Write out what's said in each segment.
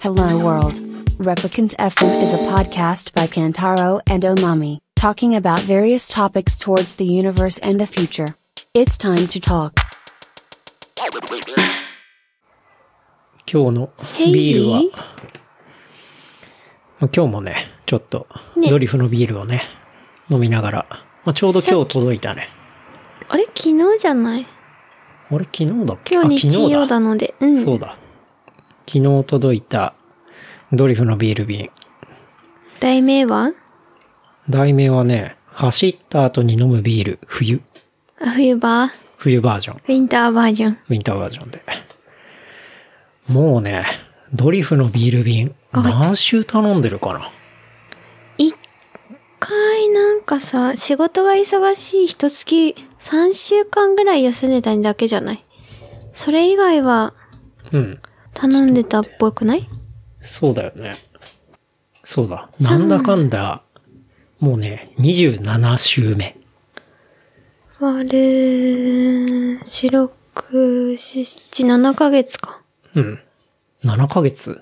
Hello World. Replicant FM is a podcast by Kantaro and Omami, talking about various topics towards the universe and the future. It's time to talk. 今日のビールは、今日もね、ちょっとドリフのビールをね、飲みながら、ちょうど今日届いたね。 あれ昨日じゃない？ あれ昨日だっけ？ 今日日曜なので。 うん。そうだ。昨日届いたドリフのビール瓶。 題名はね、走った後に飲むビール、冬。冬バージョン。 ウィンターバージョンで。もうね、ドリフのビール瓶、何周頼んでるかな？ 一回なんかさ、仕事が忙しい一月3週間ぐらい休んでただけじゃない？それ以外は、頼んでたっぽくない？ そうだよね。そうだ。なんだかんだ、もうね、27週目。 割る、4、6、7、7ヶ月か。 うん。7ヶ月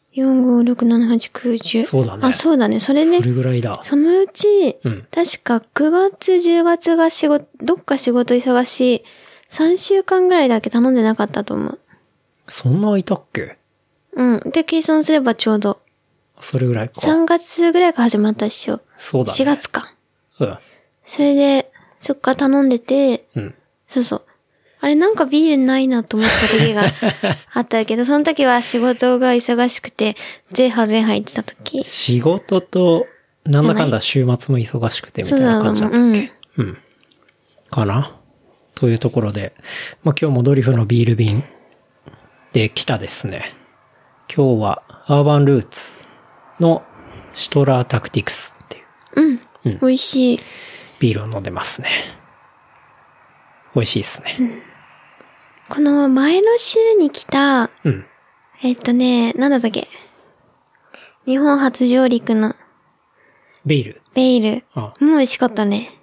?4、5、6、7、8、9、10。 そうだね。 あ、そうだね。それね。 それぐらいだ。 そのうち、確か9月、10月がどっか仕事忙しい。3週間ぐらいだけ頼んでなかったと思う。 そんないたっけ？ うん。で、計算すればちょうど。 それぐらいか。 3月ぐらいから始まったっしょ。 そうだね。 4月か。 うん。 それで、そっから頼んでて、そうそう。あれなんかビールないなと思った時があったけど、その時は仕事が忙しくて、ゼーハ言ってた時。 仕事と、なんだかんだ週末も忙しくてみたいな感じだったっけ？かなというところで、今日もドリフのビール瓶で来たですね。今日はアーバンルーツのシトラータクティクスっていう。 美味しい。 ビールを飲んでますね。美味しいですね。 この前の週に来た、なんだったっけ？日本初上陸のベイル。 もう美味しかったね。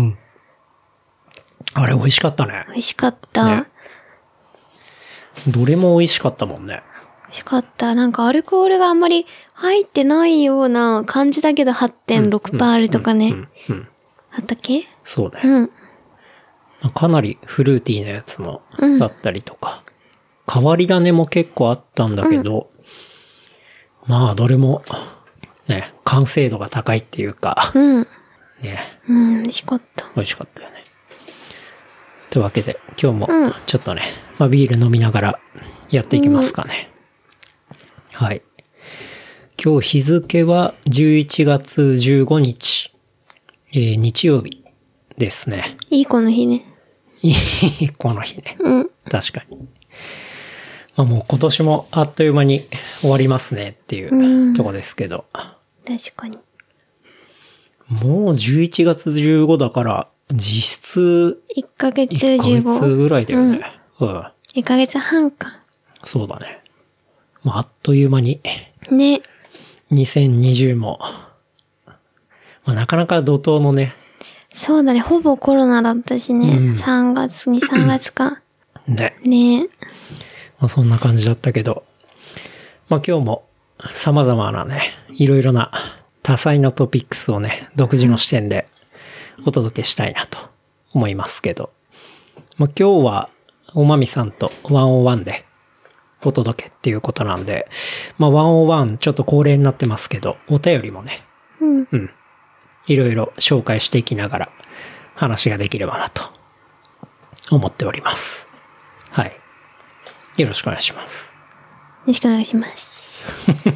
あれ美味しかったね。 美味しかった。 ね、どれも美味しかったもんね。 美味しかった。なんかアルコールがあんまり入ってないような感じだけど 8.6% あるとかね。あったっけ？ そうね。かなりフルーティーなやつもあったりとか。変わり種も結構あったんだけど、どれも、ね、完成度が高いっていうか、ね。 美味しかった。 美味しかったよね。というわけで、今日もちょっとね、ビール飲みながらやっていきますかね。はい。今日日付は11月15日、日曜日ですね。 いい子の日ね。 いい子の日ね。確かに。もう今年もあっという間に終わりますねっていうとこですけど。 確かに。 もう11月15だから、実質 1ヶ月15。 1ヶ月ぐらいだよね。 1ヶ月半か。 そうだね。あっという間に。 ね。 2020も、なかなか怒涛のね。 そうだね。ほぼコロナだったしね。3月か。 ね。 ね。 そんな感じだったけど。今日も様々なね、いろいろな多彩なトピックスをね、独自の視点でお届けしたいなと思いますけど。今日はおまみさんと101でお届けっていうことなんで、101ちょっと恒例になってますけど、お便りもね、いろいろ紹介していきながら話ができればなと思っております。はい。よろしくお願いします。 よろしくお願いします。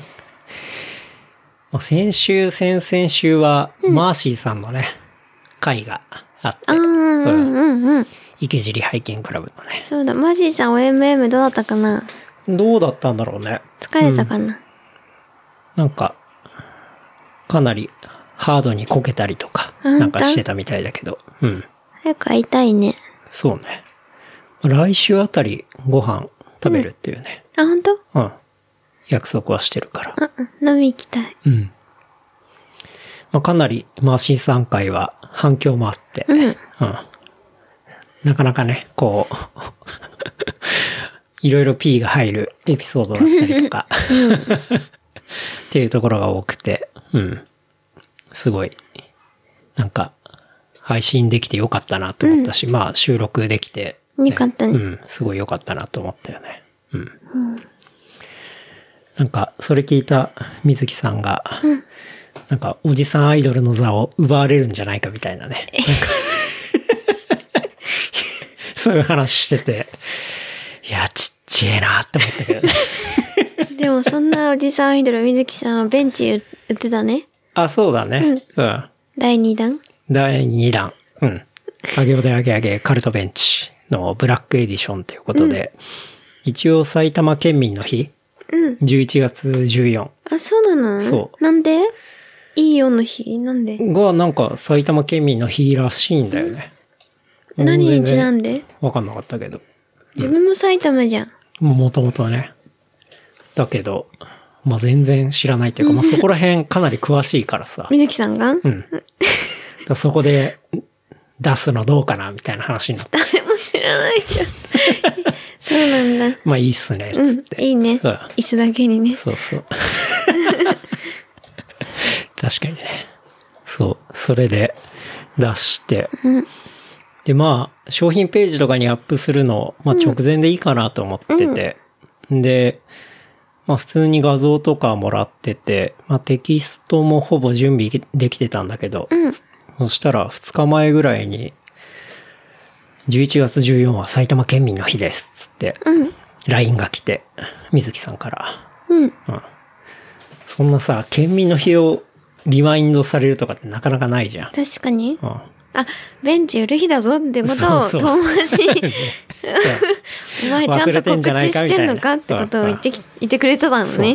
先々週は、マーシーさんのね、会があって、池尻ハイキングクラブのね。 そうだ、マーシーさん OMM どうだったかな？ どうだったんだろうね。 疲れたかな？ なんか、かなりハードにこけたりとか、なんかしてたみたいだけど。 早く会いたいね。 そうね。来週あたりご飯食べるっていうね。 あ、本当？ 約束はしてるから。 飲み行きたい。 かなりマーシーさん会は反響もあって、なかなかね、こう、 いろいろ P が入るエピソードだったりとか、っていうところが多くて、すごい、なんか、配信できてよかったなと思ったし、まあ収録できて、 よかったね。 すごいよかったなと思ったよね。なんか、それ聞いた水木さんが、なんか、おじさんアイドルの座を奪われるんじゃないかみたいなね。そういう話してて、いや、ちっちゃいなって思ったけどね。 でもそんなおじさんアイドル、水木さんはベンチ売ってたね。 あ、そうだね。 第2弾第2弾。あげおであげあげカルトベンチのブラックエディションということで、一応埼玉県民の日、11月14。 あ、そうなの？ そう。 なんで？いいよの日なんで？ が、なんか埼玉県民の日らしいんだよね。 何にちなんで？ わかんなかったけど。 自分も埼玉じゃん。 もともとね。だけど、まあ、全然知らないっていうか、まあ、そこら辺かなり詳しいからさ。 水木さんが？ そこで出すのどうかなみたいな話になって。 誰も知らないじゃん。そうなんだ。 まあいいっすね、つって。 いいね。椅子だけにね。 そうそう。確かにね。そう。それで出して。で、まあ、商品ページとかにアップするの、まあ直前でいいかなと思ってて。で、まあ普通に画像とかもらってて、まあテキストもほぼ準備できてたんだけど、そしたら2日前ぐらいに、11月14は埼玉県民の日ですつって、LINE が来て、水木さんから。そんなさ、県民の日をリマインドされるとかってなかなかないじゃん。 確かに。あ、ベンチ売る日だぞってことを友達に、お前ちゃんと告知してんのかってことを言ってくれてたのね。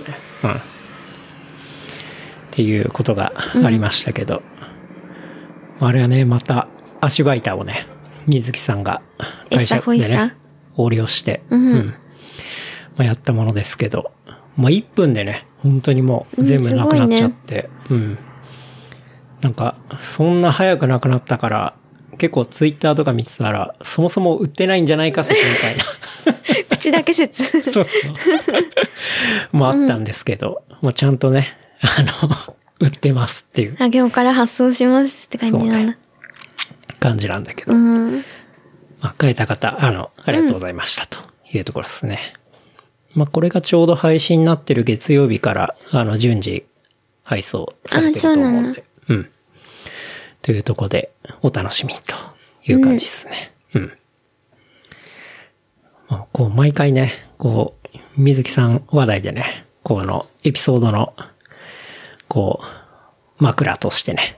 っていうことがありましたけど。あれはね、また足場板をね、水木さんが会社でね、横領して、まあ、やったものですけど、まあ1分でね、本当にもう全部なくなっちゃって、なんか、そんな早くなくなったから、結構ツイッターとか見てたら、そもそも売ってないんじゃないか説みたいな。 口だけ説。 そう。もあったんですけど、まあちゃんとね、売ってますっていう。 あげおから発送しますって感じなんだ。 感じなんだけど。まあ、買えた方、ありがとうございましたというところですね。まあ、これがちょうど配信になってる月曜日から、順次、配送されてると思うんで。というところで、お楽しみという感じですね。まあ、こう、毎回ね、こう、水木さん話題でね、このエピソードの、こう、枕としてね、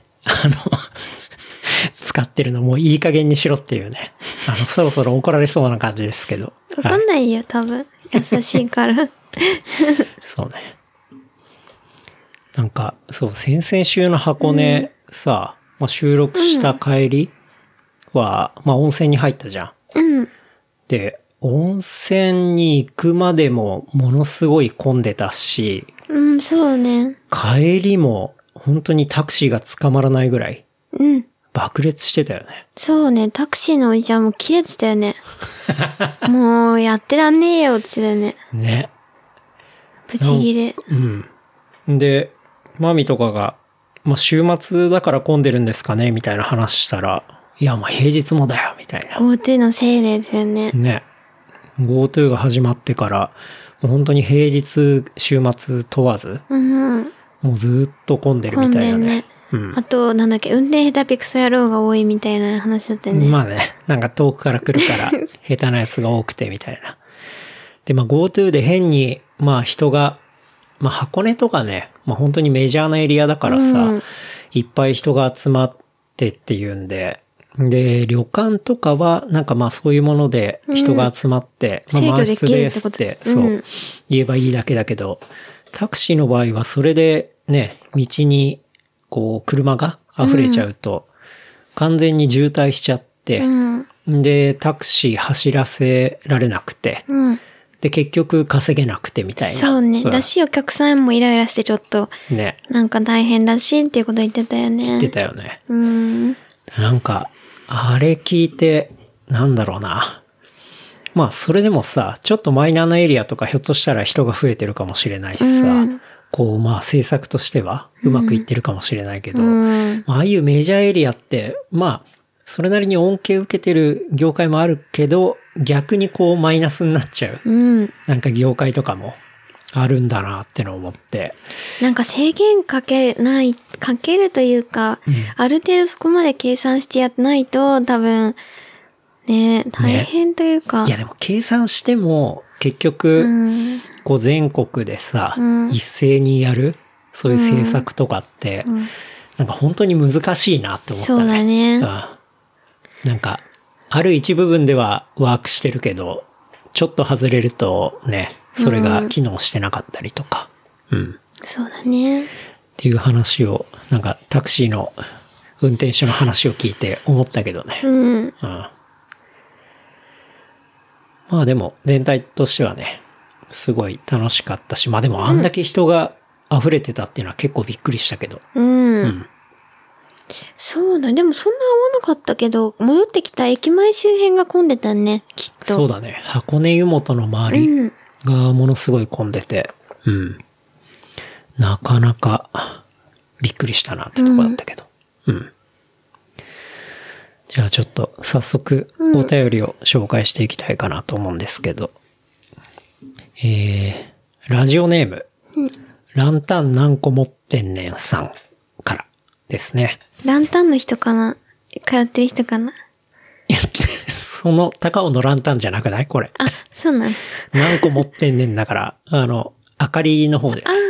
使ってるのもういい加減にしろっていうね。そろそろ怒られそうな感じですけど。 怒んないよ、多分。優しいから。 そうね。なんか、そう、先々週の箱根さ、まあ、収録した帰りは、まあ温泉に入ったじゃん。で、温泉に行くまでもものすごい混んでたし、 そうね。 帰りも本当にタクシーが捕まらないぐらい。爆裂してたよね。 そうね、タクシーのおじちゃんも切れてたよね。もう、やってらんねえよって言ってたよね。 ね。 ブチギレ。 で、マミとかが、まあ、週末だから混んでるんですかねみたいな話したら、いや、まあ、平日もだよ、みたいな。 GoTo のせいですよね。 ね。GoTo が始まってから、もう本当に平日、週末問わず、もうずっと混んでるみたいなね。 あと、なんだっけ、運転下手ピクソ野郎が多いみたいな話だったよね。 まあね、なんか遠くから来るから、下手なやつが多くてみたいな。で、まあ GoTo で変に、まあ人が、まあ箱根とかね、まあ本当にメジャーなエリアだからさ、いっぱい人が集まってっていうんで、で、旅館とかは、なんかまあそういうもので人が集まって、まあ満室ですって、そう、言えばいいだけだけど、タクシーの場合はそれでね、道に、こう、車が溢れちゃうと、完全に渋滞しちゃって、で、タクシー走らせられなくて、で、結局稼げなくてみたいな。 そうね。だし、お客さんもイライラしてちょっと、ね。なんか大変だしっていうこと言ってたよね。 言ってたよね。なんか、あれ聞いて、なんだろうな。 まあそれでもさ、ちょっとマイナーなエリアとかひょっとしたら人が増えてるかもしれないしさ、こうまあ政策としてはうまくいってるかもしれないけど、ああいうメジャーエリアって、まあ、それなりに恩恵を受けてる業界もあるけど、逆にこうマイナスになっちゃう。なんか業界とかもあるんだなってのを思って。 なんか制限かけるというか、ある程度そこまで計算してやってないと多分、ね、大変というか。 いやでも計算しても結局、こう全国でさ、一斉にやるそういう政策とかって、なんか本当に難しいなって思ったね。 そうだね。 なんか、ある一部分ではワークしてるけど、ちょっと外れるとね、それが機能してなかったりとか。 そうだね。 っていう話を、なんかタクシーの運転手の話を聞いて思ったけどね。まあでも全体としてはね、すごい楽しかったし、まあでもあんだけ人が溢れてたっていうのは結構びっくりしたけど。 そうだ、でもそんな合わなかったけど、戻ってきた駅前周辺が混んでたね、きっと。 そうだね。箱根湯本の周りがものすごい混んでて、なかなかびっくりしたなってとこだったけど。じゃあちょっと早速お便りを紹介していきたいかなと思うんですけど。ラジオネーム、ランタン何個持ってんねんさんからですね。 ランタンの人かな？通ってる人かな？ その高尾のランタンじゃなくないこれ。 あ、そうなの。 何個持ってんねんだから、明かりの方じゃない。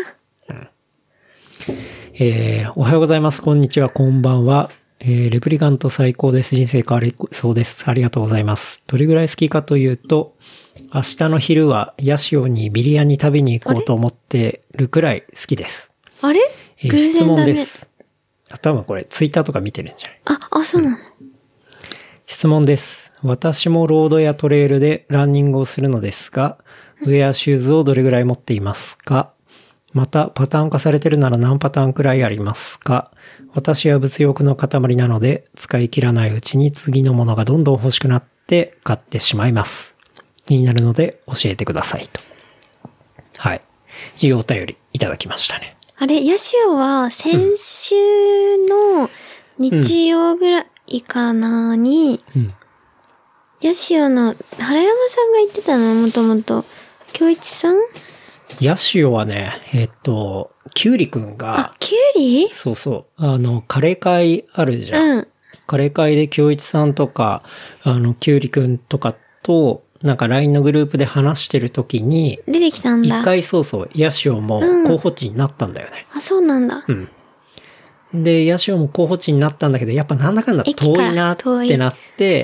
おはようございます。こんにちは。こんばんは。レプリカント最高です。人生変わりそうです。ありがとうございます。どれぐらい好きかというと、明日の昼はヤシオにビリヤニ食べに行こうと思ってるくらい好きです。 あれ？偶然だね。 質問です。多分これツイッターとか見てるんじゃない？ そうなの。 質問です。私もロードやトレイルでランニングをするのですが、ウェアシューズをどれぐらい持っていますか？また、パターン化されてるなら何パターンくらいありますか？私は物欲の塊なので、使い切らないうちに次のものがどんどん欲しくなって買ってしまいます。気になるので教えてくださいと。はい。いいお便りいただきましたね。 あれ、ヤシオは先週の日曜ぐらいかなに、ヤシオの原山さんが言ってたのもともと、京一さん？ ヤシオはね、キュウリくんが、 キュウリ？ そうそう。カレー会あるじゃん。カレー会で京一さんとか、キュウリくんとかと、なんか LINE のグループで話してる時に、 出てきたんだ。 一回そうそう、ヤシオも候補地になったんだよね。 そうなんだ。 で、ヤシオも候補地になったんだけど、やっぱなんだかんだ遠いなってなって、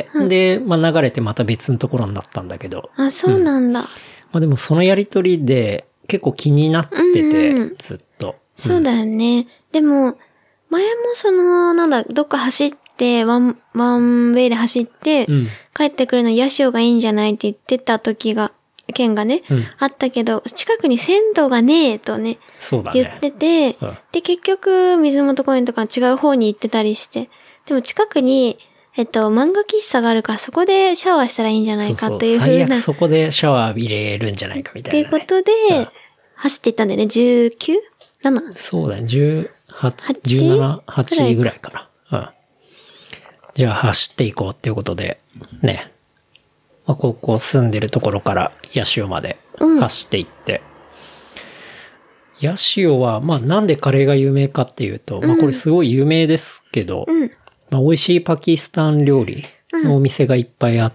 で、まあ流れてまた別のところになったんだけど。 そうなんだ。 まあでもそのやりとりで結構気になってて、ずっと。 そうだよね。でも、前もどっか走って、ワンウェイで走って、帰ってくるのヤシオがいいんじゃないって言ってた件がね、あったけど、近くに鮮度がねえとね、 そうだね。 言ってて、で、結局、水元公園とか違う方に行ってたりして、でも近くに、漫画喫茶があるからそこでシャワーしたらいいんじゃないかっていう風な。 最悪そこでシャワー浴びれるんじゃないかみたいな、ね。 っていうことで、走っていったんだよね。19?7? そうだね。18、17、8ぐらいかな。じゃあ走っていこうっていうことで、ね。まあ、ここ住んでるところからヤシオまで走っていって。ヤシオは、まあなんでカレーが有名かっていうと、まあこれすごい有名ですけど、まあ、美味しいパキスタン料理のお店がいっぱいあって、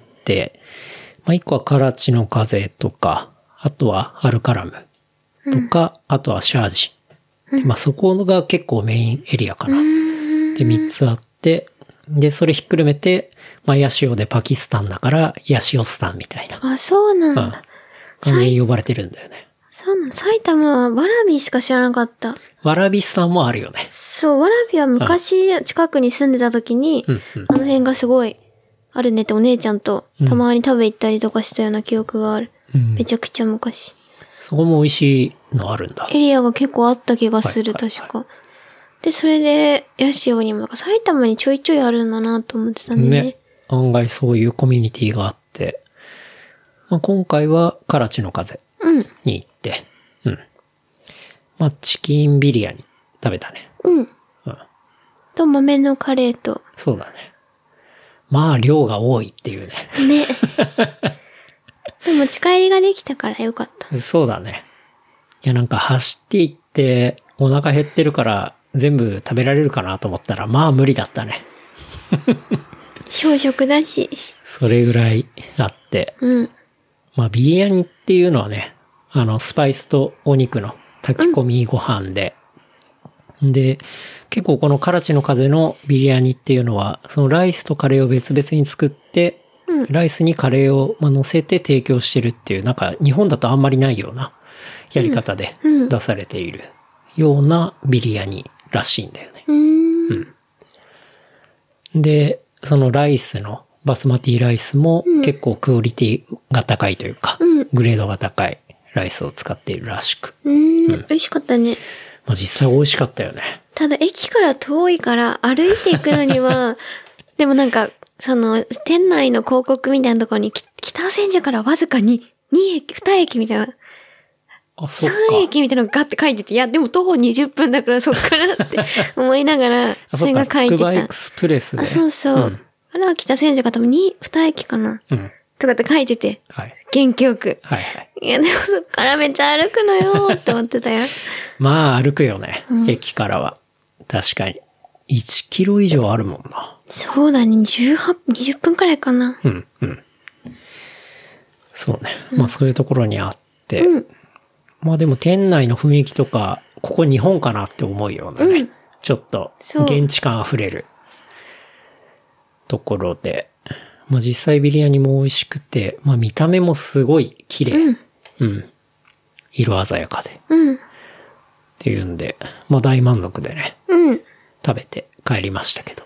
まあ一個はカラチの風とか、あとはアルカラムとか、あとはシャージ。まあそこが結構メインエリアかな。で、3つあって、で、それひっくるめて、まあヤシオでパキスタンだからヤシオスタンみたいな。 そうなんだ。 感じに呼ばれてるんだよね。 そうなの。埼玉はわらびしか知らなかった。 わらびさんもあるよね。 そう、わらびは昔近くに住んでた時に、あの辺がすごいあるねってお姉ちゃんとたまに食べ行ったりとかしたような記憶がある。めちゃくちゃ昔。 そこも美味しいのあるんだ。 エリアが結構あった気がする、確か。で、それで、ヤシオにも、埼玉にちょいちょいあるんだなと思ってたんでね。 ね。案外そういうコミュニティがあって。 まあ、今回はカラチの風に行って、うん。まあ、チキンビリヤニ食べたね。 うん。 うん。 と、豆のカレーと。 そうだね。まあ、量が多いっていうね。 ね。でも、持ち帰りができたからよかった。 そうだね。いや、なんか走っていって、お腹減ってるから全部食べられるかなと思ったら、まあ無理だったね。 小食だし。 それぐらいあって。 うん。 まあビリヤニっていうのはね、スパイスとお肉の炊き込みご飯で、で、結構このカラチの風のビリヤニっていうのは、そのライスとカレーを別々に作って、ライスにカレーを乗せて提供してるっていう、なんか日本だとあんまりないようなやり方で出されているようなビリヤニらしいんだよね。で、そのライスのバスマティライスも結構クオリティが高いというか、グレードが高いライスを使っているらしく。 美味しかったね。 まあ実際美味しかったよね。 ただ駅から遠いから歩いていくのには、でもなんか、店内の広告みたいなところに、北千住からわずか2駅みたいな。 あ、そっか。 3駅みたいなのがガッて書いてて、いや、でも徒歩20分だからそっからって思いながら、それが書いてた。 つくばエクスプレスで。 あ、そうそう。あれは北千住か多分2駅かな。とかって書いてて。 はい。 元気よく。 はいはい。 いや、でもそっからめっちゃ歩くのよって思ってたよ。 まあ歩くよね。駅からは。確かに。1キロ以上あるもんな。 そうだね。20分くらいかな。 そうね。まあそういうところにあって。まあでも店内の雰囲気とか、ここ日本かなって思うようなね。ちょっと、現地感あふれるところで。まあ実際ビリヤニも美味しくて、まあ見た目もすごい綺麗。色鮮やかで。っていうんで、まあ大満足でね。食べて帰りましたけど。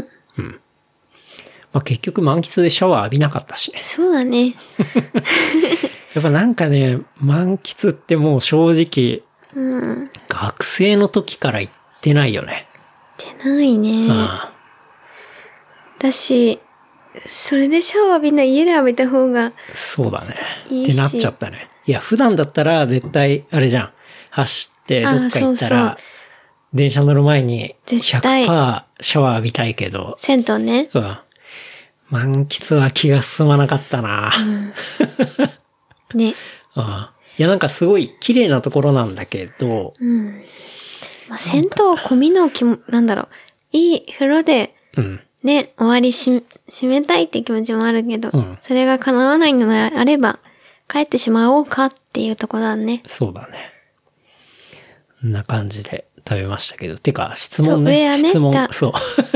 まあ結局満喫でシャワー浴びなかったしね。 そうだね。 やっぱなんかね、満喫ってもう正直、学生の時から行ってないよね。 行ってないね。だし、それでシャワー浴びんの家で浴びた方が。 そうだね。ってなっちゃったね。いや、普段だったら絶対、あれじゃん。走ってどっか行ったら、電車乗る前に 100% シャワー浴びたいけど。 銭湯ね。 満喫は気が進まなかったな。 ね。 いや、なんかすごい綺麗なところなんだけど。 まあ、銭湯込みのなんだろう。いい風呂で、ね、終わり締めたいって気持ちもあるけど、それが叶わないのであれば、帰ってしまおうかっていうところだね。 そうだね。こんな感じで食べましたけど。てか、質問ね。質問。そう。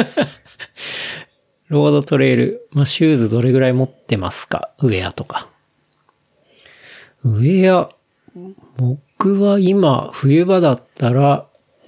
ロードトレイル、まあ、シューズどれぐらい持ってますか？ウェアとか。ウェア、僕は今、冬場だったら、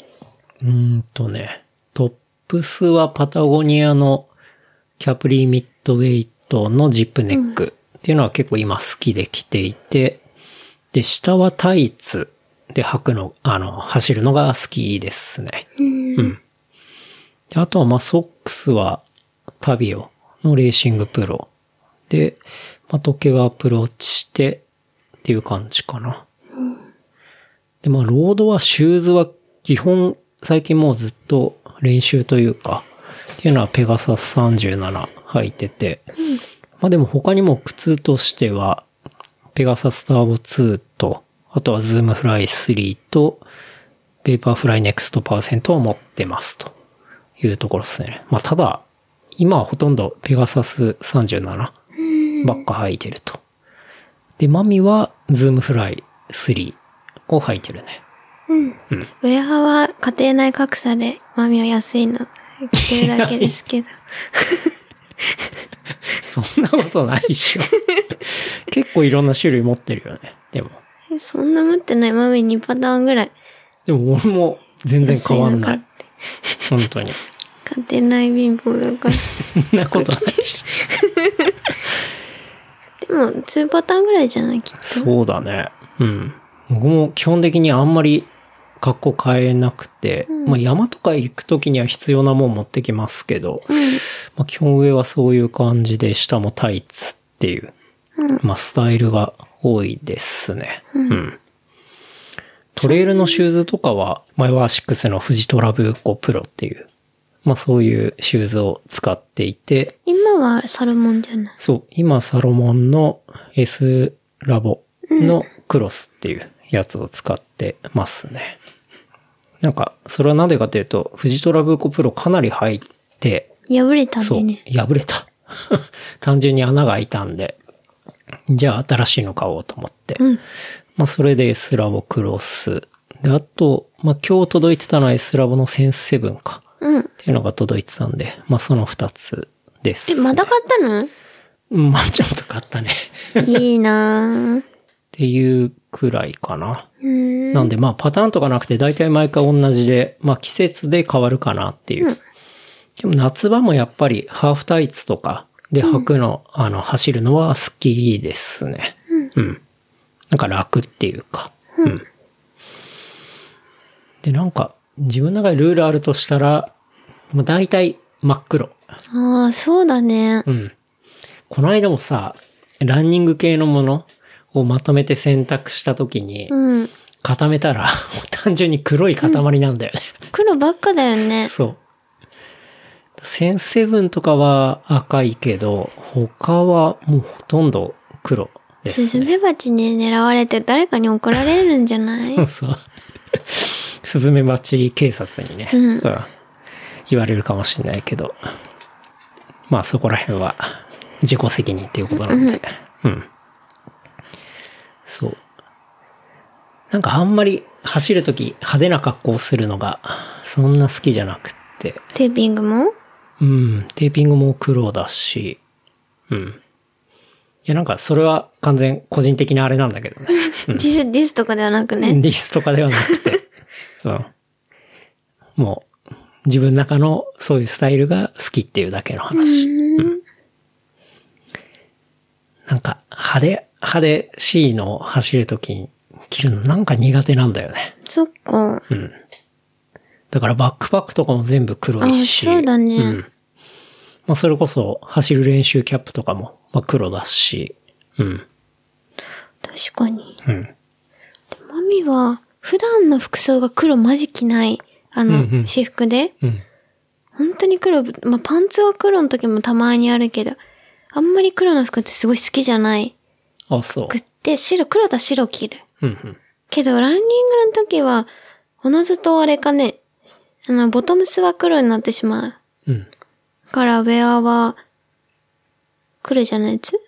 トップスはパタゴニアのキャプリーミッドウェイトのジップネックっていうのは結構今好きで着ていて、で、下はタイツで履くの、走るのが好きですね。であとはまあソックスはタビオのレーシングプロで、まあ、時計はアプローチしてっていう感じかな。で、まあロードはシューズは基本最近もうずっと練習というか、っていうのはペガサス37履いてて、まあでも他にも靴としては、ペガサスターボ2と、あとはズームフライ3と、ペーパーフライネクストパーセントを持ってますというところですね。まあただ、今はほとんどペガサス37ばっか履いてると。で、マミはズームフライ3を履いてるね。 ウェアは家庭内格差で、マミは安いの着てるだけですけど。 そんなことないでしょ。結構いろんな種類持ってるよね。でも。 そんな持ってない。マミ2パターンぐらい。 でも俺も全然変わんない。本当に。 家庭内貧乏だから。 そんなことないでしょ。でも2パターンぐらいじゃないきっと。 そうだね。僕も基本的にあんまり格好変えなくて、まあ山とか行くときには必要なもん持ってきますけど、まあ基本上はそういう感じで、下もタイツっていうまあスタイルが多いですね。トレイルのシューズとかは、前はアシックスのフジトラブコプロっていう、まあそういうシューズを使っていて。 今はサロモンじゃない？ そう、今サロモンの S ラボのクロスっていうやつを使ってますね。なんか、それはなんでかというと、フジトラブコプロかなり入って、 破れたんでね。 そう、破れた。単純に穴が開いたんで、じゃあ新しいの買おうと思って。まあそれで S ラボクロス。で、あと、まあ今日届いてたのは S ラボのセンス7か。っていうのが届いてたんで、まあその2つです。 まだ買ったの？ まあちょっと買ったね。 いいなぁ。 っていうくらいかな。なんでまあパターンとかなくて大体毎回同じで、まあ季節で変わるかなっていう。でも夏場もやっぱりハーフタイツとかで履くの、走るのは好きですね。なんか楽っていうか。で、なんか自分の中でルールあるとしたら、もう大体真っ黒。 ああ、そうだね。 この間もさ、ランニング系のものをまとめて選択したときに、固めたら、単純に黒い塊なんだよね。 黒ばっかだよね。 そう。センセブンとかは赤いけど、他はもうほとんど黒ですね。 スズメバチに狙われて誰かに怒られるんじゃないそう。スズメバチ警察にね、言われるかもしれないけど、まあそこら辺は自己責任っていうことなんで、そう。なんかあんまり走るとき派手な格好をするのがそんな好きじゃなくって。 テーピングも？ テーピングも黒だし、いやなんかそれは完全個人的なあれなんだけどね。 ディスとかではなくね。 ディスとかではなくて、もう自分の中のそういうスタイルが好きっていうだけの話。なんか派手しいのを走るときに着るのなんか苦手なんだよね。 そっか。 だからバックパックとかも全部黒いし。 そうだね。 まあそれこそ走る練習キャップとかもまあ黒だし。 確かに。マミは普段の服装が黒マジ着ない。私服で。本当に黒、まあパンツは黒の時もたまにあるけど、あんまり黒の服ってすごい好きじゃない。 あ、そう。 服って黒と白着る。けどランニングの時は、おのずとあれかね、ボトムスが黒になってしまう。からウェアは、黒じゃないやつ？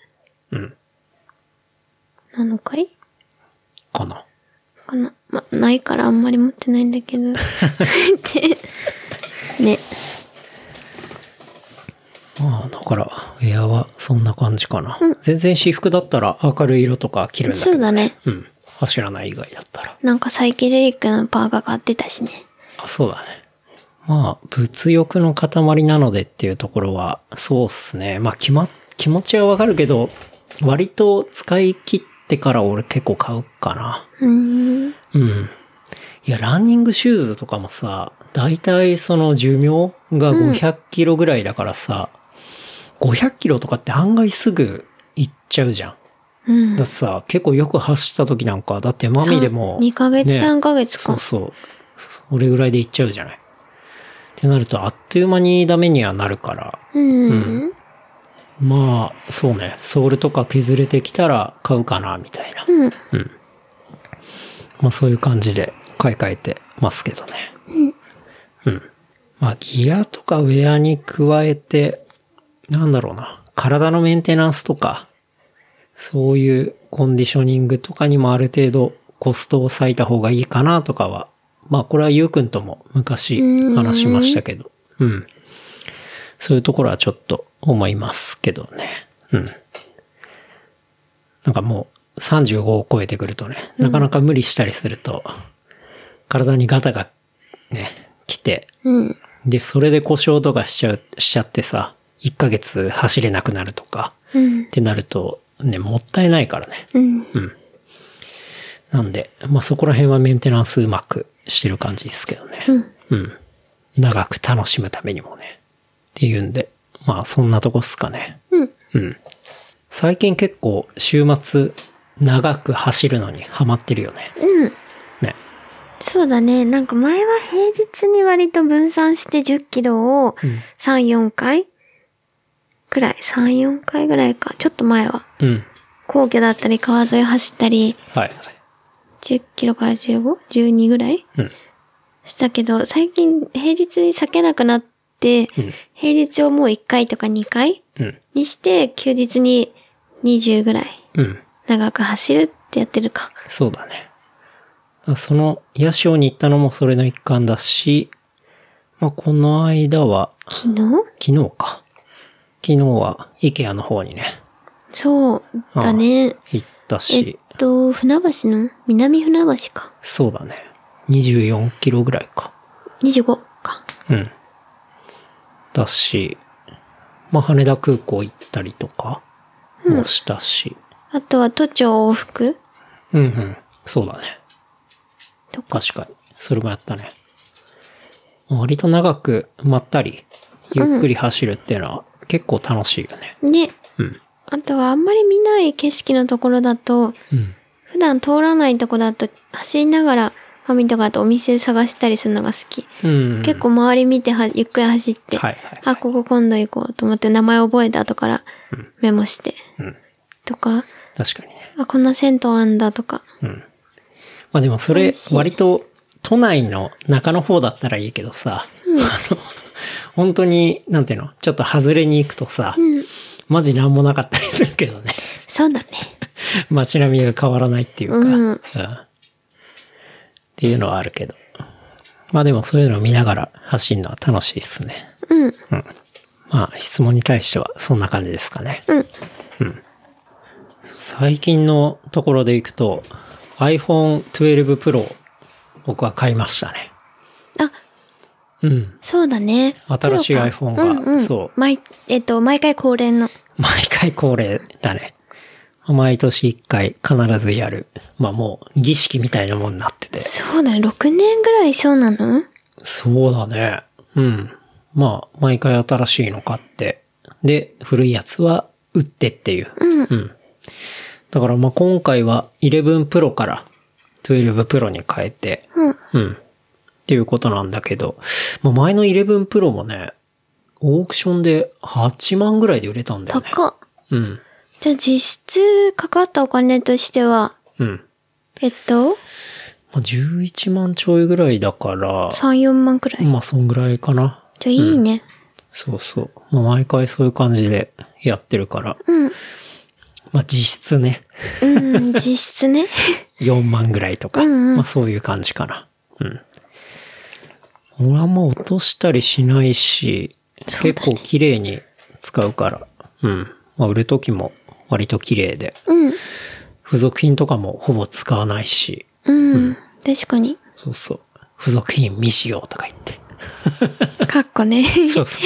なのかい？ かな。 ま、ないからあんまり持ってないんだけど。ね。 まあ、だから、ウェアはそんな感じかな。全然私服だったら明るい色とか着るんだけど。 そうだね。 走らない以外だったら。 なんかサイケデリックのパーカー買ってたしね。 あ、そうだね。まあ、物欲の塊なのでっていうところは、そうっすね。まあ、気持ちはわかるけど、割と使い切ってから俺結構買うかな。いや、ランニングシューズとかもさ、だいたいその寿命が500キロぐらいだからさ、500キロとかって案外すぐ行っちゃうじゃん。だってさ、結構よく走った時なんか、だってマミでも、 2ヶ月、 ね、 3ヶ月か。 そう。それぐらいで行っちゃうじゃない。ってなると、あっという間にダメにはなるから。まあ、そうね。ソールとか削れてきたら買うかな、みたいな。まあそういう感じで買い替えてますけどね。まあギアとかウェアに加えて、なんだろうな。体のメンテナンスとか、そういうコンディショニングとかにもある程度コストを割いた方がいいかなとかは、まあこれはゆうくんとも昔話しましたけど、そういうところはちょっと思いますけどね。なんかもう35を超えてくるとね、なかなか無理したりすると、体にガタがね、来て、で、それで故障とかしちゃってさ、1ヶ月走れなくなるとか、ってなると、ね、もったいないからね。なんで、まあそこら辺はメンテナンスうまくしてる感じですけどね。長く楽しむためにもね。っていうんで、まあそんなとこっすかね。 最近結構週末長く走るのにハマってるよね。 うん。 ね。 そうだね。なんか前は平日に割と分散して10キロを3、4回くらい。3、4回ぐらいか。ちょっと前は。 うん。 皇居だったり川沿い走ったり。 はいはい。 10キロから 15?12 ぐらいしたけど、最近平日に避けなくなって、平日をもう1回とか2回にして、休日に20ぐらい長く走るってやってるか。 そうだね。その、八潮に行ったのもそれの一環だし、まあ、この間は、 昨日か。昨日は、IKEA の方にね。 そうだね。 行ったし。 船橋の南船橋か。 そうだね。24キロぐらいか。 25か。 うん。だし、まあ、羽田空港行ったりとかもしたし。 あとは都庁往復うんうん。そうだね。 とか。 確かに。それもやったね。割と長くまったり、ゆっくり走るっていうのは結構楽しいよね。 ね。 うん。 あとはあんまり見ない景色のところだと、普段通らないとこだと走りながらファミとかだとお店探したりするのが好き。結構周り見てゆっくり走って、あ、ここ今度行こうと思って名前覚えた後からメモして、とか。 確かにね。 あ、こんな銭湯あんだとか。 まあでもそれ割と都内の中の方だったらいいけどさ、本当に、なんていうの、ちょっと外れに行くとさ、マジなんもなかったりするけどね。 そうだね。 街並みが変わらないっていうか、っていうのはあるけど。まあでもそういうのを見ながら走るのは楽しいっすね。まあ質問に対してはそんな感じですかね。最近のところでいくと iPhone 12 Pro 僕は買いましたね。 あ、そうだね。 新しい iPhone が、そう。 毎回恒例の。 毎回恒例だね。毎年1回必ずやる。まあもう儀式みたいなもんになってて。 そうだね。6年ぐらいそうなの？ そうだね。まあ毎回新しいの買って。で、古いやつは売ってっていう。だからまあ今回は11 Pro から12 Pro に変えて。っていうことなんだけど、まあ、前の11 Pro もね、オークションで8万ぐらいで売れたんだよね。 高っ。じゃあ実質かかったお金としては、まあ、 11万ちょいぐらいだから、 3、4万くらい。 まあ、そんぐらいかな。 じゃあいいね。 そうそう。まあ、毎回そういう感じでやってるから。まあ、実質ね。 実質ね。 4万ぐらいとか。まあ、そういう感じかな。俺はもう落としたりしないし、結構綺麗に使うから。まあ、売るときも割と綺麗で。付属品とかもほぼ使わないし。 確かに。 そうそう。付属品未使用とか言って。 かっこね。 そうそう。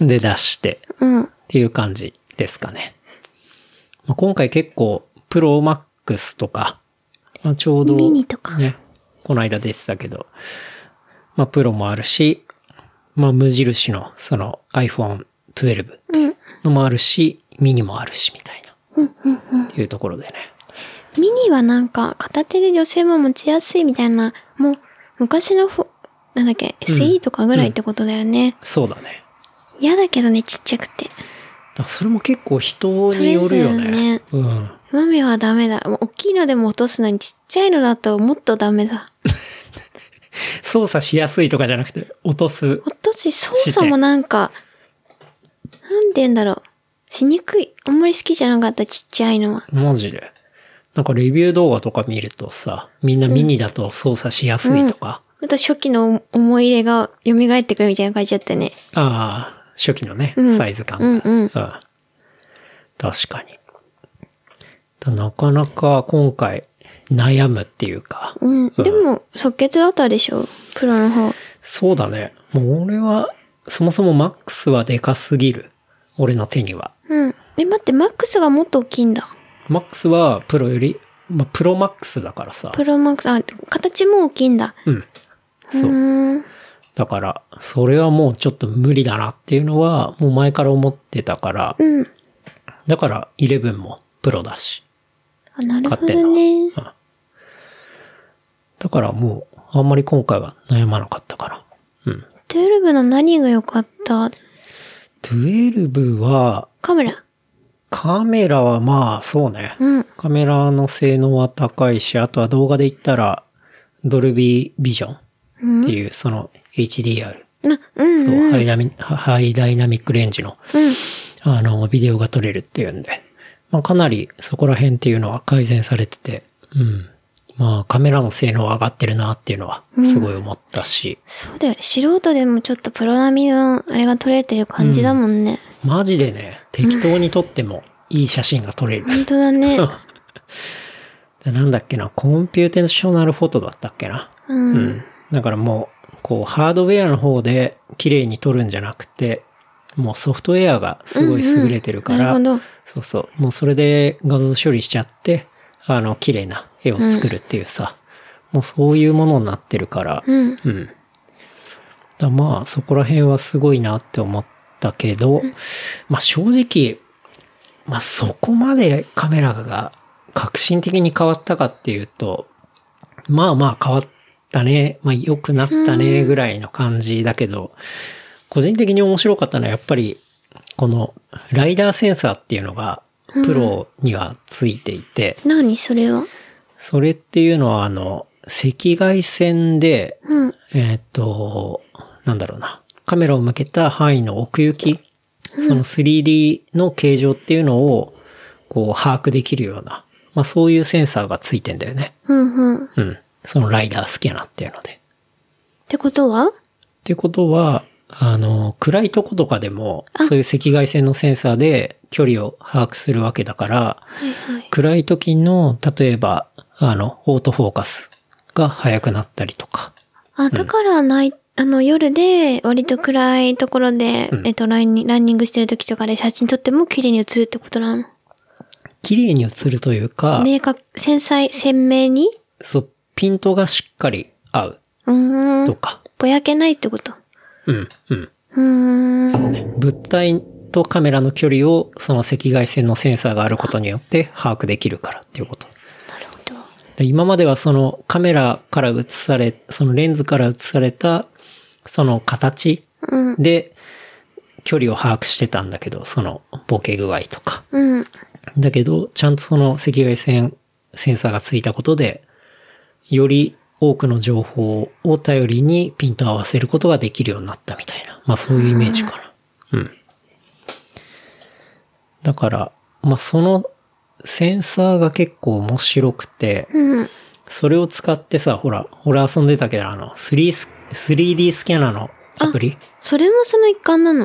で出して。っていう感じですかね。まあ、今回結構、プロマックスとか、まあ、ちょうど、 ミニとか。 ね、この間出てたけど、まあ、プロもあるし、まあ、無印の、その iPhone 12のもあるし、ミニもあるし、みたいな。っていうところでね。 ミニはなんか、片手で女性も持ちやすいみたいな、もう、昔のなんだっけ、SE とかぐらいってことだよね。 そうだね。 嫌だけどね、ちっちゃくて。 それも結構人によるよね。 マミはダメだ。もう大きいのでも落とすのにちっちゃいのだともっとダメだ。 操作しやすいとかじゃなくて、落とす操作もなんか、なんて言うんだろう。しにくい。あんまり好きじゃなかった、ちっちゃいのは。 マジで。なんかレビュー動画とか見るとさ、みんなミニだと操作しやすいとか。 あと初期の思い入れが蘇ってくるみたいな感じだったね。 ああ、初期のね、サイズ感が。確かに。なかなか今回悩むっていうか。 でも即決だったでしょプロの方。 そうだね。もう俺は、そもそもマックスはでかすぎる。俺の手には。 待って、マックスがもっと大きいんだ。 マックスはプロより、まあ、プロマックスだからさ。 プロマックス、形も大きいんだ。 そう。だから、それはもうちょっと無理だなっていうのは、もう前から思ってたから、 だから11もプロだし。 あ、なるほ買ってんの。 どね。 だからもう、あんまり今回は悩まなかったかな。うん。 12の何が良かった？ 12は、 カメラ。 カメラはまあ、そうね。 うん。 カメラの性能は高いし、あとは動画で言ったら、ドルビービジョンっていう、その HDR。 うん。 そう、ハイダイナミックレンジの、ビデオが撮れるっていうんで、まあかなりそこら辺っていうのは改善されてて、うん。まあカメラの性能上がってるなっていうのはすごい思ったし。 そうだよ。素人でもちょっとプロ並みのあれが撮れてる感じだもんね。 マジでね、適当に撮ってもいい写真が撮れる。 本当だね。 でなんだっけな、コンピューテーショナルフォトだったっけな。うん。だからもう、こう、ハードウェアの方で綺麗に撮るんじゃなくて、もうソフトウェアがすごい優れてるから、 なるほど。 そうそう。もうそれで画像処理しちゃって、綺麗な絵を作るっていうさ、もうそういうものになってるから、だまあ、そこら辺はすごいなって思ったけど、まあ正直、まあそこまでカメラが革新的に変わったかっていうと、まあまあ変わったね、まあ良くなったねぐらいの感じだけど、個人的に面白かったのはやっぱり、このライダーセンサーっていうのがプロにはついていて、 何それは？ それっていうのは赤外線で、なんだろうな、カメラを向けた範囲の奥行き、その 3D の形状っていうのをこう把握できるような、まあそういうセンサーがついてんだよね。そのライダースキャナーっていうので。 ってことは？ ってことは、暗いとことかでも、そういう赤外線のセンサーで距離を把握するわけだから、暗い時の、例えば、オートフォーカスが速くなったりとか。 あ、だから夜で割と暗いところで、ランニングしてる時とかで写真撮っても綺麗に写るってことなの？ 綺麗に写るというか、 鮮明に？ そう、ピントがしっかり合う。とか。 ぼやけないってこと？ そうね。物体とカメラの距離をその赤外線のセンサーがあることによって把握できるからっていうこと。 なるほど。 で今まではそのカメラからそのレンズから映されたその形で距離を把握してたんだけど、そのボケ具合とか。だけど、ちゃんとその赤外線センサーがついたことで、より多くの情報を頼りにピントを合わせることができるようになったみたいな。まあそういうイメージかな。だから、まあそのセンサーが結構面白くて、それを使ってさ、ほら、俺遊んでたけど3D スキャナーのアプリ？ それもその一環なの？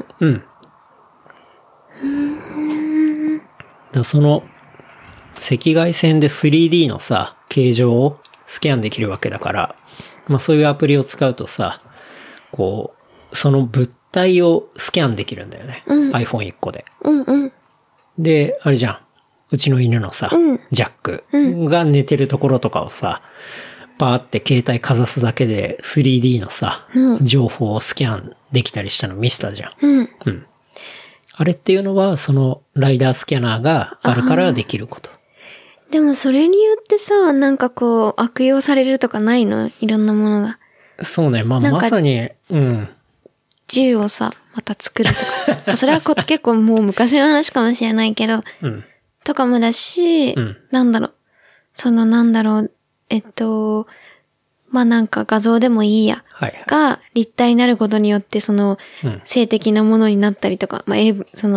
だその赤外線で 3D のさ、形状をスキャンできるわけだから、まあそういうアプリを使うとさ、こう、その物体をスキャンできるんだよね。iPhone 1個で。で、あれじゃん。うちの犬のさ、ジャックが寝てるところとかをさ、パーって携帯かざすだけで 3D のさ、情報をスキャンできたりしたの見せたじゃん。あれっていうのは、そのライダースキャナーがあるからできること。 でもそれによってさ、なんかこう、悪用されるとかないの？いろんなものが。 そうね。まあ、まさに、 銃をさ、また作るとか。それは結構もう昔の話かもしれないけど、とかもだし、まあなんか画像でもいいや。が立体になることによってその、性的なものになったりとか、まあ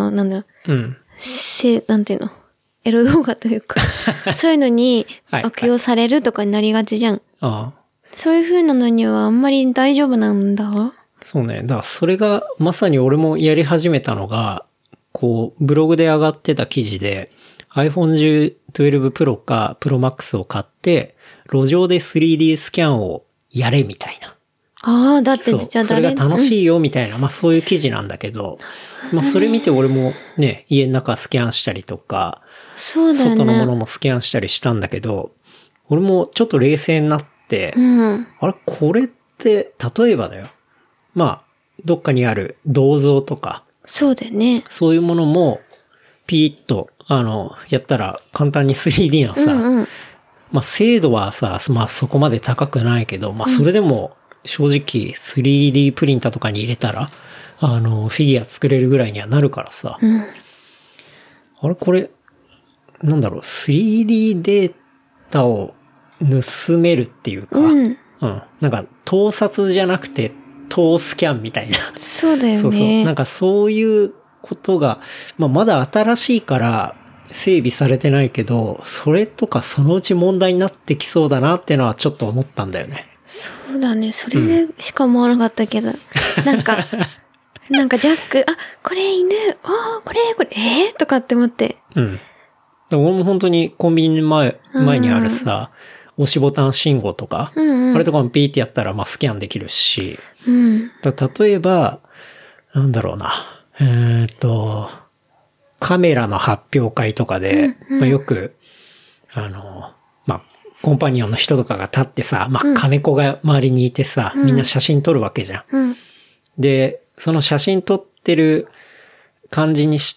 なんていうの？エロ動画というか、そういうのに悪用されるとかになりがちじゃん。そういう風なのにはあんまり大丈夫なんだ。 そうね。だからそれがまさに俺もやり始めたのが、こう、ブログで上がってた記事で、iPhone 12 Pro か Pro Max を買って、路上で 3D スキャンをやれみたいな。 だってじゃあそれが楽しいよみたいな、まあそういう記事なんだけど、まあそれ見て俺もね、家の中スキャンしたりとか、 そうだよね。 外のものもスキャンしたりしたんだけど、俺もちょっと冷静になって、あれこれって例えばだよ。まあどっかにある銅像とか、 そうだよね。 そういうものもピーッと、やったら簡単に 3D のさ、 うんうん。 まあ、精度はさ、まあ、そこまで高くないけど、まあ、それでも、正直、3D プリンターとかに入れたら、フィギュア作れるぐらいにはなるからさ。 うん。 あれ、これ、なんだろう、3D データを盗めるっていうか、 うん。 なんか、盗撮じゃなくて、盗スキャンみたいな。 そうだよね。 そうそう。なんかそういうことが、まあまだ新しいから整備されてないけど、それとかそのうち問題になってきそうだなっていうのはちょっと思ったんだよね。 そうだね。それでしか思わなかったけど。なんかジャック、あ、これ犬、これ、とかって思って。 うん。俺も本当にコンビニ前にあるさ、押しボタン信号とか、 うんうん、 あれとかもピーってやったらまあスキャンできるし、 うん、 例えば、なんだろうな、カメラの発表会とかで、まあ、よく、まあ、コンパニオンの人とかが立ってさ、まあ、金子が周りにいてさ、みんな写真撮るわけじゃん。 うん、 で、その写真撮ってる感じにして、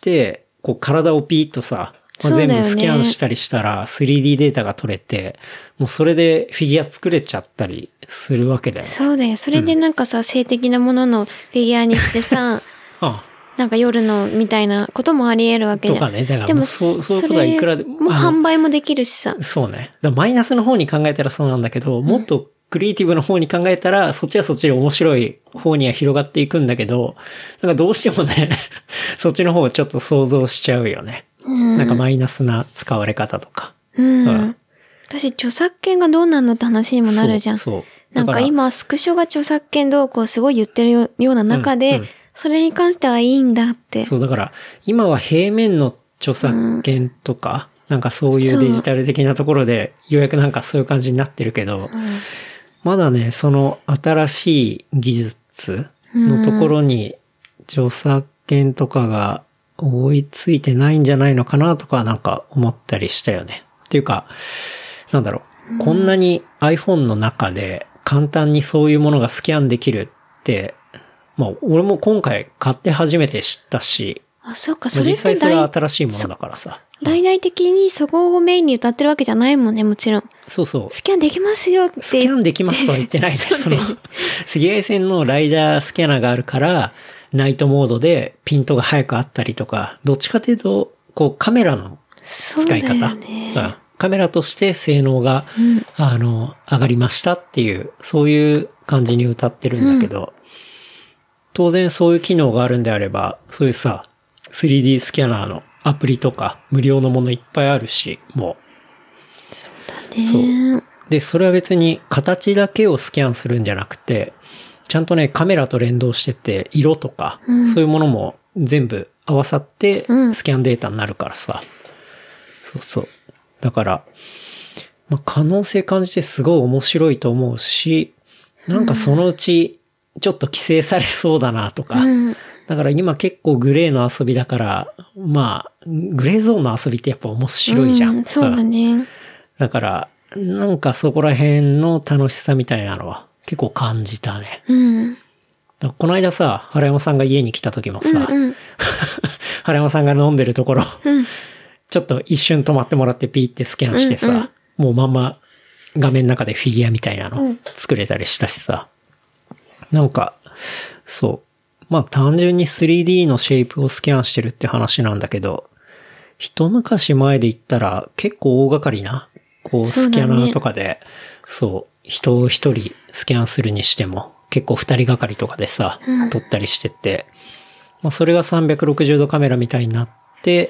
こう体をピーッとさ、まあ、全部スキャンしたりしたら 3D データが取れて、もうそれでフィギュア作れちゃったりするわけだよね。 そうだよ。それでなんかさ、性的なもののフィギュアにしてさ、なんか夜のみたいなこともあり得るわけじゃん。 とかね。だからもうそういうことはいくらでも。 もう販売もできるしさ。 そうね。だマイナスの方に考えたらそうなんだけど、もっとクリエイティブの方に考えたら、そっちはそっちで面白い方には広がっていくんだけど、なんかどうしてもね、そっちの方をちょっと想像しちゃうよね。なんかマイナスな使われ方とか。 私、著作権がどうなんのって話にもなるじゃん。 そう。 なんか今、スクショが著作権どうこうすごい言ってるような中で、それに関してはいいんだって。 そう、だから、今は平面の著作権とか、なんかそういうデジタル的なところで、ようやくなんかそういう感じになってるけど、まだね、その新しい技術のところに、著作権とかが追いついてないんじゃないのかなとかなんか思ったりしたよね。っていうか、なんだろう、こんなに iPhone の中で簡単にそういうものがスキャンできるって、まあ、俺も今回買って初めて知ったし、 あ、そうか、それって実際それは新しいものだからさ。 大々的にそこをメインに歌ってるわけじゃないもんね、もちろん。 そうそう。 スキャンできますよって。 スキャンできますとは言ってないです。その、赤外線のライダースキャナーがあるから、ナイトモードでピントが早くあったりとか、どっちかというと、こうカメラの使い方。カメラとして性能が、上がりましたっていう、そういう感じに歌ってるんだけど、当然そういう機能があるんであれば、そういうさ、3D スキャナーのアプリとか無料のものいっぱいあるし、もう。 そうだね。 そう。で、それは別に形だけをスキャンするんじゃなくて、ちゃんとね、カメラと連動してて、色とか、そういうものも全部合わさって、スキャンデータになるからさ。そうそう。だから、まあ、可能性感じてすごい面白いと思うし、なんかそのうち、ちょっと規制されそうだなとか。だから今結構グレーの遊びだから、まあ、グレーゾーンの遊びってやっぱ面白いじゃん。 そうだね。 だから、なんかそこら辺の楽しさみたいなのは結構感じたね。この間さ、原山さんが家に来た時もさ、原山さんが飲んでるところ、ちょっと一瞬止まってもらってピーってスキャンしてさ、もうまんま画面の中でフィギュアみたいなの作れたりしたしさ、なんか、そう。まあ単純に 3D のシェイプをスキャンしてるって話なんだけど、一昔前で言ったら結構大掛かりな、こうスキャナーとかで、そう、人を一人スキャンするにしても、結構二人がかりとかでさ、撮ったりしてて、まあそれが360度カメラみたいになって、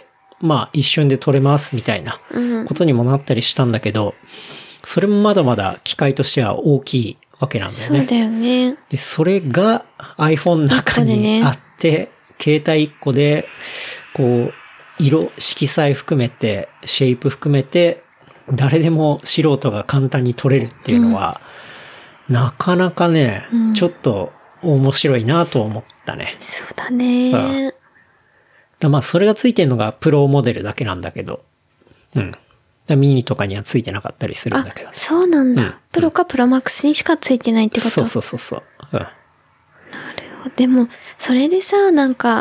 まあ一瞬で撮れますみたいなことにもなったりしたんだけど、それもまだまだ機械としては大きいわけなんだよね。 そうだよね。 で、それが iPhone の中にあって、携帯1個で、こう、色彩含めて、シェイプ含めて、誰でも素人が簡単に撮れるっていうのは、なかなかね、ちょっと面白いなと思ったね。 そうだね。 まあ、それがついてるのがプロモデルだけなんだけど、ミニとかにはついてなかったりするんだけど、ね。 そうなんだ。プロかプロマックスにしかついてないってこと？ そう。 なるほど。でも、それでさ、なんか、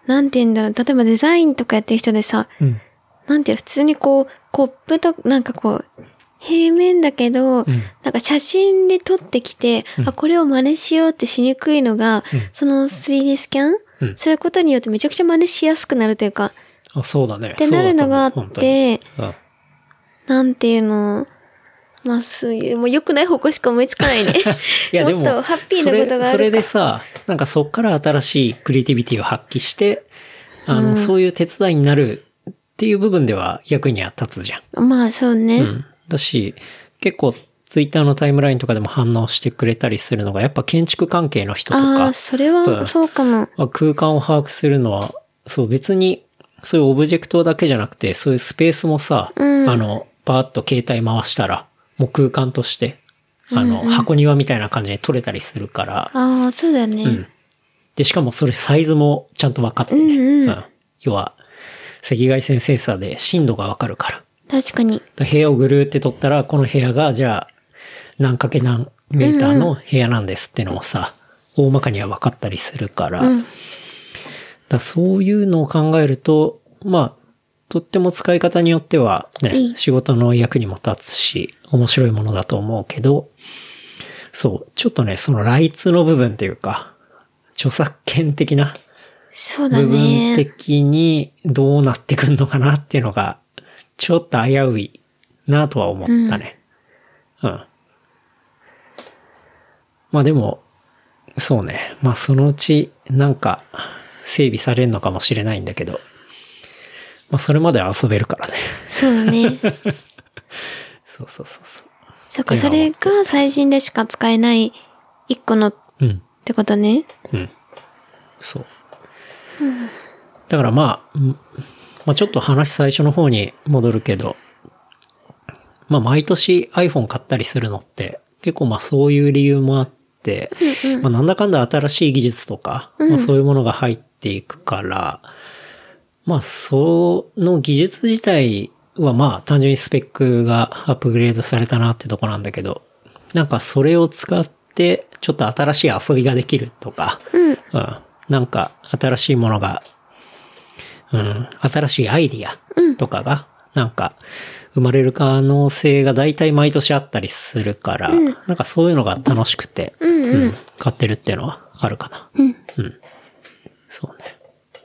なんて言うんだろう。例えばデザインとかやってる人でさ、 うん。 なんていう、普通にこう、コップと、なんかこう、平面だけど、なんか写真で撮ってきて、あ、これを真似しようってしにくいのが、その 3D スキャン、することによってめちゃくちゃ真似しやすくなるというか、 あ、そうだね。 ってなるのがあそうだと思うって、 本なんていうの、まあ、そういう、もう良くない方向しか思いつかないね。 いやでももっとハッピーなことがあるか。 それでさ、なんかそっから新しいクリエイティビティを発揮して、そういう手伝いになるっていう部分では役には立つじゃん。 まあ、そうね。 うん。だし、結構ツイッターのタイムラインとかでも反応してくれたりするのが、やっぱ建築関係の人とか。 ああ、それは、そうかも。 空間を把握するのは、そう別に、そういうオブジェクトだけじゃなくて、そういうスペースもさ、パーッと携帯回したら、もう空間として、箱庭みたいな感じで撮れたりするから。 ああ、そうだね。 うん。で、しかもそれサイズもちゃんと分かってね。要は、赤外線センサーで深度が分かるから。 確かに。 部屋をぐるーって撮ったら、この部屋が、じゃあ、何かけ何メーターの部屋なんですってのもさ、大まかには分かったりするから、だそういうのを考えると、まあ、とっても使い方によってはね、仕事の役にも立つし、面白いものだと思うけど、そう、ちょっとね、そのライツの部分っていうか、著作権的なそうだ部分ね。 的にどうなってくんのかなっていうのが、ちょっと危ういなとは思ったね。まあでも、そうね。まあそのうちなんか整備されるのかもしれないんだけど、まあそれまでは遊べるからね。 そうだね。 そう。 そっか、それが最新でしか使えない一個のってことね。 そう。だからまあちょっと話最初の方に戻るけど、まあ毎年 iPhone 買ったりするのって結構まあそういう理由もあって、まあなんだかんだ新しい技術とか、まあそういうものが入っていくから、まあその技術自体はまあ単純にスペックがアップグレードされたなってとこなんだけど、なんかそれを使ってちょっと新しい遊びができるとか、なんか新しいものが、新しいアイディアとかがなんか生まれる可能性が大体毎年あったりするから、なんかそういうのが楽しくて、買ってるっていうのはあるかな。そうね。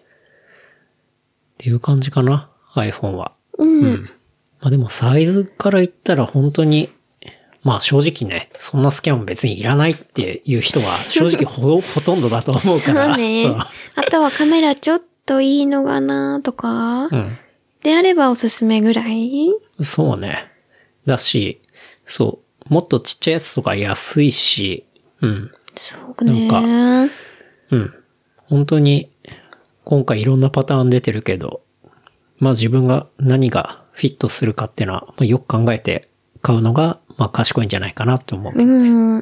っていう感じかな、iPhone は。まあでもサイズから言ったら本当に、まあ正直ね、そんなスキャン別にいらないっていう人は正直ほとんどだと思うから。 そうね。あとはカメラちょっといいのかなとか、であればおすすめぐらい？ そうね。だし、そう、もっとちっちゃいやつとか安いし、 そうね。 なんか、本当に今回いろんなパターン出てるけど、まあ自分が何がフィットするかっていうのは、まあ、よく考えて買うのが、まあ賢いんじゃないかなって思うけどね。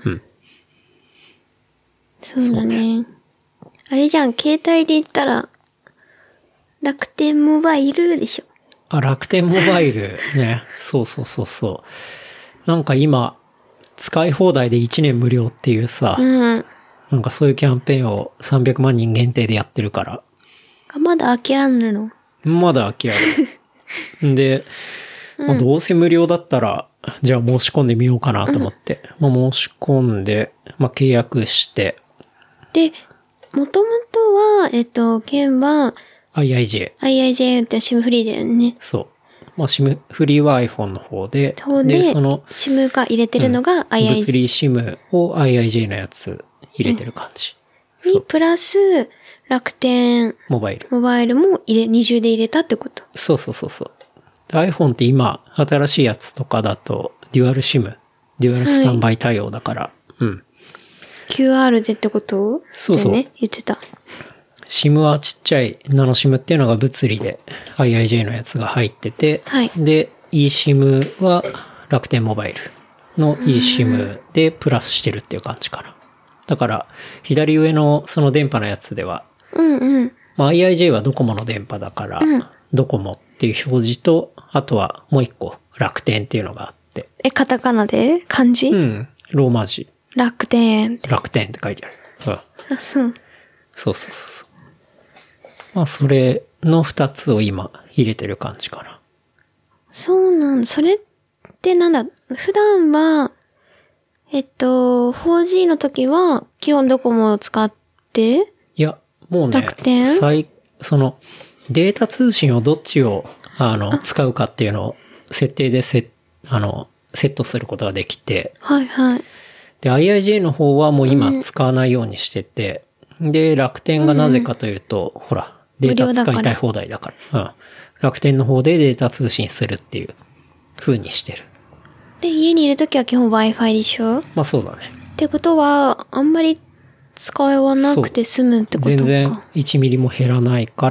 そうだね。あれじゃん、携帯で言ったら、楽天モバイルでしょ。 あ、楽天モバイルね。そう。なんか今、使い放題で1年無料っていうさ、なんかそういうキャンペーンを300万人限定でやってるから。 まだ空きあるの？ まだ空きある。で、まあ、どうせ無料だったら、じゃあ申し込んでみようかなと思って。まあ申し込んで、まあ契約して。 で、もともとは、県は、IIJ ってSIM フリーだよね。 そう。まあ SIM フリーは iPhone の方で、 で、その、SIM が入れてるのが IIJ。 物理 SIM を IIJ のやつ入れてる感じ。 に、プラス、楽天モバイルも二重で入れたってこと？ そう。iPhone って今、新しいやつとかだと、デュアル SIM、デュアルスタンバイ対応だから、 QR でってこと？ そう。 ね、言ってた。 SIM はちっちゃいナノ SIM っていうのが物理で IIJ のやつが入ってて、で、eSIM は楽天モバイルの eSIM でプラスしてるっていう感じかな。だから、左上のその電波のやつでは、まあ、IIJ はドコモの電波だから、ドコモっていう表示と、あとはもう一個、楽天っていうのがあって。 カタカナで漢字？ ローマ字。 楽天って書いてある。 あ、そう。 そう。 まあそれの2つを今入れてる感じかな。 そうなんだ。それってなんだ、普段は、4G の時は基本ドコモを使って、 いや、もうね、 楽天そのデータ通信をどっちを使うかっていうのを設定でセットすることができて、 はいはい。 で、IIJ の方はもう今使わないようにしてて、で、楽天がなぜかというと、ほら、データ使いたい放題だから。うん。楽天の方でデータ通信するっていう風にしてる。 で、家にいるときは基本 Wi-Fi でしょ？ まあそうだね。 ってことは、あんまり使わなくて済むってことか。 全然1ミリも減らないから、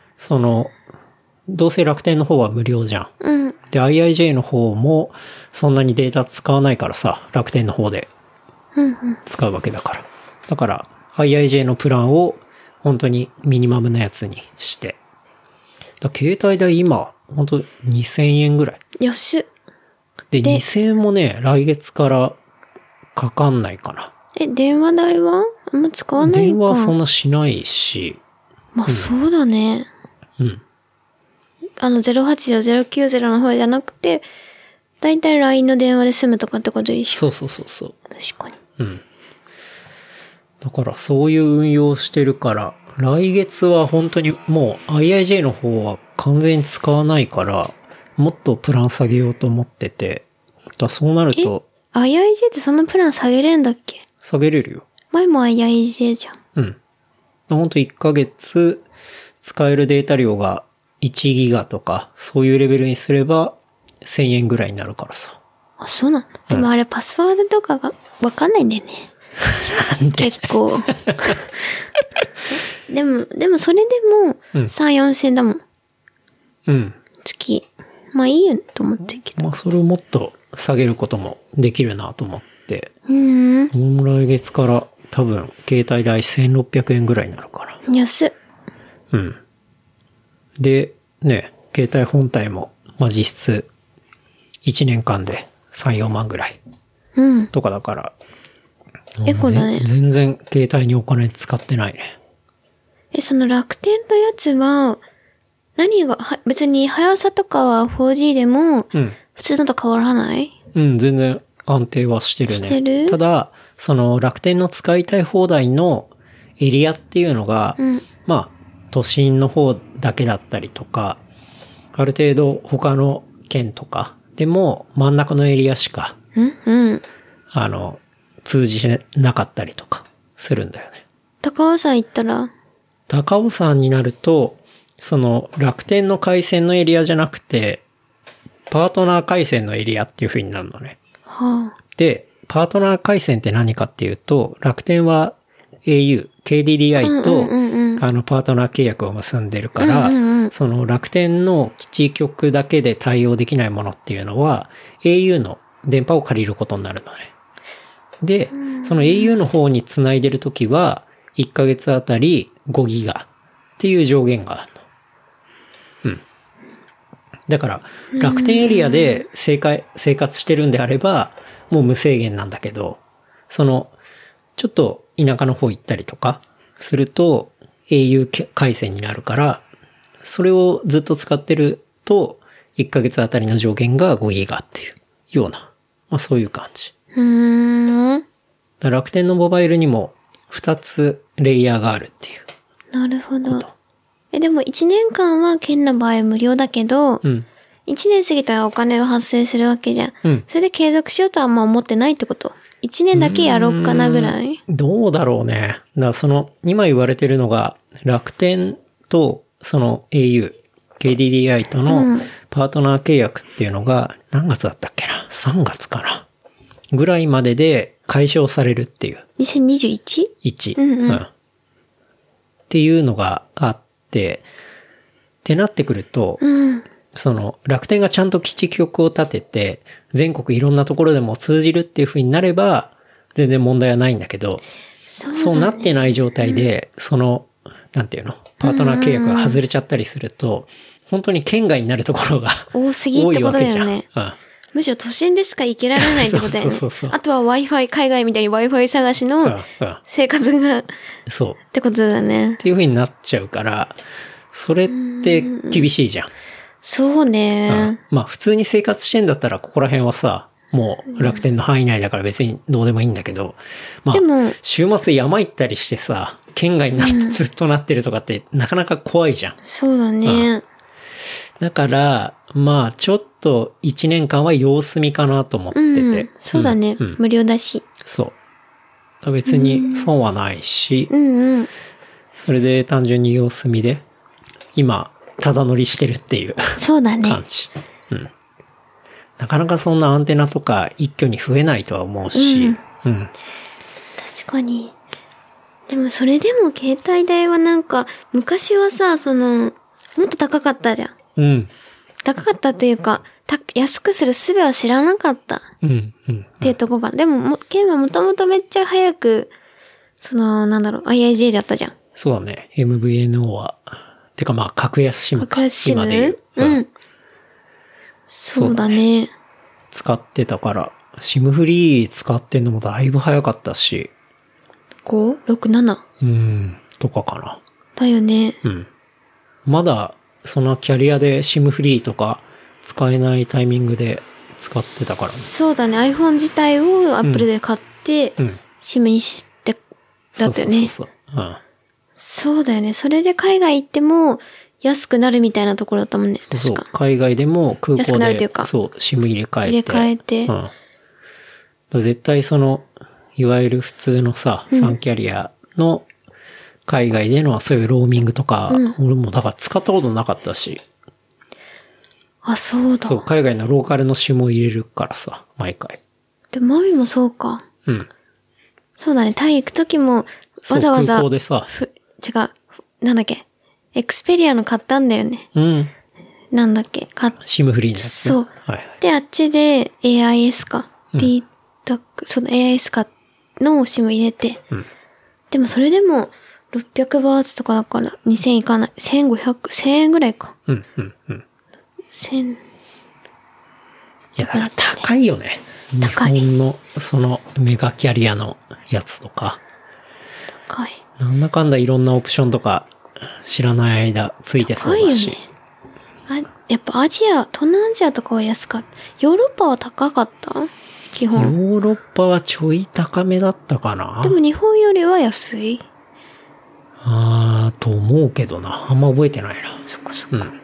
どうせ楽天の方は無料じゃん。 うん。 で、IIJ の方もそんなにデータ使わないからさ、楽天の方で使うわけだから。だから、IIJ のプランを本当にミニマムなやつにして。携帯代今、本当2000円ぐらい。 安っ。 で、2000円もね、来月からかかんないかな。 電話代はあんま使わないか。 電話はそんなしないし。 まあ、そうだね。 うん。 080、090の方じゃなくて、だいたい LINE の電話で済むとかってことでしょ。 そう。 確かに。 うん。だからそういう運用をしてるから、来月は本当にもう IIJ の方は完全に使わないから、もっとプラン下げようと思ってて、そうなると。 IIJ ってそんなプラン下げれるんだっけ？ 下げれるよ。 前も IIJ じゃん。 うん。本当1ヶ月使えるデータ量が1ギガとか、そういうレベルにすれば1000円ぐらいになるからさ。 あ、そうなの？でもあれパスワードとかがわかんないんだよね。結構。でもそれでも3、4千だもん。 うん。 月。まあいいよと思ってるけど。 まあそれをもっと下げることもできるなと思って。 もう来月から多分携帯代1600円ぐらいになるから。 安っ。 うん。で、ね、携帯本体も、まあ実質1年間で3、4万ぐらい。 うん。 とかだから。 エコだね。 全然携帯にお金使ってないね。 その楽天のやつは、何が、別に速さとかは 4G でも、普通のと変わらない？ うん、全然安定はしてるね。 してる？ ただ、その楽天の使いたい放題のエリアっていうのが、まあ、都心の方だけだったりとか、ある程度他の県とかでも真ん中のエリアしか、通じなかったりとかするんだよね。 高尾山行ったら？ 高尾山になると、その楽天の回線のエリアじゃなくて、パートナー回線のエリアっていう風になるのね。で、パートナー回線って何かっていうと、楽天は au、KDDI と、パートナー契約を結んでるから、その楽天の基地局だけで対応できないものっていうのは、au の電波を借りることになるのね。で、その au の方に繋いでるときは、1ヶ月あたり5ギガっていう上限があるの。だから、楽天エリアで生活してるんであれば、もう無制限なんだけど、ちょっと田舎の方行ったりとかすると au 回線になるから、それをずっと使ってると、1ヶ月あたりの上限が5ギガっていうような、まあそういう感じ。楽天のモバイルにも2つレイヤーがあるっていう。 なるほど。でも1年間は県の場合無料だけど、1年過ぎたらお金が発生するわけじゃん。それで継続しようとはあんま思ってないってこと？ 1 年だけやろうかなぐらい？ どうだろうね。だから今言われてるのが、楽天とau、KDDI とのパートナー契約っていうのが何月だったっけな？ 3 月かなぐらいまでで解消されるっていう。 2021？ っていうのがあって、ってなってくると、楽天がちゃんと基地局を立てて、全国いろんなところでも通じるっていう風になれば、全然問題はないんだけど、そうなってない状態で、なんていうの、パートナー契約が外れちゃったりすると、本当に県外になるところが多すぎってことだよね。 むしろ都心でしか行けられないってことだよね。 そう。 あとは Wi-Fi、海外みたいに Wi-Fi 探しの生活が、 そう。 ってことだね。 っていう風になっちゃうから、それって厳しいじゃん。 そうね。 まあ普通に生活してんだったらここら辺はさ、もう楽天の範囲内だから別にどうでもいいんだけど、まあでも週末山行ったりしてさ、県外にずっとなってるとかってなかなか怖いじゃん。 そうだね。 だから、まあちょっと1年間は様子見かなと思ってて。 そうだね。無料だし。 そう。別に損はないし、それで単純に様子見で、今、ただ乗りしてるっていうそうだね。 感じ。なかなかそんなアンテナとか一挙に増えないとは思うし、 確かに。でもそれでも携帯代はなんか、昔はさ、もっと高かったじゃん。高かったというか、安くする術は知らなかった。っていうとこが。でも、ケンはもともとめっちゃ早く、IIJ だったじゃん。 そうだね。MVNO は。てかまあ、格安シムか。 格安シム今で言う。 そうだね。 使ってたから、シムフリー使ってんのもだいぶ早かったし。 5、6、7。 とかかな。 だよね。 まだ、そのキャリアでシムフリーとか使えないタイミングで使ってたからね。 そうだね。iPhone 自体を Apple で買って、シムにして、だったよね。そうだよね。それで海外行っても安くなるみたいなところだったもんね。確か。 そう。海外でも空港で。 安くなるというか。 そう。シム入れ替えて。 入れ替えて。 絶対いわゆる普通のさ、3キャリアの海外でのそういうローミングとか、俺もだから使ったことなかったし。 あ、そうだ。 そう、海外のローカルのシムを入れるからさ、毎回。 で、マミもそうか。そうだね。タイ行くときも、わざわざ。 空港でさ。 違う。なんだっけ。エクスペリアの買ったんだよね。なんだっけ。 シムフリーのやつ、ね。 そう。で、あっちで AIS か。AIS かのシム入れて。でもそれでも、600バーツとかだから、2000いかない。1500、1000円ぐらいか。1000。 いや、だから高いよね。 高い。 日本の、メガキャリアのやつとか。 高い。 なんだかんだいろんなオプションとか、知らない間ついてそうだし。 高いよね。やっぱ東南アジアとかは安かった。ヨーロッパは高かった基本。 ヨーロッパはちょい高めだったかな。 でも日本よりは安い。 と思うけどな。あんま覚えてないな。 そっかそっか。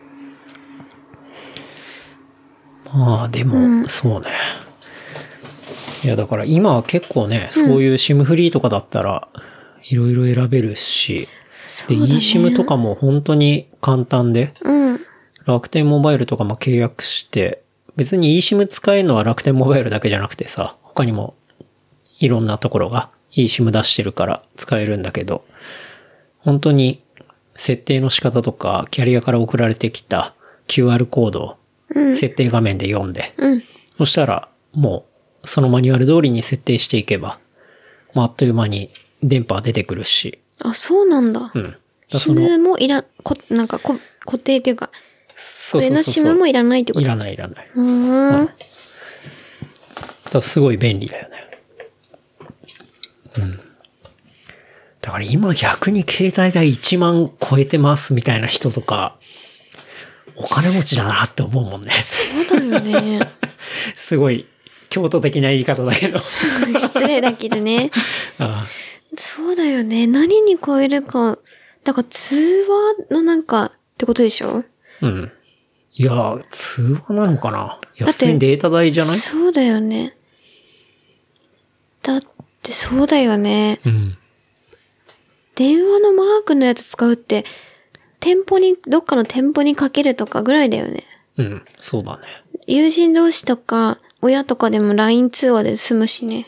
まあでも、そうね。いやだから今は結構ね、そういうシムフリーとかだったら、いろいろ選べるし、で、eSIM とかも本当に簡単で、楽天モバイルとかも契約して、別に eSIM 使えるのは楽天モバイルだけじゃなくてさ、他にもいろんなところが eSIM 出してるから使えるんだけど、本当に設定の仕方とか、キャリアから送られてきた QR コードを設定画面で読んで、そしたらもうそのマニュアル通りに設定していけば、あっという間に電波は出てくるし。 あ、そうなんだ。SIM もなんか固定っていうか、これの SIM もいらないってこと？ いらない。だからすごい便利だよね。だから今逆に携帯代1万超えてますみたいな人とか、お金持ちだなって思うもんね。 そうだよね。 すごい、京都的な言い方だけど。 失礼だけどね。そうだよね。何に超えるか。だから通話のなんかってことでしょ？ いや、通話なのかな？いや、普通にデータ代じゃない？ そうだよね。だってそうだよね。電話のマークのやつ使うって、どっかの店舗にかけるとかぐらいだよね。 そうだね。 友人同士とか、親とかでも LINE 通話で済むしね。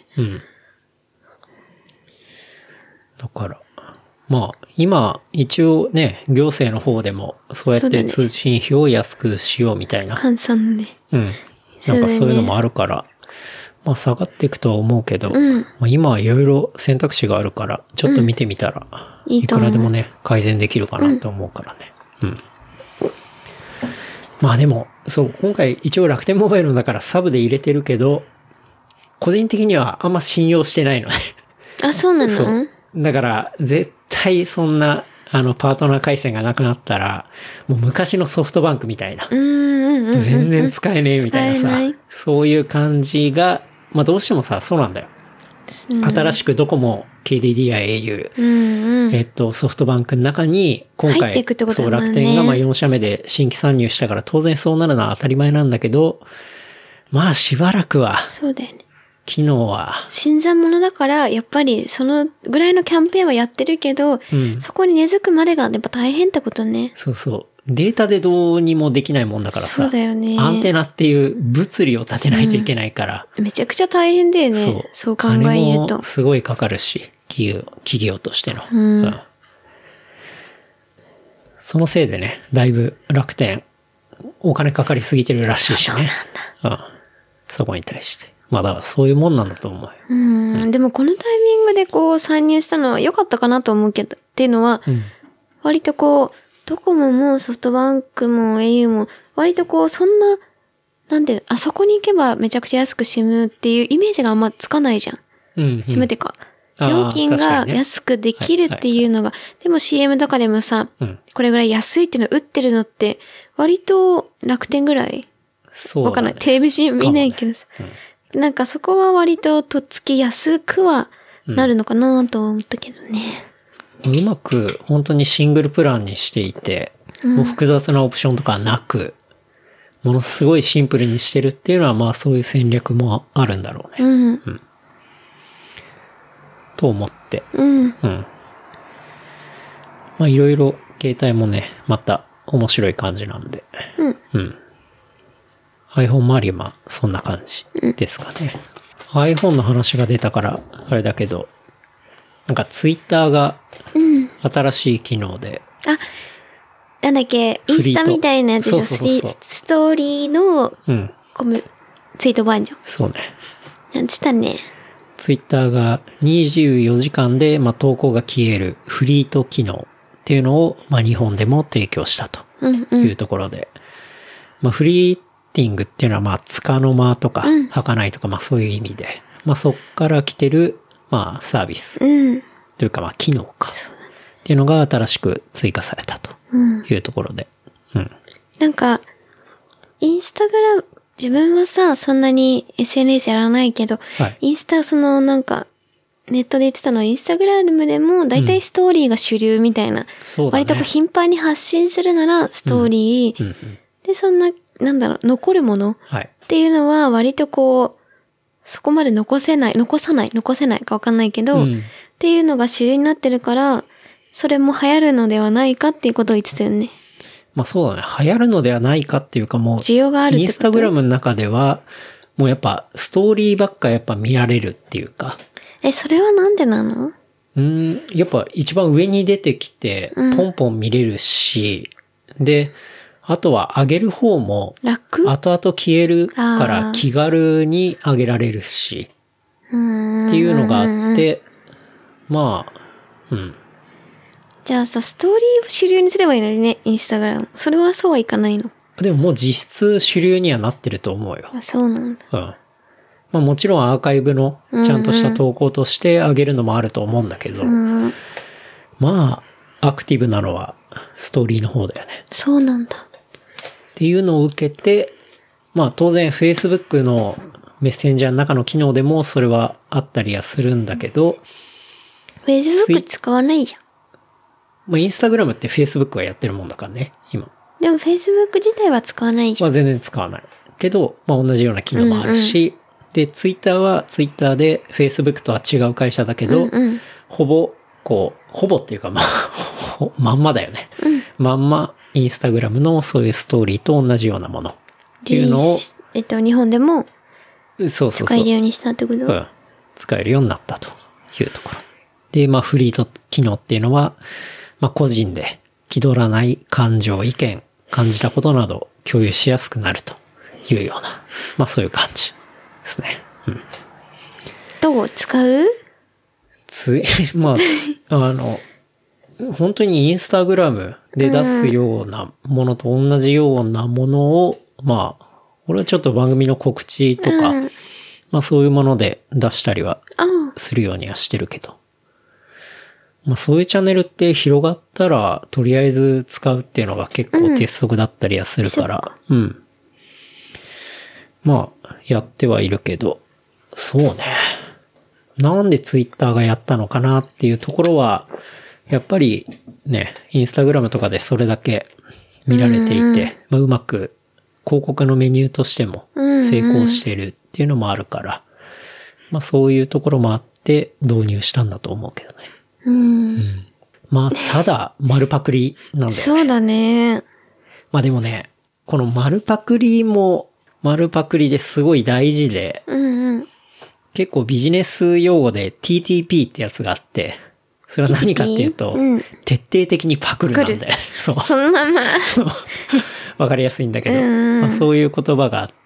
だから、まあ、今、一応ね、行政の方でも、そうやって通信費を安くしようみたいな。 換算のね。 なんかそういうのもあるから、まあ下がっていくとは思うけど、まあ、今はいろいろ選択肢があるから、ちょっと見てみたら、いくらでもね、改善できるかなと思うからね。 まあでも、そう、今回一応楽天モバイルだからサブで入れてるけど、個人的にはあんま信用してないのね。 あ、そうなの？ そう。だから、絶対そんな、パートナー回線がなくなったら、もう昔のソフトバンクみたいな。全然使えねえみたいなさ。そういう感じが、まあどうしてもさ、そうなんだよ。新しくドコモ、KDDI、au、ソフトバンクの中に、今回、そう楽天がまあ4社目で新規参入したから、当然そうなるのは当たり前なんだけど、まあしばらくは、 そうだよね。 機能は。 新参者だから、やっぱりそのぐらいのキャンペーンはやってるけど、そこに根付くまでがやっぱ大変ってことね。 そうそう。データでどうにもできないもんだからさ。 そうだよね。 アンテナっていう物理を立てないといけないから。 めちゃくちゃ大変だよね。そう考えると。 金もすごいかかるし、企業としての。そのせいでね、だいぶ楽天、お金かかりすぎてるらしいしね。そこに対して。まあだからそういうもんなんだと思うよ。 でもこのタイミングでこう参入したのは良かったかなと思うけど、っていうのは、割とこう、ドコモもソフトバンクも au も、割とこう、そんな、なんで、あそこに行けばめちゃくちゃ安く済むっていうイメージがあんまつかないじゃん。済むってか、料金が安くできるっていうのが、でも CM とかでもさ、これぐらい安いっていうのを打ってるのって、割と楽天ぐらいわかんない。テレビ CM 見ないけどさ。なんかそこは割ととっつきやすくはなるのかなと思ったけどね。 うまく本当にシングルプランにしていて、もう複雑なオプションとかなく、ものすごいシンプルにしてるっていうのはまあそういう戦略もあるんだろうね。と思って。まあいろいろ携帯もね、また面白い感じなんで。iPhone 周りはまあそんな感じですかね。iPhone の話が出たからあれだけど、なんか Twitter が新しい機能で、 なんだっけ、インスタみたいなやつでしょ、ストーリーのツイートバージョン。 そうね。 やってたね。 Twitter が24時間でまあ投稿が消えるフリート機能っていうのをまあ日本でも提供したというところで、まあフリーティングっていうのはまあ束の間とか儚いとかまあそういう意味で、まあそっから来てるまあサービスというかまあ機能かっていうのが新しく追加されたというところで、 なんかインスタグラム、自分はさそんなに SNS やらないけど、インスタそのなんかネットで言ってたのはインスタグラムでもだいたいストーリーが主流みたいな、割とこう頻繁に発信するならストーリー、でそんななんだろう残るものっていうのは割とこうそこまで残さないかわかんないけど、っていうのが主流になってるから、それも流行るのではないかっていうことを言ってたよね。 まあそうだね。流行るのではないかっていうかもう、 需要があるってこと？ インスタグラムの中では、もうやっぱストーリーばっかやっぱ見られるっていうか。 それはなんでなの？ やっぱ一番上に出てきて、ポンポン見れるし、で、あとは上げる方も、後々消えるから気軽に上げられるし、っていうのがあって、まあ、 じゃあさ、ストーリーを主流にすればいいのにね、インスタグラム。それはそうはいかないの？ でももう実質主流にはなってると思うよ。 そうなんだ。 まあもちろんアーカイブのちゃんとした投稿として上げるのもあると思うんだけど、まあ、アクティブなのはストーリーの方だよね。 そうなんだ。 っていうのを受けて、まあ当然 Facebook のメッセンジャーの中の機能でもそれはあったりはするんだけど、 Facebook 使わないじゃん。 まあ Instagram って Facebook はやってるもんだからね、今。 でも Facebook 自体は使わないじゃん。 まあ全然使わない。けど、まあ同じような機能もあるし、で、Twitter は Twitter で Facebook とは違う会社だけど、ほぼっていうかまあ、まんまだよね。まんま、インスタグラムのそういうストーリーと同じようなものっていうのを、 日本でも使えるようにしたってこと？ 使えるようになったというところ。で、まあフリート機能っていうのは、まあ個人で気取らない感情、意見、感じたことなど共有しやすくなるというような、まあそういう感じですね。 どう使う？ まあ、 本当にインスタグラムで出すようなものと同じようなものを、まあ、俺はちょっと番組の告知とか、まあそういうもので出したりはするようにはしてるけど。まあそういうチャンネルって広がったら、とりあえず使うっていうのが結構鉄則だったりはするから、うん。まあ、やってはいるけど、そうね。なんでツイッターがやったのかなっていうところは、やっぱりね、インスタグラムとかでそれだけ見られていて、まあうまく広告のメニューとしても成功しているっていうのもあるから、まあそういうところもあって導入したんだと思うけどね。まあただ丸パクリなんだよね。 そうだね。 まあでもね、この丸パクリも丸パクリですごい大事で、結構ビジネス用語で TTP ってやつがあって、それは何かっていうと、徹底的にパクるなんだよ。そう。 そのまま。 そう。わかりやすいんだけど、まあ、そういう言葉があって、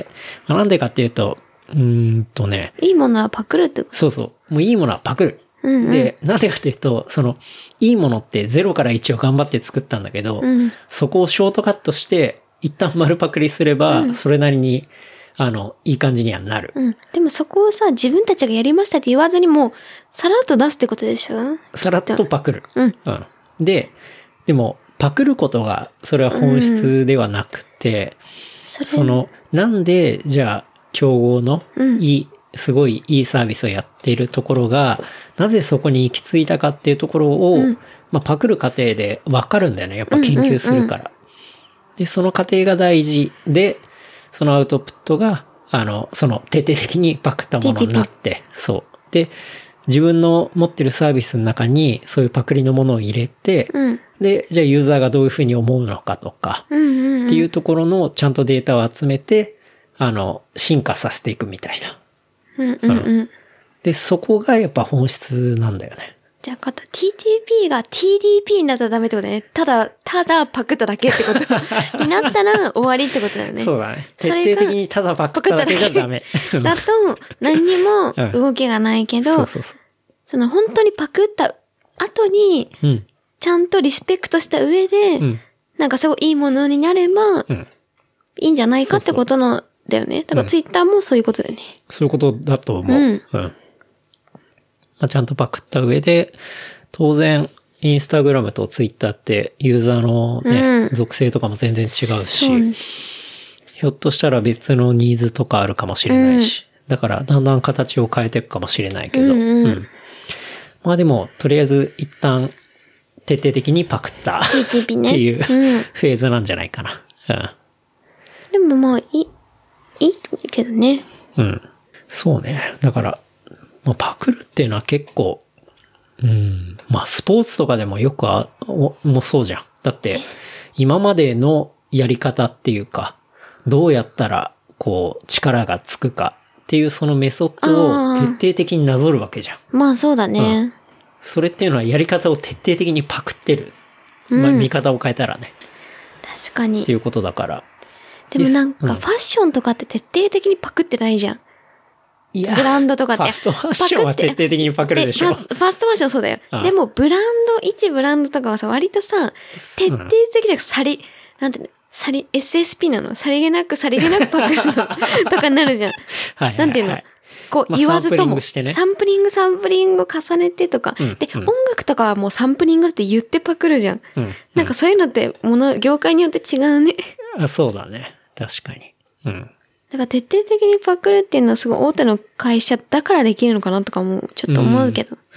まあ、なんでかっていうと、 いいものはパクるってこと？ そうそう。もういいものはパクる。で、なんでかっていうと、いいものって0から1を頑張って作ったんだけど、そこをショートカットして、一旦丸パクリすれば、それなりに、いい感じにはなる。 でもそこをさ、自分たちがやりましたって言わずにもう、さらっと出すってことでしょ？ さらっとパクる。でも、パクることが、それは本質ではなくて、なんで、じゃあ、競合のすごいいいサービスをやっているところが、なぜそこに行き着いたかっていうところを、まあ、パクる過程でわかるんだよね。やっぱ研究するから。で、その過程が大事で、そのアウトプットが、徹底的にパクったものになって、そう。で、自分の持ってるサービスの中に、そういうパクリのものを入れて、で、じゃあユーザーがどういうふうに思うのかとか、っていうところのちゃんとデータを集めて、進化させていくみたいな。で、そこがやっぱ本質なんだよね。 じゃあ、TTP が TDP になったらダメってことね。ただパクっただけってことになったら終わりってことだよね。 そうだね。徹底的にただパクっただけじゃダメ。 だと、何にも動きがないけど、その本当にパクった後に、ちゃんとリスペクトした上で、なんかすごいいいものになれば、いいんじゃないかってことの、だよね。だからツイッターもそういうことだよね。 そういうことだと思う。まあ、ちゃんとパクった上で、当然、インスタグラムとツイッターってユーザーのね、属性とかも全然違うし、ひょっとしたら別のニーズとかあるかもしれないし、だからだんだん形を変えていくかもしれないけど、まあでも、とりあえず一旦徹底的にパクったっていうフェーズなんじゃないかな。 でもまあ、いいけどね。 そうね。だから、まあ、パクるっていうのは結構、まあスポーツとかでもよくもうそうじゃん。だって、今までのやり方っていうか、どうやったら、こう、力がつくかっていうそのメソッドを徹底的になぞるわけじゃん。 まあそうだね。 それっていうのはやり方を徹底的にパクってる。まあ見方を変えたらね。 確かに。 っていうことだから。 でもなんかファッションとかって徹底的にパクってないじゃん。 いや、 ブランドとかって。 ファストファッションは徹底的にパクるでしょ。 ファストファッションそうだよ。でも一ブランドとかはさ、割とさ、徹底的じゃなんていうの、SSP なの？さりげなくパクるのとかになるじゃん。なんていうの、こう言わずとも、サンプリングを重ねてとか、で、音楽とかはもうサンプリングって言ってパクるじゃん。なんかそういうのって業界によって違うね。 そうだね。確かに。 だから徹底的にパクるっていうのはすごい大手の会社だからできるのかなとかもちょっと思うけど。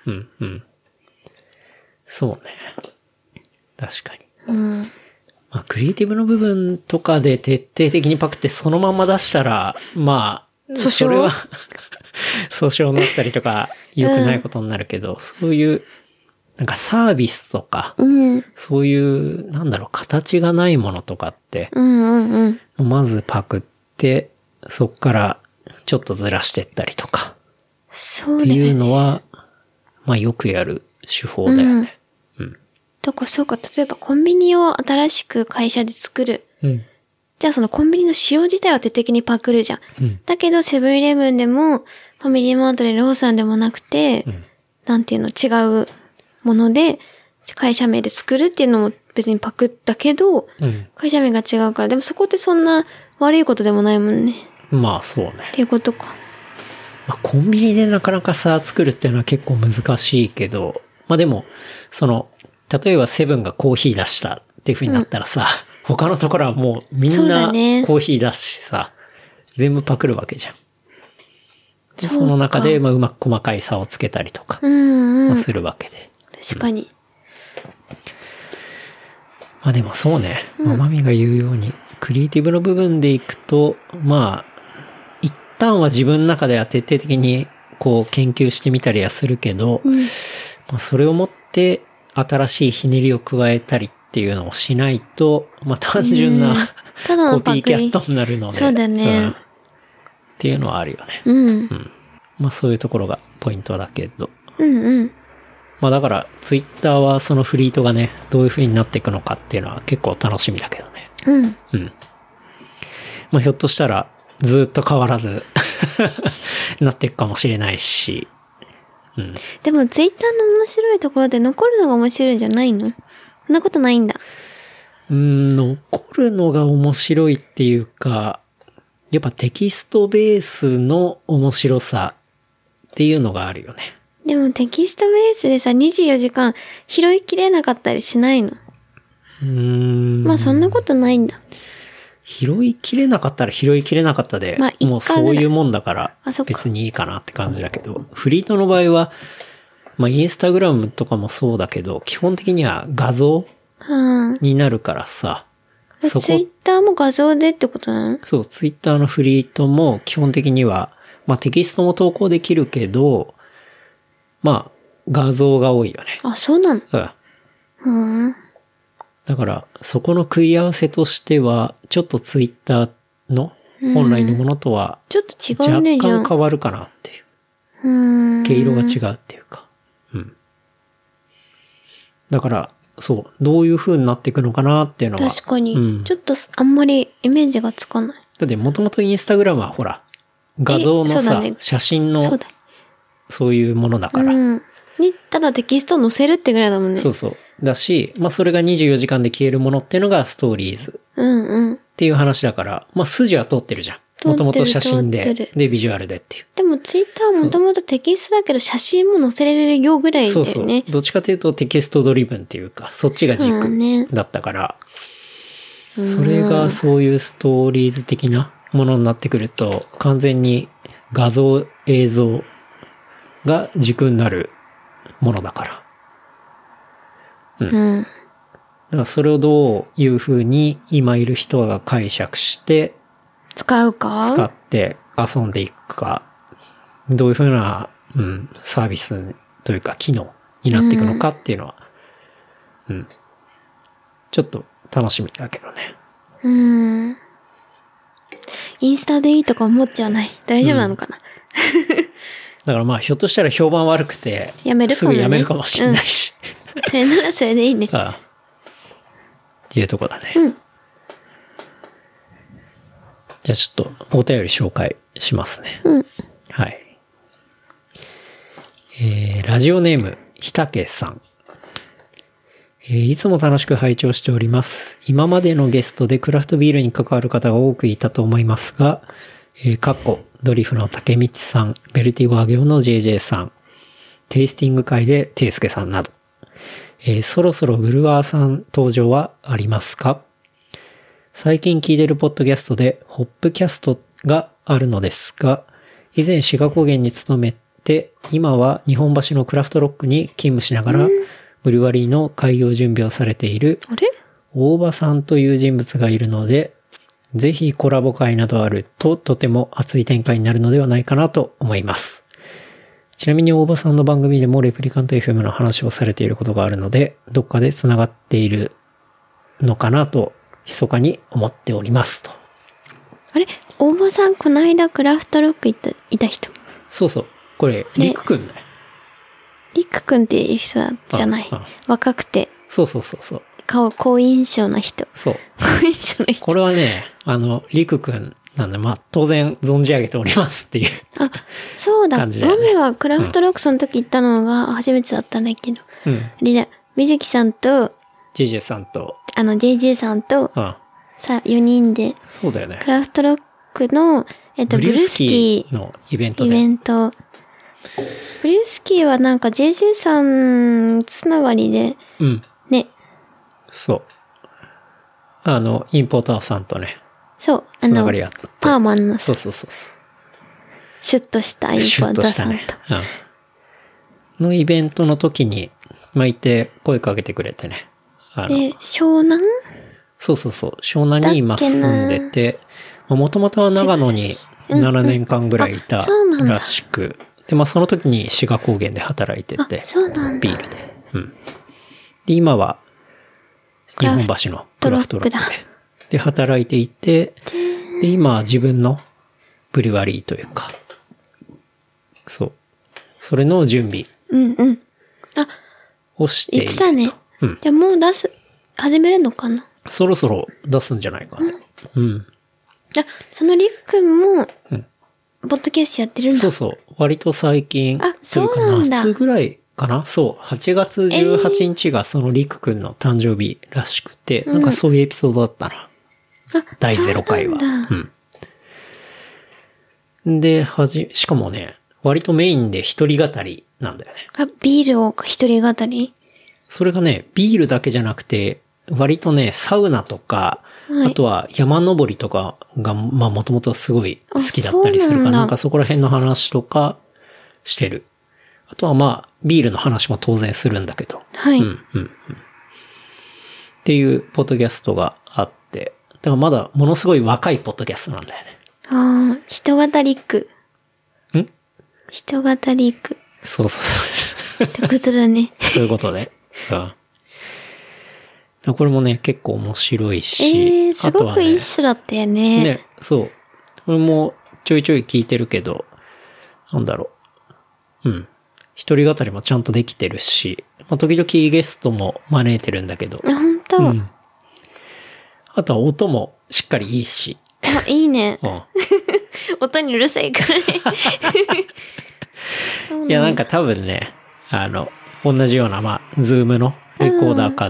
そうね。確かに。まあ、クリエイティブの部分とかで徹底的にパクってそのまま出したら、まあ、それは訴訟になったりとか良くないことになるけど、そういう、なんかサービスとか、そういう、形がないものとかって、まずパクって、そっからちょっとずらしてったりとか、っていうのは、まあよくやる手法だよね。 そうか、例えばコンビニを新しく会社で作る。じゃあそのコンビニの仕様自体は徹底的にパクるじゃん。だけどセブンイレブンでも、ファミリーマートでローソンでもなくて、なんていうの、違うもので会社名で作るっていうのも別にパクったけど、会社名が違うから、でもそこってそんな悪いことでもないもんね。 まあそうね。 っていうことか。 まあコンビニでなかなかさ、作るっていうのは結構難しいけど、まあでも、例えばセブンがコーヒー出したっていう風になったらさ、他のところはもうみんなコーヒー出すしさ、全部パクるわけじゃん。で、その中で、まあうまく細かい差をつけたりとか、まあ、するわけで。 確かに。 まあでもそうね、ママミが言うように、クリエイティブの部分でいくと、まあ、一旦は自分の中では徹底的にこう研究してみたりはするけど、まあ、それをもって新しいひねりを加えたりっていうのをしないと、まあ単純なコピーキャットになるので。 そうだね、 っていうのはあるよね。まあそういうところがポイントだけど。まあだからツイッターはそのフリートがね、どういう風になっていくのかっていうのは結構楽しみだけどね。まあひょっとしたらずっと変わらずなっていくかもしれないし。 でもツイッターの面白いところで残るのが面白いんじゃないの？そんなことないんだ。 残るのが面白いっていうか、やっぱテキストベースの面白さっていうのがあるよね。 でもテキストベースでさ、24時間拾いきれなかったりしないの？まあそんなことないんだ。 拾いきれなかったら拾いきれなかったで、まあ、もうそういうもんだから別にいいかなって感じだけど、フリートの場合は、まあインスタグラムとかもそうだけど、基本的には画像になるからさ。 ツイッターも画像でってことなの？ そう、ツイッターのフリートも基本的には、まあテキストも投稿できるけど、まあ画像が多いよね。 あ、そうなの？ だから、そこの食い合わせとしては、ちょっとツイッターの本来のものとは、 ちょっと違うね、 若干変わるかなっていう。毛色が違うっていうか。だから、そう、どういう風になっていくのかなっていうのは。 確かに。ちょっとあんまりイメージがつかない。 だってもともとインスタグラムはほら、画像のさ、写真の、そういうものだから。 に、ただテキストを載せるってぐらいだもんね。 そうそう。だし、まあそれが24時間で消えるものっていうのがストーリーズ。っていう話だから、まあ筋は通ってるじゃん。もともと写真で、ビジュアルでっていう。 でもツイッターはもともとテキストだけど写真も載せられるよぐらいだよね。そうそう。 どっちかというとテキストドリブンっていうか、そっちが軸だったから、それがそういうストーリーズ的なものになってくると、完全に画像、映像が軸になるものだから。だからそれをどういう風に今いる人が解釈して使って遊んでいくか、どういう風な、サービスというか機能になっていくのかっていうのは、ちょっと楽しみだけどね。 インスタでいいとか思っちゃわない。大丈夫なのかな。 だからまあひょっとしたら評判悪くてすぐやめるかもしれないし。 それならそれでいいね。 っていうとこだね。じゃあちょっとお便り紹介しますね。はい。ラジオネームひたけさん。いつも楽しく拝聴しております。今までのゲストでクラフトビールに関わる方が多くいたと思いますが、ドリフの竹道さん、ベルティゴアゲオの JJ さん、テイスティング会でテイスケさんなど、そろそろブルワーさん登場はありますか？最近聞いてるポッドキャストでホップキャストがあるのですが、以前志賀高原に勤めて、今は日本橋のクラフトロックに勤務しながら、ブルワリーの開業準備をされている大場さんという人物がいるので、ぜひコラボ会などあるととても熱い展開になるのではないかなと思います。ちなみに大場さんの番組でもレプリカント FM の話をされていることがあるので、どっかで繋がっているのかなと、密かに思っておりますと。 あれ？大場さんこの間クラフトロックいた人。 そうそう。これ、リクくんだよ。 リクくんっていう人じゃない。若くて。 そう。 好印象な人。 そう。 好印象な人。 これはね、リクくんなんで、まあ、当然存じ上げておりますっていう。 あ、そうだ。 感じだよね。 マミはクラフトロックその時行ったのが初めてだったんだけど。 水木さんと、 ジェジェさんと、 JJ さんと、 うん。 さ、4人で、 そうだよねク。ラフトロックの、ブルースキーのイベントイで。 ベント。ブルースキーはなんか JJ さんつながりで、 うん。 ね、 そう。インポーターさんとね、 そう、 つながりあって。 パーマンのそうそうそうそう。 シュッとしたインポシュッとーターさんと。 したね。うん。のイベントの時に、いて声かけてくれてね。 で、湘南そうそうそう。湘南に今住んでて、もともとは長野に7年間ぐらいいたらしく、で、その時に志賀高原で働いてて、 そうなんだ。 ビールで。うん。で、今は、日本橋のクラフトロックで。で、働いていて、で、今は自分のブリュワリーというか、そう。それの準備をしている。 言ってたね。 うん。 じゃあもう始めるのかな？ そろそろ出すんじゃないかね。うん。 そのりっくんも、ポッドキャストやってるんだ。 そうそう。割と最近。 そうなんだ。 夏ぐらいかな？そう。8月18日がそのりくくんの誕生日らしくて、なんかそういうエピソードだったな。第0回は。うん。で、しかもね、割とメインで一人語りなんだよね。 ビールを一人語り？ それがね、ビールだけじゃなくて、割とね、サウナとか、あとは山登りとかが、もともとすごい好きだったりするから、なんかそこら辺の話とかしてる。あとはビールの話も当然するんだけど。 はい。 っていうポッドキャストがあって、だからまだものすごい若いポッドキャストなんだよね。 人語りく。人語りく。 そうそう。 ってことだね。 そういうことで。これもね、結構面白いし。 すごくいい人だったよね。 ね、そう。これもちょいちょい聞いてるけど、なんだろう。一人語りもちゃんとできてるし、時々ゲストも招いてるんだけど。 本当。 あとは音もしっかりいいし。 いいね。音にうるさいからね。 いや、なんか多分ね、同じような、ズームのレコーダー買って、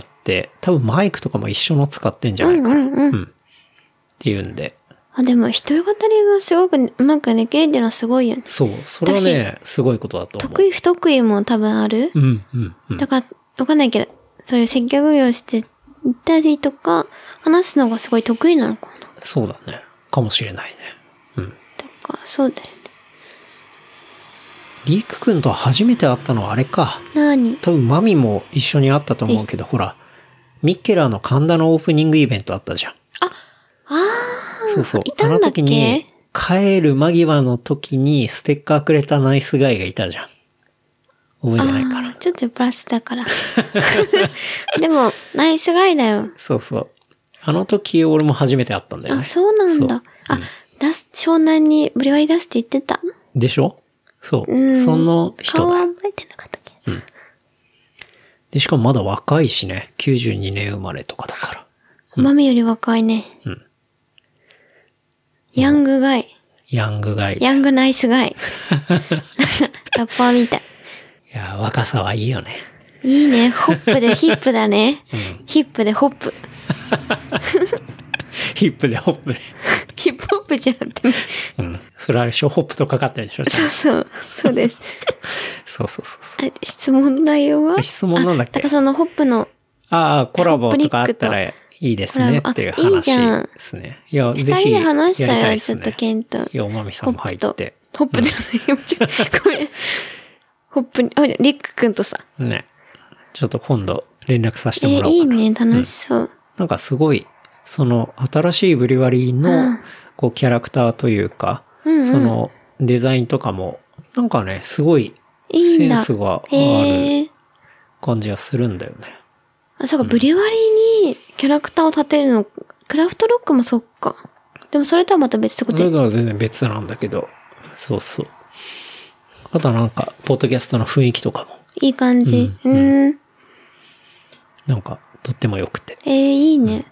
多分マイクとかも一緒の使ってんじゃないかな。っていうんで。 でも一人語りがすごくうまくできるっていうのはすごいよね。 そう。それはね、すごいことだと思う。 得意不得意も多分ある。だから、わかんないけど、そういう接客業していったりとか、話すのがすごい得意なのかな。 そうだね。かもしれないね。 とか、そうだよね。 リークくんと初めて会ったのはあれか。 何？ 多分マミも一緒に会ったと思うけど、ほら、ミッケラーの神田のオープニングイベントあったじゃん。そうそう。 いたんだっけ？ あの時に、帰る間際の時にステッカーくれたナイスガイがいたじゃん。覚えてないかな。 ちょっとプラスだから。でも、ナイスガイだよ。 そうそう。あの時俺も初めて会ったんだよね。 そうなんだ。湘南にブリ割り出すって言ってた。 でしょ？そう。その人だ。 顔は覚えてなかったっけ？ で、しかもまだ若いしね。92年生まれとかだから。 マミより若いね。ヤングガイ。 ヤングガイ。 ヤングナイスガイ。ラッパーみたい。 いや、若さはいいよね。 いいね。ホップでヒップだね。ヒップでホップ。 ヒップでホップで。 ヒップホップじゃんって。 それあれでしょ？ホップとかかってるでしょ？ そうです。 そう。 質問内容は？ 質問なんだっけ？ だからそのホップの。 コラボとかあったらいいですねっていう話ですね。いや、ぜひ。 二人で話したよ、ちょっとケンと。 いや、おまみさんも入って。 ホップじゃないよ、ごめん。ホップに、リックくんとさ。 ね。ちょっと今度連絡させてもらおうかな。 いいね、楽しそう。 なんかすごい、その新しいブリュワリーのこうキャラクターというか、そのデザインとかも、なんかね、すごいセンスがある感じがするんだよね。 そうか、ブリュワリーにキャラクターを立てるの、クラフトロックもそっか。でもそれとはまた別ってこと？ それとは全然別なんだけど、そうそう。あとはなんか、ポッドキャストの雰囲気とかも。 いい感じ。 なんか、とっても良くて。 いいね。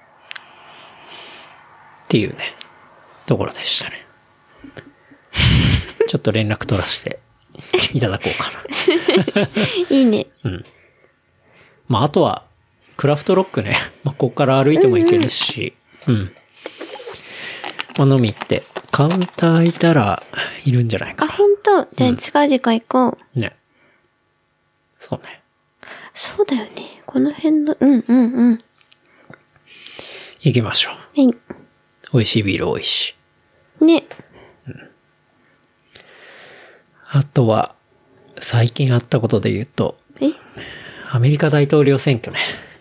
っていうね、ところでしたね。ちょっと連絡取らせていただこうかな。 いいね。 まああとは、クラフトロックね。まあここから歩いても行けるし、まあ飲み行って、カウンターいたらいるんじゃないかあ、 な。 ほんと？じゃあ近々行こう。 ね。そうね。 そうだよね。この辺の、行行きましょう。 はい。 美味しいビール多いし。 ね。 あとは、最近あったことで言うと、アメリカ大統領選挙ね。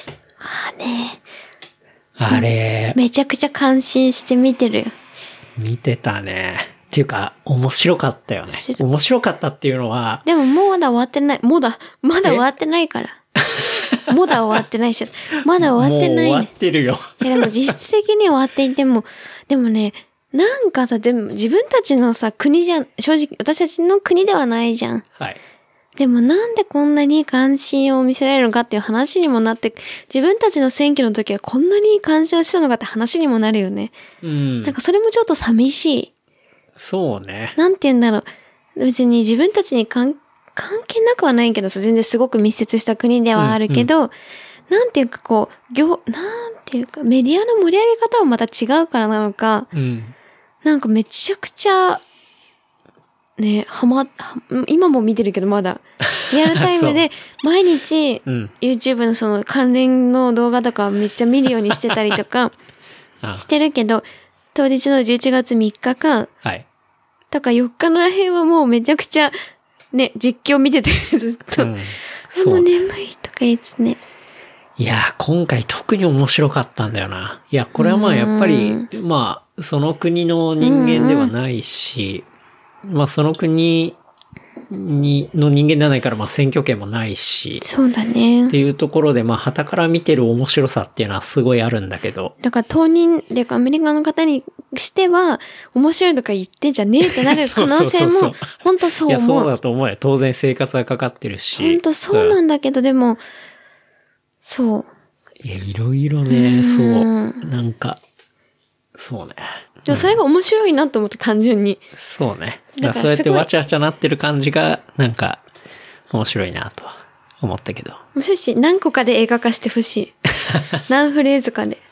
あれ、 めちゃくちゃ感心して見てるよ。 見てたね。っていうか、面白かったよね。面白かったっていうのは、 でももうまだ終わってない。まだ終わってないから。まだ終わってないし。まだ終わってない、ね。 もう終わってるよ。 いやでも実質的に終わっていても、でもね、なんかさ、でも自分たちのさ、国じゃん、正直私たちの国ではないじゃん。 はい。 でもなんでこんなに関心を見せられるのかっていう話にもなって、自分たちの選挙の時はこんなに関心をしたのかって話にもなるよね。なんかそれもちょっと寂しい。 そうね。 なんて言うんだろう。別に自分たちに関係なくはないけどさ、全然すごく密接した国ではあるけど、なんていうかこう、なんていうか、メディアの盛り上げ方はまた違うからなのか、なんかめちゃくちゃ、ね、今も見てるけどまだ、リアルタイムで毎日、YouTube のその関連の動画とかめっちゃ見るようにしてたりとか、してるけど、当日の11月3日間、とか4日のらへんはもうめちゃくちゃ、ね、実況見ててずっと、もう眠いとか言ってね。 いや、今回特に面白かったんだよな。いや、これはまあやっぱり、まあ、その国の人間ではないし、まあその国の人間ではないからまあ選挙権もないし。 そうだね。 っていうところでまあ傍から見てる面白さっていうのはすごいあるんだけど。 だから当人、でアメリカの方にしては面白いとか言ってんじゃねえってなる可能性も、本当そう思う。 いや、そうだと思うよ。当然生活がかかってるし。 本当そうなんだけど、でも、そう。 いや、いろいろね、そう。なんか、そうね。 でもそれが面白いなと思って単純に。 そうね。だからそうやってわちゃわちゃなってる感じが、なんか、面白いなとは思ったけど。 面白いし、何個かで映画化してほしい。何フレーズかで。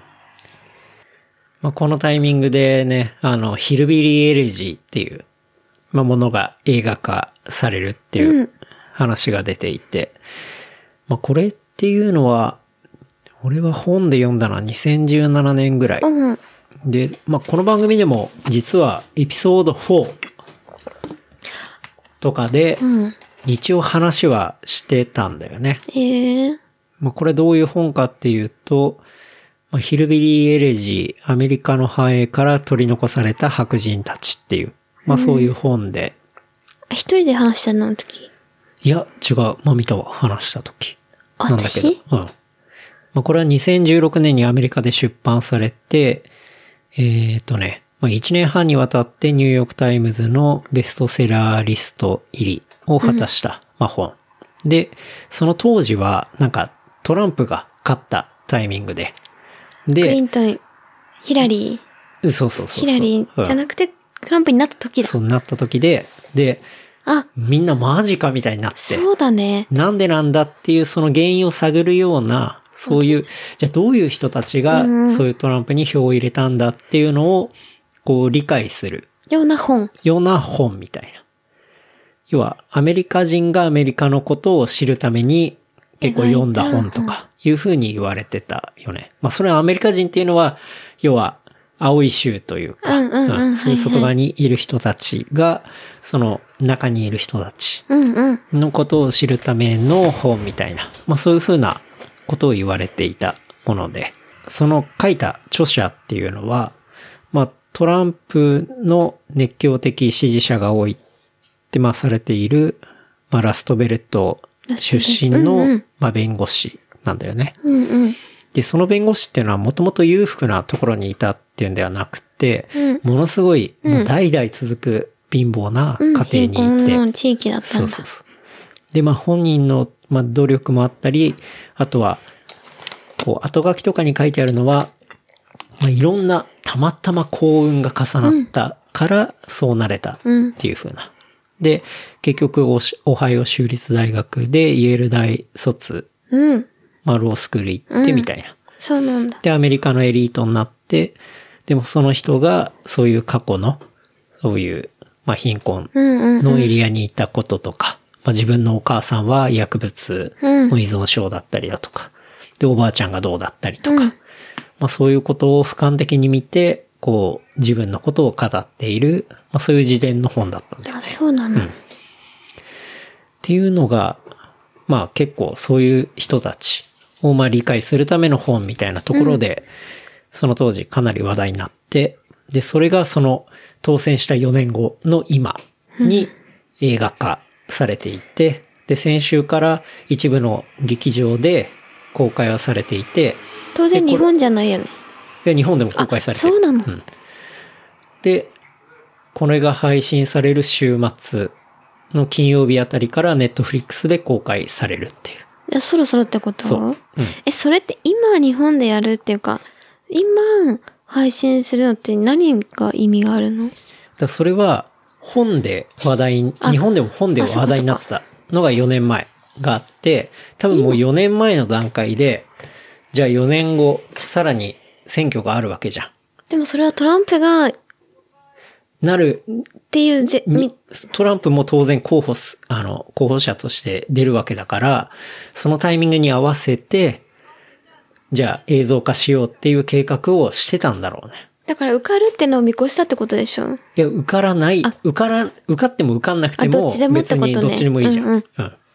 まあ、このタイミングでね、ヒルビリー・エレジーっていう、まあ、ものが映画化されるっていう話が出ていて、まあ、これっていうのは、俺は本で読んだのは2017年ぐらい。で、まあ、この番組でも実はエピソード4とかで、一応話はしてたんだよね。まあ、これどういう本かっていうと、まあ、ヒルビリー・エレジー、アメリカの繁栄から取り残された白人たちっていう、まあそういう本で。 一人で話したの時？ いや、違う。マミと話した時。なんだけど。 私？ まあ、これは2016年にアメリカで出版されて、まあ、1年半にわたってニューヨークタイムズのベストセラーリスト入りを果たした、まあ、本。で、その当時は、なんか、トランプが勝ったタイミングで。で、 クリントン、ヒラリー。 そう。 ヒラリーじゃなくて、トランプになった時だ。 そうなった時で、みんなマジかみたいになって。 そうだね。 なんでなんだっていうその原因を探るような、そういう、じゃあどういう人たちがそういうトランプに票を入れたんだっていうのを、こう理解する。ような本みたいな。要は、アメリカ人がアメリカのことを知るために結構読んだ本とかいう風に言われてたよね。まあそれはアメリカ人っていうのは、要は青い州というか、そういう外側にいる人たちが、その中にいる人たちのことを知るための本みたいな、まあそういう風なことを言われていたもので、その書いた著者っていうのは、まあトランプの熱狂的支持者が多いってまあされている、まあラストベルト出身の、まあ弁護士なんだよね。で、その弁護士っていうのはもともと裕福なところにいたっていうんではなくて、ものすごい、もう代々続く貧乏な家庭にいて。 地域だったんだ。 そう。で、まあ本人の、まあ、努力もあったり、あとは、こう、後書きとかに書いてあるのは、まあ、いろんなたまたま幸運が重なったからそうなれたっていう風な。で、結局オハイオ州立大学でイェール大卒うん。 まあロースクール行ってみたいな。 そうなんだ。 で、アメリカのエリートになって、でもその人がそういう過去の、そういう、まあ貧困のエリアにいたこととか、まあ自分のお母さんは薬物の依存症だったりだとか、で、おばあちゃんがどうだったりとか、まあそういうことを俯瞰的に見て、こう、自分のことを語っている、まあそういう自伝の本だったんだよね。 あ、そうなの。 っていうのが、まあ結構そういう人たちをまあ理解するための本みたいなところで、その当時かなり話題になって、で、それがその当選した4年後の今に映画化されていて、で、先週から一部の劇場で公開はされていて、 当然日本じゃないよね。 いや、日本でも公開されてる。 そうなの、 で、これが配信される週末の金曜日あたりからネットフリックスで公開されるっていう。 いや、そろそろってこと？ そう。 それって今日本でやるっていうか、今配信するのって何が意味があるの？ だそれは本で話題に、日本でも本で話題になってたのが4年前があって、多分もう4年前の段階で、じゃあ4年後、さらに選挙があるわけじゃん。 でもそれはトランプが、 なる。 っていうトランプも当然候補者として出るわけだから、そのタイミングに合わせて、じゃあ映像化しようっていう計画をしてたんだろうね。 だから受かるってのを見越したってことでしょ？ いや、受からない。受かっても受かんなくても、 どっちでもってことね。 別にどっちでもいいじゃん。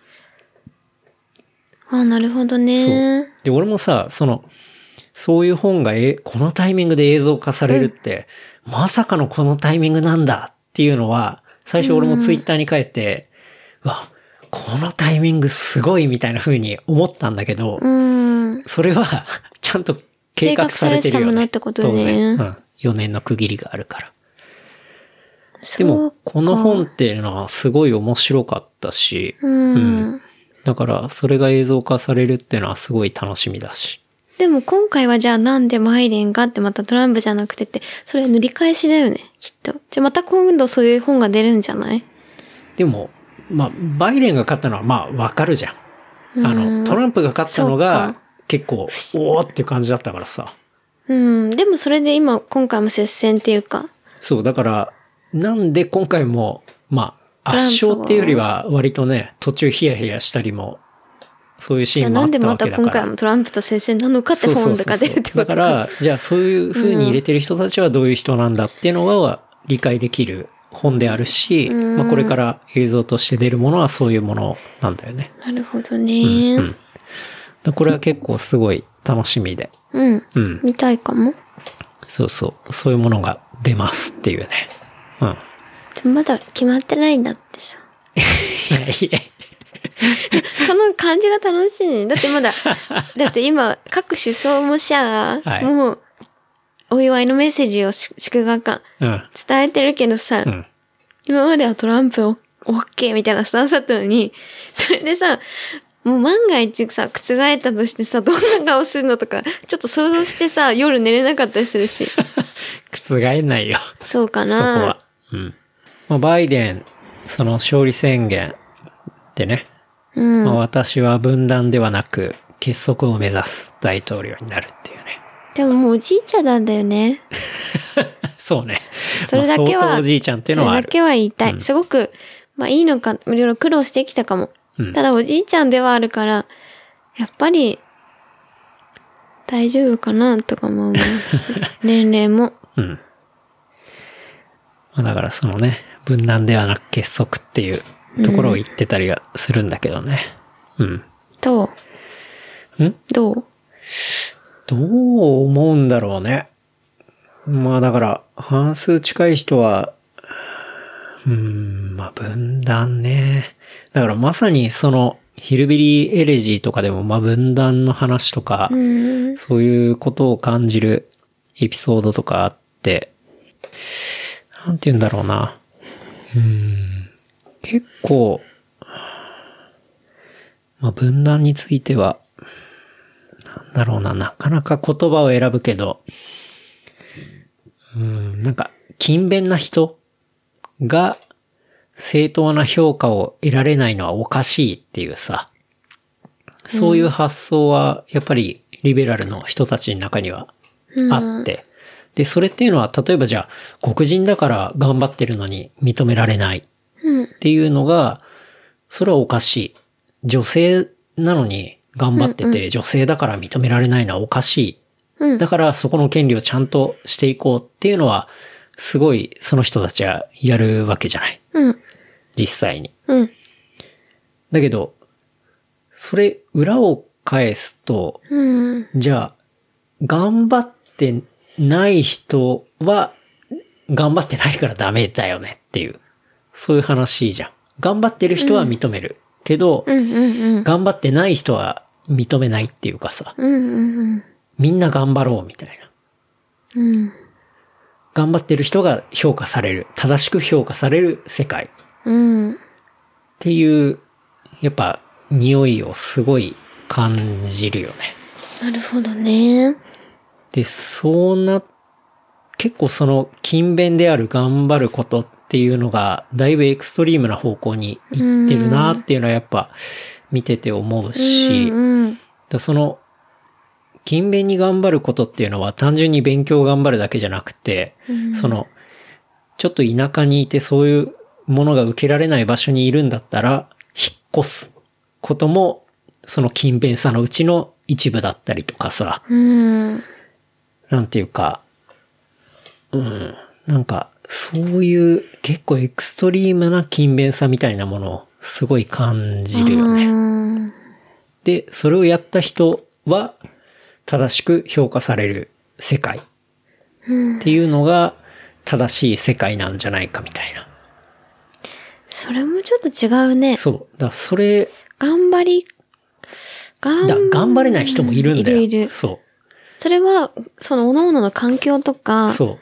なるほどね。 そう。で、俺もさ、そういう本がこのタイミングで映像化されるって、まさかのこのタイミングなんだっていうのは、最初俺もツイッターに書いて、うわ、このタイミングすごいみたいな風に思ったんだけど、それはちゃんと計画されてるよね。 ものってことね。 当然。4年の区切りがあるから。でも、この本っていうのはすごい面白かったし、だから、それが映像化されるっていうのはすごい楽しみだし。 でも今回はじゃあなんでバイデンがってまたトランプじゃなくてって、それ塗り返しだよね、きっと。じゃあまた今度そういう本が出るんじゃない？ でも、まあ、バイデンが勝ったのはまあわかるじゃん。トランプが勝ったのが結構、おーっていう感じだったからさ。 でもそれで今回も接戦っていうか。 そう、だから、なんで今回も、まあ、圧勝っていうよりは割とね、途中ヒヤヒヤしたりも、そういうシーンもあったわけだから。 じゃあなんでまた今回もトランプと接戦なのかって本が出るってことか。 だから、じゃあそういう風に入れてる人たちはどういう人なんだっていうのが理解できる本であるし、まあこれから映像として出るものはそういうものなんだよね。 なるほどね。 これは結構すごい楽しみで。 見たいかも。 そうそう。そういうものが出ますっていうね。 でもまだ決まってないんだってさ。 いやその感じが楽しいね。だって今、各首相ももう、お祝いのメッセージを祝賀か、伝えてるけどさ、今まではトランプオッケーみたいなスタンスだったのに、それでさ、もう万が一さ、覆ったとしてさ、どんな顔するのとか、ちょっと想像してさ、夜寝れなかったりするし。 覆んないよ。 そうかな。 そこは。まあ、バイデン、その勝利宣言ってね、まあ、私は分断ではなく結束を目指す大統領になるっていうね。 でももうおじいちゃんなんだよね。 そうね。 それだけは、 まあ、おじいちゃんっていうのはある。 それだけは言いたい。すごく、まあいいのか、いろいろ苦労してきたかも。ただおじいちゃんではあるから、やっぱり、大丈夫かなとかも思うし、年齢も。 まあだからそのね、分断ではなく結束っていうところを言ってたりはするんだけどね。 どう思うんだろうね。まあだから、半数近い人は、まあ分断ね。だからまさにその、ヒルビリーエレジーとかでもまあ分断の話とか、そういうことを感じるエピソードとかあって、なんて言うんだろうな。結構、まあ分断については、なんだろうな、なかなか言葉を選ぶけど、なんか、勤勉な人が正当な評価を得られないのはおかしいっていうさ、 そういう発想はやっぱりリベラルの人たちの中にはあって、で、それっていうのは例えばじゃあ黒人だから頑張ってるのに認められないっていうのが、それはおかしい。女性なのに頑張ってて、女性だから認められないのはおかしい。だからそこの権利をちゃんとしていこうっていうのは、すごいその人たちはやるわけじゃない。実際に。だけど、それ裏を返すと、じゃあ、頑張ってない人は、頑張ってないからダメだよねっていう、そういう話じゃん。頑張ってる人は認める。けど、頑張ってない人は認めないっていうかさ、みんな頑張ろうみたいな。頑張ってる人が評価される。正しく評価される世界。っていう、やっぱ、匂いをすごい感じるよね。 なるほどね。 で、結構その勤勉である頑張ることっていうのが、だいぶエクストリームな方向に行ってるなっていうのはやっぱ見てて思うし、その、勤勉に頑張ることっていうのは単純に勉強を頑張るだけじゃなくて、その、ちょっと田舎にいてそういうものが受けられない場所にいるんだったら、引っ越すことも、その勤勉さのうちの一部だったりとかさ、なんていうか、なんか、そういう結構エクストリームな勤勉さみたいなものをすごい感じるよね。で、それをやった人は、正しく評価される世界っていうのが正しい世界なんじゃないかみたいな。 それもちょっと違うね。 そう。だそれ、 頑張れない人もいるんだよ。 いる。 そう。 それは、その各々の環境とか、 そう。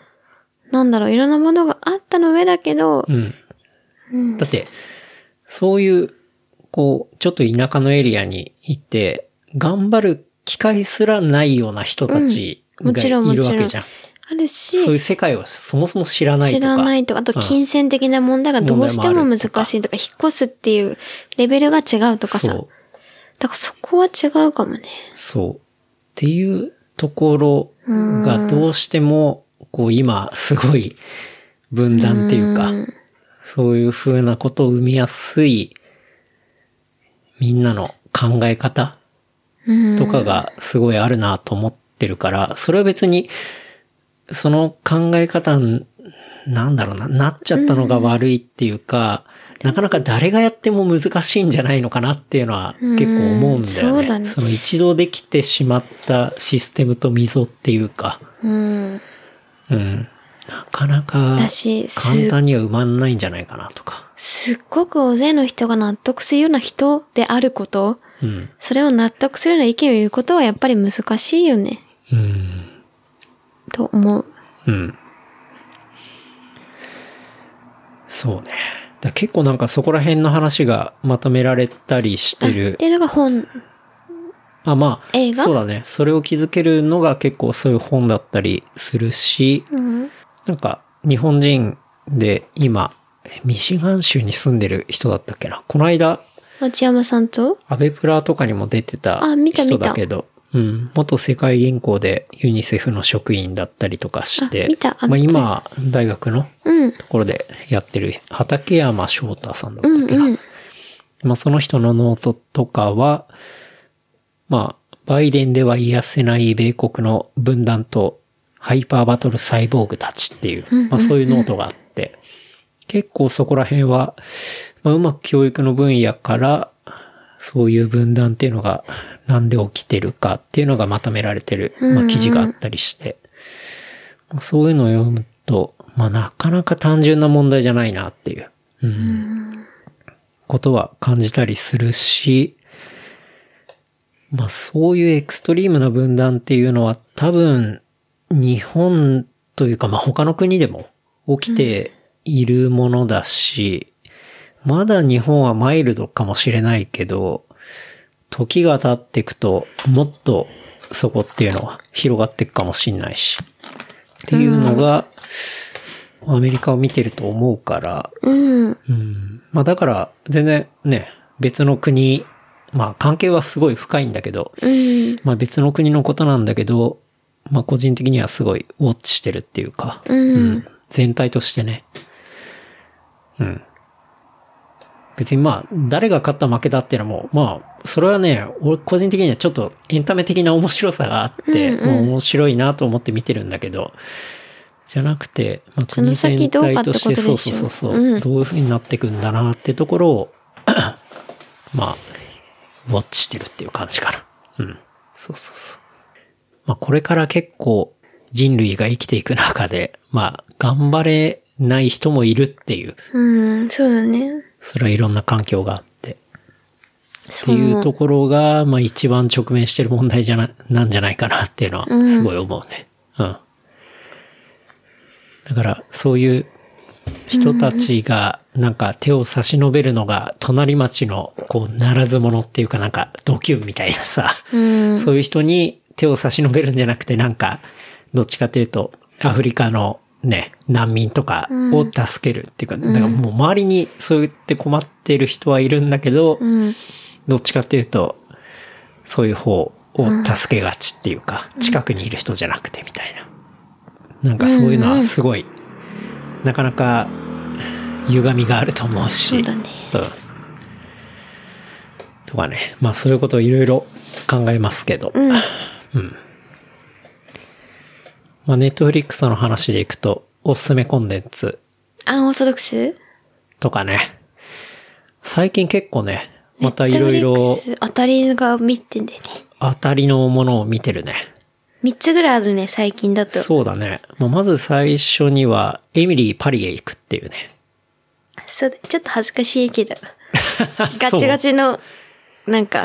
なんだろう、いろんなものがあったの上だけど、 だって、そういう、こう、ちょっと田舎のエリアに行って、頑張る機会すらないような人たちがいるわけじゃん。 あるし、 そういう世界をそもそも知らないとか。 あと金銭的な問題がどうしても難しいとか、引っ越すっていうレベルが違うとかさ。だからそこは違うかもね。 そう。っていうところがどうしても、こう今すごい分断っていうか、そういう風なことを生みやすいみんなの考え方とかがすごいあるなと思ってるから、それは別に、その考え方、なんだろうなっちゃったのが悪いっていうか、なかなか誰がやっても難しいんじゃないのかなっていうのは結構思うんだよね。 そうだね。 その一度できてしまったシステムと溝っていうか、なかなか簡単には埋まんないんじゃないかなとか。 すっごく大勢の人が納得するような人であること、それを納得するような意見を言うことはやっぱり難しいよね。と思う。 そうね。結構なんかそこら辺の話がまとめられたりしてる。 っていうのが本。 まあ、 映画？ そうだね。それを気づけるのが結構そういう本だったりするし、なんか日本人で今、ミシガン州に住んでる人だったっけな。この間、 町山さんとアベプラとかにも出てた人だけど、元世界銀行でユニセフの職員だったりとかして、今、大学のところでやってる畠山翔太さんだったっけな。その人のノートとかは、バイデンでは言いやせない米国の分断とハイパーバトルサイボーグたちっていう、そういうノートがあって、結構そこら辺は、うまく教育の分野から、そういう分断っていうのがなんで起きてるかっていうのがまとめられてる、記事があったりして、そういうのを読むと、なかなか単純な問題じゃないなっていう、ことは感じたりするし、そういうエクストリームな分断っていうのは多分日本というか他の国でも起きているものだし、まだ日本はマイルドかもしれないけど、時が経っていくともっとそこっていうのは広がっていくかもしれないし、っていうのがアメリカを見てると思うから、だから全然ね、別の国まあ関係はすごい深いんだけど、 うん。 まあ別の国のことなんだけど、まあ個人的にはすごいウォッチしてるっていうか、全体としてね。うん。別にまあ、誰が勝った負けだっていうのも、まあ、それはね、俺個人的にはちょっとエンタメ的な面白さがあって、もう面白いなと思って見てるんだけど、じゃなくて、まあ国全体として、そう、どういう風になっていくんだなってところを、まあ、ウォッチしてるっていう感じかな。うん。そう。まあこれから結構人類が生きていく中で、まあ頑張れない人もいるっていう。 そうだね。 それはいろんな環境があって。っていうところが、まあ一番直面してる問題なんじゃないかなっていうのはすごい思うね。だからそういう人たちがなんか手を差し伸べるのが隣町のこうならず者っていうかなんかドキュンみたいなさ、そういう人に手を差し伸べるんじゃなくてなんかどっちかというとアフリカのね、難民とかを助けるっていうか、だからもう周りにそう言って困っている人はいるんだけど、どっちかっていうと、そういう方を助けがちっていうか、近くにいる人じゃなくてみたいな。なんかそういうのはすごい、なかなか歪みがあると思うし。 そうだね。 とかね、まあそういうことをいろいろ考えますけど。まあ、ネットフリックスの話でいくと、おすすめコンテンツ。 アンオーソドックスとかね。最近結構ね、またいろいろ。 当たりが見てんだよね。 当たりのものを見てるね。 3つぐらいあるね、最近だと。 そうだね。まず最初には、エミリー・パリへ行くっていうね。 そうだ、ちょっと恥ずかしいけど。ガチガチの、なんか、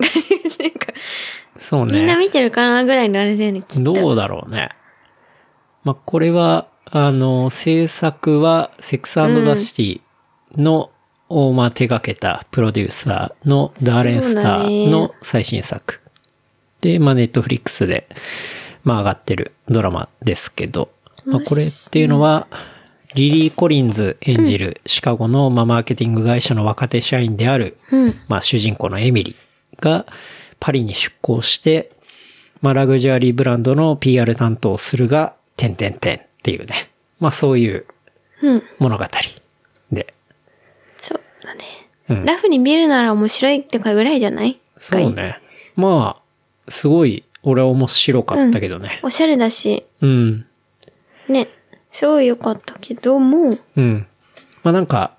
そうね。 みんな見てるかなぐらいのあれだよね、きっと。 どうだろうね。まあ、これは、制作は、セックス&ザ・シティの、まあ、手掛けたプロデューサーのダーレン・スターの最新作。で、まあ、ネットフリックスで、まあ、上がってるドラマですけど、まあ、これっていうのは、リリー・コリンズ演じるシカゴのマーケティング会社の若手社員である、まあ、主人公のエミリーがパリに出向して、まあ、ラグジュアリーブランドの PR 担当をするが、っていうね。まあそういう物語で。 そうだね。ラフに見るなら面白いってかぐらいじゃない？ そうね。まあ、すごい俺は面白かったけどね。 おしゃれだし。ね。すごい良かったけども。 まあなんか、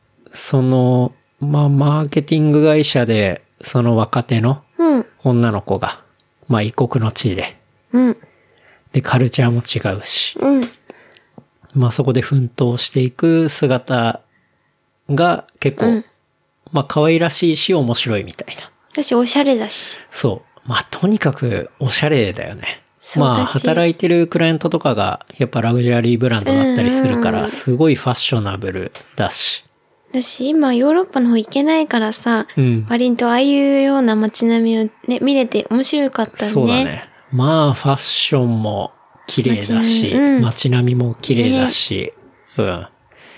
まあマーケティング会社で、その若手の女の子が、まあ異国の地で。で、カルチャーも違うし。まあそこで奮闘していく姿が結構、まあ可愛らしいし面白いみたいな。 私おしゃれだし。 そう。まあとにかくおしゃれだよね。まあ働いてるクライアントとかがやっぱラグジュアリーブランドだったりするから、すごいファッショナブルだし。 今ヨーロッパの方行けないからさ、割とああいうような街並みをね、見れて面白かったね。 そうだね。まあファッションも綺麗だし、街並みも綺麗だし、あ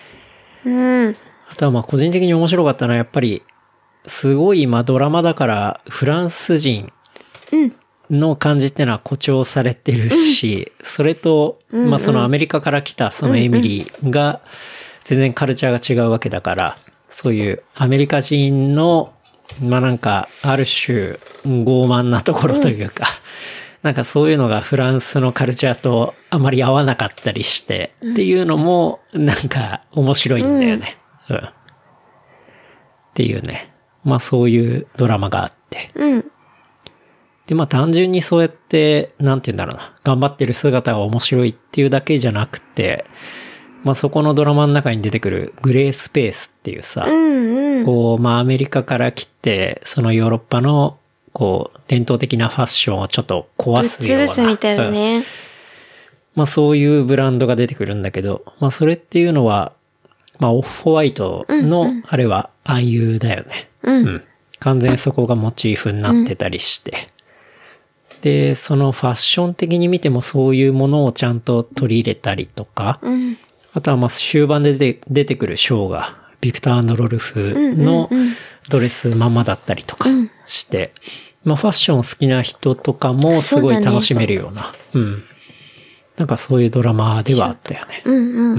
とはまあ個人的に面白かったのはやっぱり、すごいドラマだからフランス人の感じってのは誇張されてるし、それと、まあそのアメリカから来たそのエミリーが全然カルチャーが違うわけだから、そういうアメリカ人の、まあなんかある種傲慢なところというか、なんかそういうのがフランスのカルチャーとあまり合わなかったりして、っていうのもなんか面白いんだよね。っていうね。まあそういうドラマがあって。でまあ単純にそうやって、なんて言うんだろうな。頑張ってる姿が面白いっていうだけじゃなくて、まあそこのドラマの中に出てくるグレースペースっていうさ、こうまあアメリカから来て、そのヨーロッパのこう、伝統的なファッションをちょっと壊すような。 ぶっ潰すみたいなね。 まあそういうブランドが出てくるんだけど、まあそれっていうのは、まあオフホワイトの、あれは暗喩だよね。完全にそこがモチーフになってたりして。で、そのファッション的に見てもそういうものをちゃんと取り入れたりとか、あとはまあ終盤で出てくるショーがビクター・ロルフのドレスまんまだったりとかして、まあファッション好きな人とかもすごい楽しめるような、うん。なんかそういうドラマではあったよね。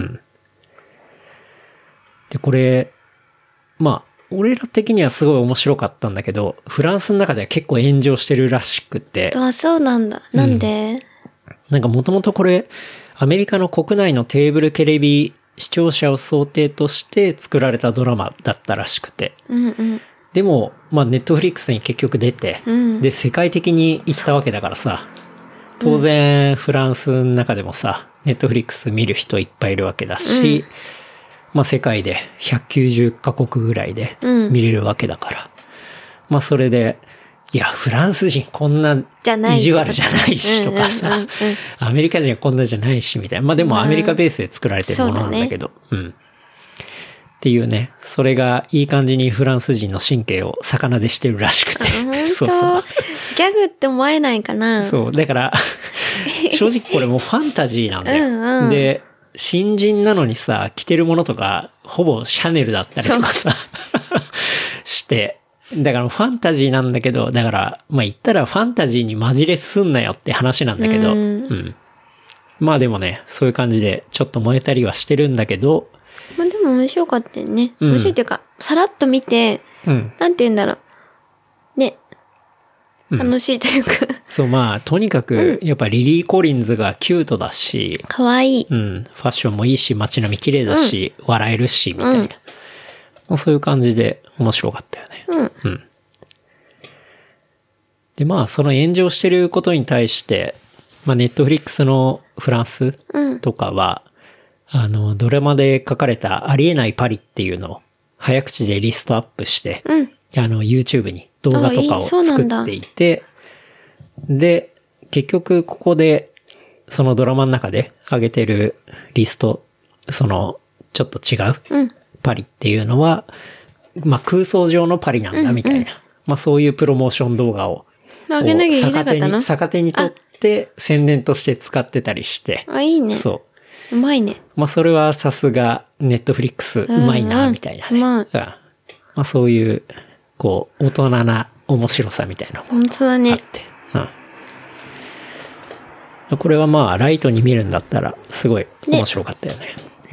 で、これ、まあ、俺ら的にはすごい面白かったんだけど、フランスの中では結構炎上してるらしくて。 あ、そうなんだ。なんで、 なんかもともとこれ、アメリカの国内のケーブルテレビ視聴者を想定として作られたドラマだったらしくて。でも、まあ、ネットフリックスに結局出て、で、世界的に行ったわけだからさ、当然、フランスの中でもさ、ネットフリックス見る人いっぱいいるわけだし、まあ世界で190カ国ぐらいで見れるわけだから。まあそれで、いや、フランス人こんな意地悪じゃないしとかさ、アメリカ人はこんなじゃないしみたいな。まあでもアメリカベースで作られてるものなんだけど。っていうね、それがいい感じにフランス人の神経を逆なでしてるらしくて。 そうそう。ギャグって思えないかな。 そう。だから、正直これもうファンタジーなんだよ。で、新人なのにさ、着てるものとか、ほぼシャネルだったりとかさ、して、だからファンタジーなんだけど、だから、まあ言ったらファンタジーに混じれすんなよって話なんだけど、まあでもね、そういう感じでちょっと燃えたりはしてるんだけど、 まあでも面白かったよね。面白いっていうか、さらっと見て、なんて言うんだろう。ね。楽しいというか。 そう、まあ、とにかく、やっぱリリー・コリンズがキュートだし、 かわいい。 ファッションもいいし、街並み綺麗だし、笑えるし、みたいな。まあ、そういう感じで面白かったよね。で、まあ、その炎上してることに対して、まあ、ネットフリックスのフランスとかは、ドラマで書かれたありえないパリっていうのを早口でリストアップして、YouTube に動画とかを作っていて、で、結局ここで、そのドラマの中で上げてるリスト、その、ちょっと違うパリっていうのは、まあ空想上のパリなんだみたいな、まあそういうプロモーション動画を、逆手にとって宣伝として使ってたりして。 あ、いいね。 そう。 うまいね。 まあそれはさすがネットフリックスうまいな、みたいなね。まあそういう、こう、大人な面白さみたいなものがあって。これはまあ、ライトに見るんだったら、すごい面白かったよね。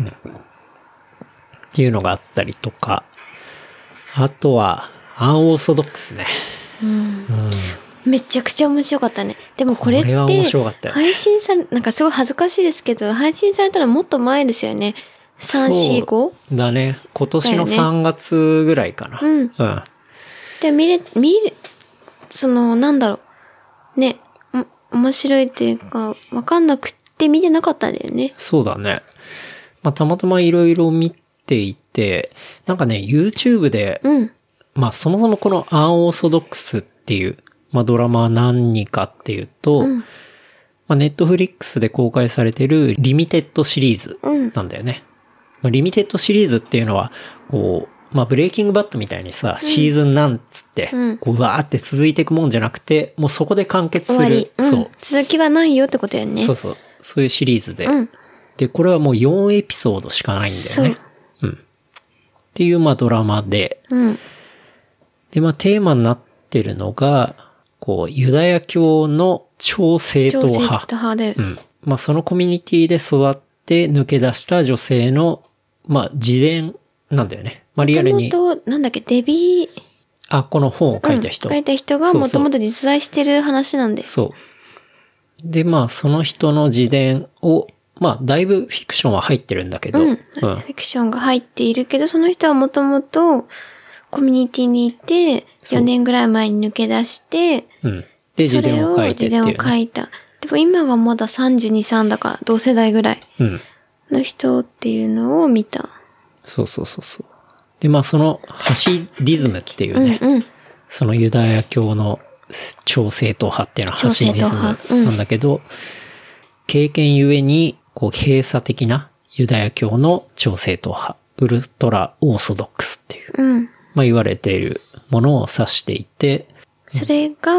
っていうのがあったりとか、あとは、アンオーソドックスね。 めちゃくちゃ面白かったね。でもこれって、配信され、なんかすごい恥ずかしいですけど、配信されたらもっと前ですよね。3、4、5? だね。今年の3月ぐらいかな。 で、その、なんだろう。ね。面白いっていうか、わかんなくって見てなかったんだよね。 そうだね。まあ、たまたまいろいろ見ていて、なんかね、YouTube で、まあ、そもそもこのアンオーソドックスっていう、まあ、ドラマは何かっていうと、まあ、Netflix で公開されてるリミテッドシリーズなんだよね。まあ、リミテッドシリーズっていうのは、こう、まあ、ブレイキングバッドみたいにさ、シーズンなんつって、こう、わーって続いていくもんじゃなくて、もうそこで完結する。そう。 続きはないよってことやね。 そうそう。そういうシリーズで。で、これはもう4エピソードしかないんだよね。っていう、まあ、ドラマで。で、まあ、テーマになってるのが、こう、ユダヤ教の超正統派。 で。 まあ、そのコミュニティで育って抜け出した女性の、まあ、自伝なんだよね。まあ、リアルに。 なんだっけ、デビー。 あ、この本を書いた人。 書いた人がもともと実在してる話なんです。 そう。で、まあ、その人の自伝を、まあ、だいぶフィクションは入ってるんだけど。フィクションが入っているけど、その人はもともとコミュニティにいて、4年ぐらい前に抜け出して、 で、自伝を書いてっていう、ね。 自伝を書いた。でも今がまだ32、3だから、同世代ぐらいの人っていうのを見た。 そう。で、まあそのハシディズムっていうね、そのユダヤ教の超正統派っていうのはハシディズムなんだけど、経験ゆえに、こう閉鎖的なユダヤ教の超正統派、ウルトラオーソドックスっていう、まあ言われているものを指していて、 それが、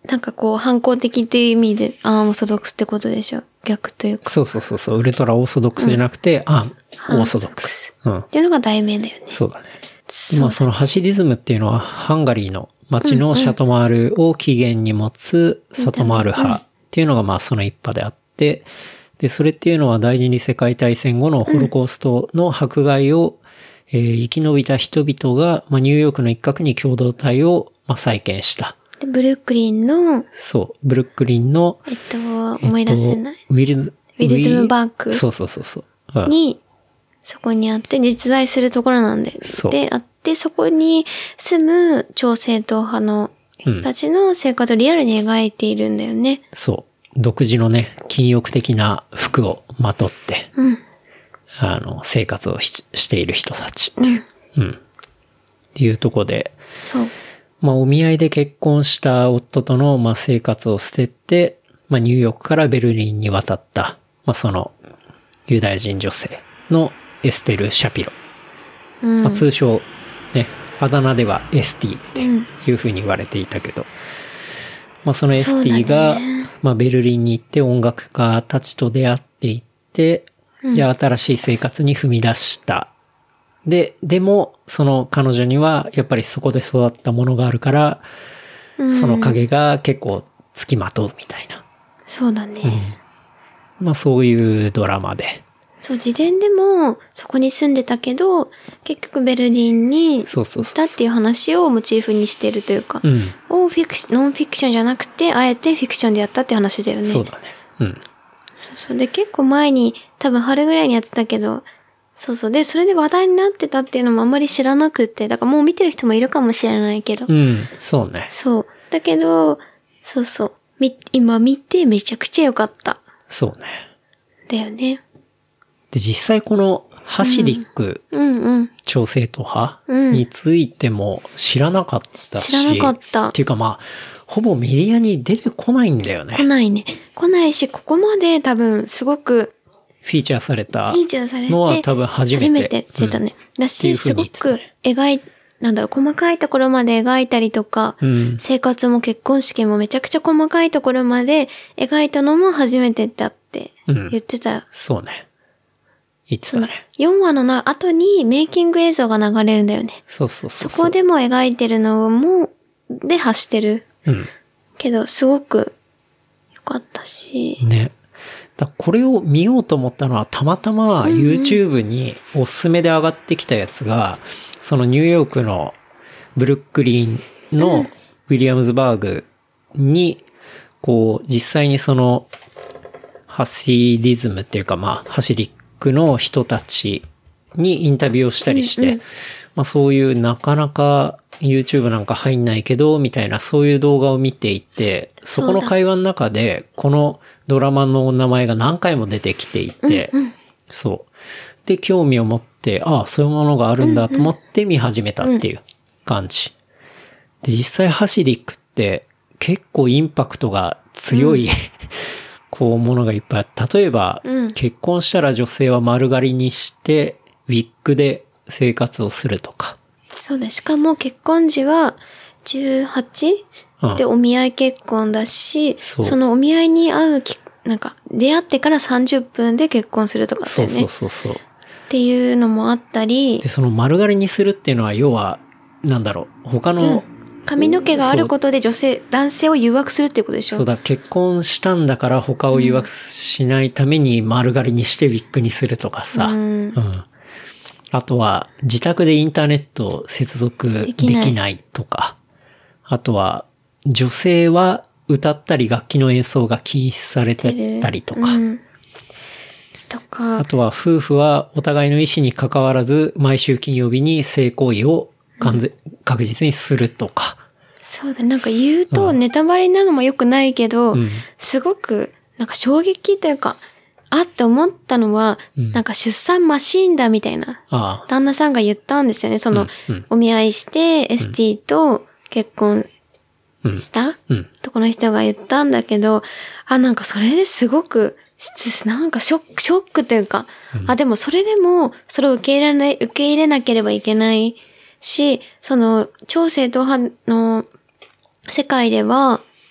なんかこう、反抗的っていう意味で、アンオーソドックスってことでしょ。逆というか。 そうそうそうそう、ウルトラオーソドックスじゃなくて、アンオーソドックス。うん。 っていうのが題名だよね。 そうだね。まあそのハシリズムっていうのは、ハンガリーの町のシャトマールを起源に持つサトマール派っていうのがまあその一派であって、で、それっていうのは第二次世界大戦後のホロコーストの迫害を、生き延びた人々が、まあ、ニューヨークの一角に共同体を、まあ、再建した。 でブルックリンの、 そう、ブルックリンの、 思い出せない。 ウィルズムバーク。 そうそうそうそう。 に、そこにあって実在するところなんで。で、あって、そこに住む超正統派の人たちの生活をリアルに描いているんだよね。 そう。独自のね、禁欲的な服をまとって、生活をしている人たちっていう。っていうところで。 そう。 まあ、お見合いで結婚した夫との、まあ、生活を捨てて、まあ、ニューヨークからベルリンに渡った、まあ、その、ユダヤ人女性のエステル・シャピロ。まあ、通称、ね、あだ名ではエスティっていう風に言われていたけど、まあ、そのエスティが、まあ、ベルリンに行って音楽家たちと出会っていって、で、新しい生活に踏み出した。でも、その彼女には、やっぱりそこで育ったものがあるから、その影が結構付きまとうみたいな。 そうだね。 まあそういうドラマで。 そう、自伝でもそこに住んでたけど、結局ベルリンに行ったっていう話をモチーフにしてるというか、ノンフィクションじゃなくて、あえてフィクションでやったって話だよね。 そうだね。 そうで、結構前に、多分春ぐらいにやってたけど、そう。で、それで話題になってたっていうのもあんまり知らなくて、だからもう見てる人もいるかもしれないけど。 そうね。 そう。だけど、そう。今見てめちゃくちゃ良かった。 そうね。 だよね。 で、実際このハシリック、超正統派についても知らなかったし。 知らなかった。 っていうかまあ、ほぼメディアに出てこないんだよね。 来ないし、ここまで多分すごく、 フィーチャーされたのは多分初めて出たね。だし、すごく細かいところまで描いたりとか、生活も結婚式もめちゃくちゃ細かいところまで描いたのも初めてだって言ってた。 そうね。言ってたね。 4話の後にメイキング映像が流れるんだよね。 そこでも描いてるのも、で発してる。けど、すごく良かったし。 ね。これを見ようと思ったのはたまたま YouTube におすすめで上がってきたやつが、そのニューヨークのブルックリンのウィリアムズバーグに、こう実際にそのハシリズムっていうかまあハシリックの人たちにインタビューをしたりして、まあそういうなかなか YouTube なんか入んないけどみたいなそういう動画を見ていて、そこの会話の中でこのドラマの名前が何回も出てきていて、そう。で、興味を持って、ああ、そういうものがあるんだと思って見始めたっていう感じ。で、実際ハシリックって結構インパクトが強い、こうものがいっぱいあって、例えば、結婚したら女性は丸刈りにして、ウィッグで生活をするとか。 そうだ、しかも結婚時は 18？で、お見合い結婚だし、そのお見合いに会う出会ってから30分で結婚するとかだよね。 そう。 っていうのもあったり。 で、その丸刈りにするっていうのは、要は、他の、 髪の毛があることで男性を誘惑するっていうことでしょ？ そうだ、結婚したんだから他を誘惑しないために丸刈りにしてウィッグにするとかさ。あとは、自宅でインターネット接続できないとか。あとは、女性は歌ったり楽器の演奏が禁止されてたりとか。あとは夫婦はお互いの意思に関わらず毎週金曜日に性行為を確実にするとか。 そうだ、言うとネタバレになるのも良くないけど、すごく衝撃というか、って思ったのは、出産マシーンだみたいな。旦那さんが言ったんですよね。お見合いして、ST と結婚した、とこの人が言ったんだけど、それですごく、ショックというか、でもそれでも、それを受け入れなければいけないし、超正統派の世界では、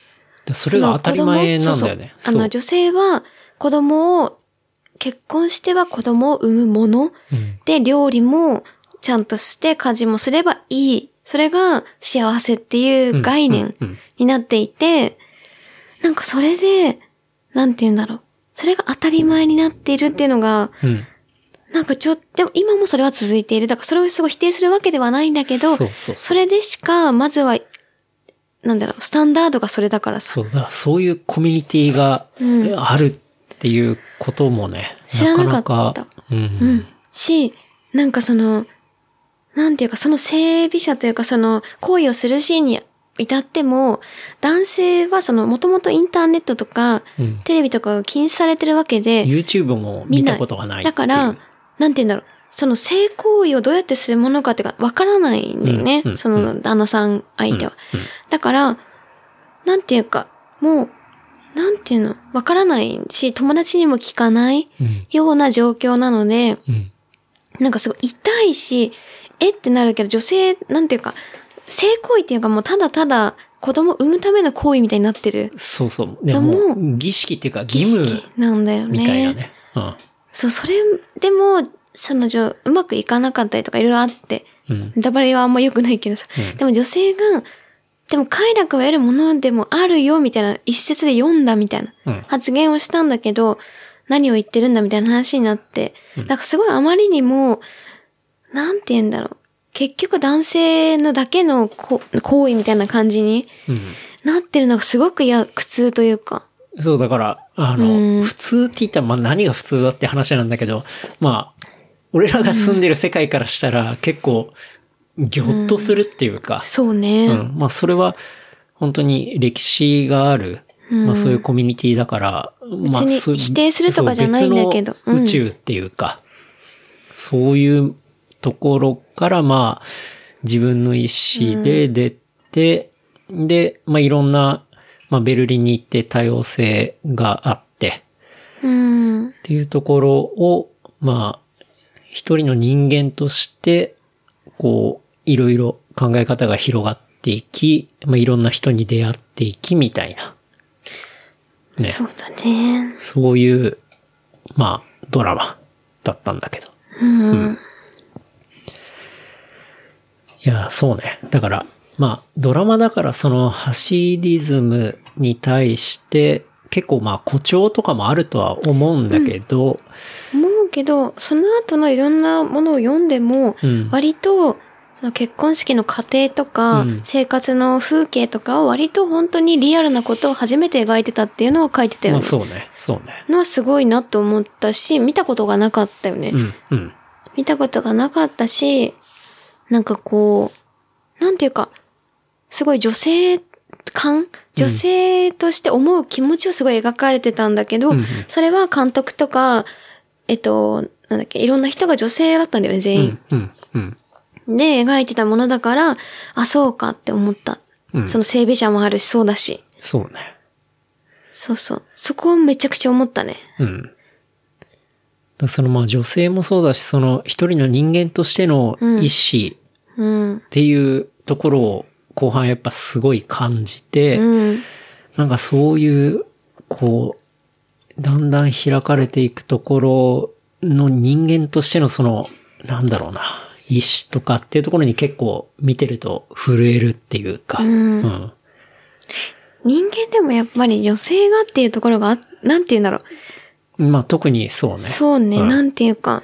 それが当たり前なんだよね。 そう女性は結婚しては子供を産むもの、で、料理もちゃんとして家事もすればいい。それが幸せっていう概念になっていて、なんかそれで、なんて言うんだろう。それが当たり前になっているっていうのが、なんかでも今もそれは続いている。だからそれをすごい否定するわけではないんだけど、それでしか、まずは、なんだろう、スタンダードがそれだからさ。 そういうコミュニティがあるっていうこともね、 知らなかった。なんかなんていうかその整備者というか行為をするシーンに至っても、男性はもともとインターネットとか、テレビとかが禁止されてるわけで、 YouTube も見たことがない。 だから、なんていうんだろう、性行為をどうやってするものかっていうか、わからないんだよね。旦那さん相手は。だから、なんていうか、もう、なんていうの、わからないし、友達にも聞かないような状況なので、なんかすごい痛いし、ってなるけど、女性、なんていうか、性行為っていうかもうただただ子供を産むための行為みたいになってる。 そうそう。でも、儀式っていうか義務なんだよね。 みたいなね。 そう、それ、でも、うまくいかなかったりとかいろいろあって、ネタバレはあんま良くないけどさ、でも女性が、でも快楽を得るものでもあるよみたいな一節で読んだみたいな発言をしたんだけど、何を言ってるんだみたいな話になって、なんかすごいあまりにも、なんて言うんだろう。結局男性のだけの行為みたいな感じになってるのがすごく苦痛というか。 そう、だから、普通って言ったら何が普通だって話なんだけど、俺らが住んでる世界からしたら結構、ぎょっとするっていうか。 そうね。 それは本当に歴史がある、そういうコミュニティだから、 別に否定するとかじゃないんだけど。 宇宙っていうか、そういうところから自分の意思で出て、で、いろんな、ベルリンに行って多様性があって、っていうところを、一人の人間として、いろいろ考え方が広がっていき、いろんな人に出会っていきみたいな。 ね、そうだね。 そういう、ドラマだったんだけど。いや、そうね。だから、ドラマだからハシディズムに対して、結構誇張とかもあるとは思うんだけど、 思うけど、その後のいろんなものを読んでも、割と、結婚式の過程とか、生活の風景とかを割と本当にリアルなことを初めて描いてたっていうのを書いてたよね。 そうね。 のはすごいなと思ったし、見たことがなかったよね。見たことがなかったし、なんかなんていうか、すごい女性として思う気持ちをすごい描かれてたんだけど、それは監督とか、なんだっけ、いろんな人が女性だったんだよね、全員。で、描いてたものだから、そうかって思った。その整備者もあるし、そうだし。 そうね。 そうそう。そこをめちゃくちゃ思ったね。 女性もそうだし、一人の人間としての意志っていうところを後半やっぱすごい感じて、なんかそういう、だんだん開かれていくところの人間としてのなんだろうな、意志とかっていうところに結構見てると震えるっていうか。人間でもやっぱり女性がっていうところがなんて言うんだろう。特にそうね。 そうね、なんていうか。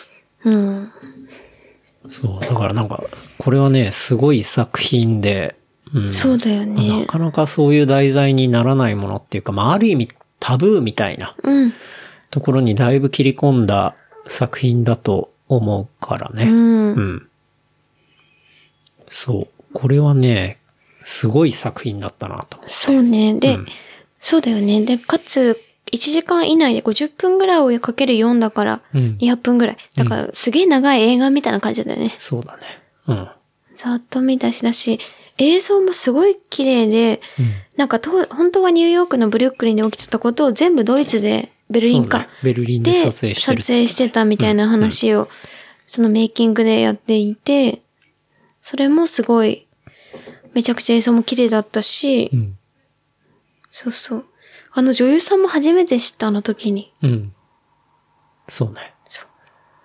そう、だからなんか、これはね、すごい作品で、 そうだよね。 なかなかそういう題材にならないものっていうか、ある意味タブーみたいなところにだいぶ切り込んだ作品だと思うからね。そう。これはね、すごい作品だったなと思って。 そうね。で、そうだよね。で、かつ、1時間以内で50分ぐらいをかける4だから、200分ぐらい。だから、すげえ長い映画みたいな感じだよね。 そうだね。 ざっと見たしだし、映像もすごい綺麗で、なんか本当はニューヨークのブルックリンで起きてたことを全部ドイツで、ベルリンか。 ね、ベルリンで撮影してる。 撮影してたみたいな話を、そのメイキングでやっていて、それもすごい、めちゃくちゃ映像も綺麗だったし、 そうそう。あの女優さんも初めて知ったあの時に。 うん。そうね。 そう。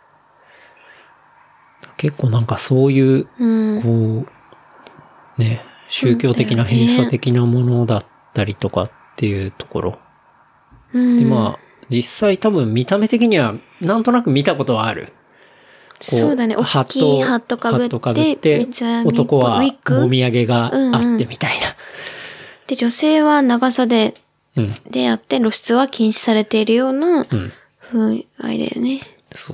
結構なんかそういう、こう、ね、宗教的な閉鎖的なものだったりとかっていうところ。で、まあ、実際多分見た目的にはなんとなく見たことはある。 そうだね、大きいハットかぶって、 男はもみあげがあってみたいな。 で、女性は長袖であって露出は禁止されているような風合いだよね。 そう。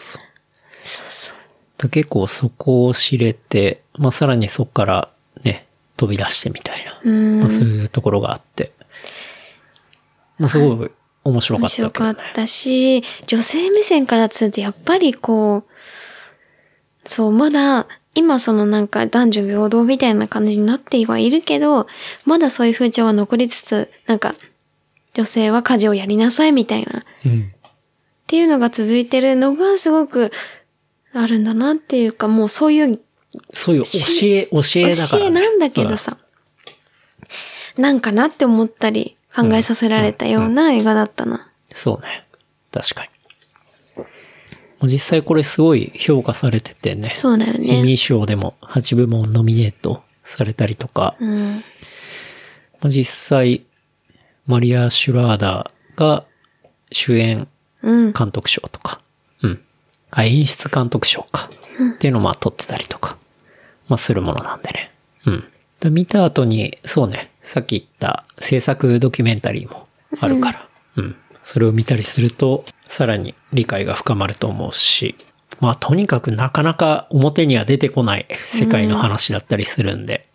結構そこを知れて、まあさらにそこからね、飛び出してみたいな。まあそういうところがあって。まあすごい面白かったけどね。面白かったし、女性目線からするとやっぱりこう、そう、まだ、今そのなんか男女平等みたいな感じになってはいるけど、まだそういう風潮が残りつつ、なんか、女性は家事をやりなさいみたいな、っていうのが続いてるのがすごくあるんだなっていうか、もうそういう、 教えだから、ね。 教えなんだけどさ、なんかなって思ったり、考えさせられたような映画だったな。 そうね。確かに。実際これすごい評価されててね。 そうだよね。 エミー賞でも8部門ノミネートされたりとか。実際、マリア・シュラーダーが主演監督賞とか。演出監督賞か。っていうのをまあ取ってたりとか。まあするものなんでね。で見た後に、そうね、さっき言った制作ドキュメンタリーもあるから。それを見たりすると、さらに理解が深まると思うし、まあとにかくなかなか表には出てこない世界の話だったりするんで、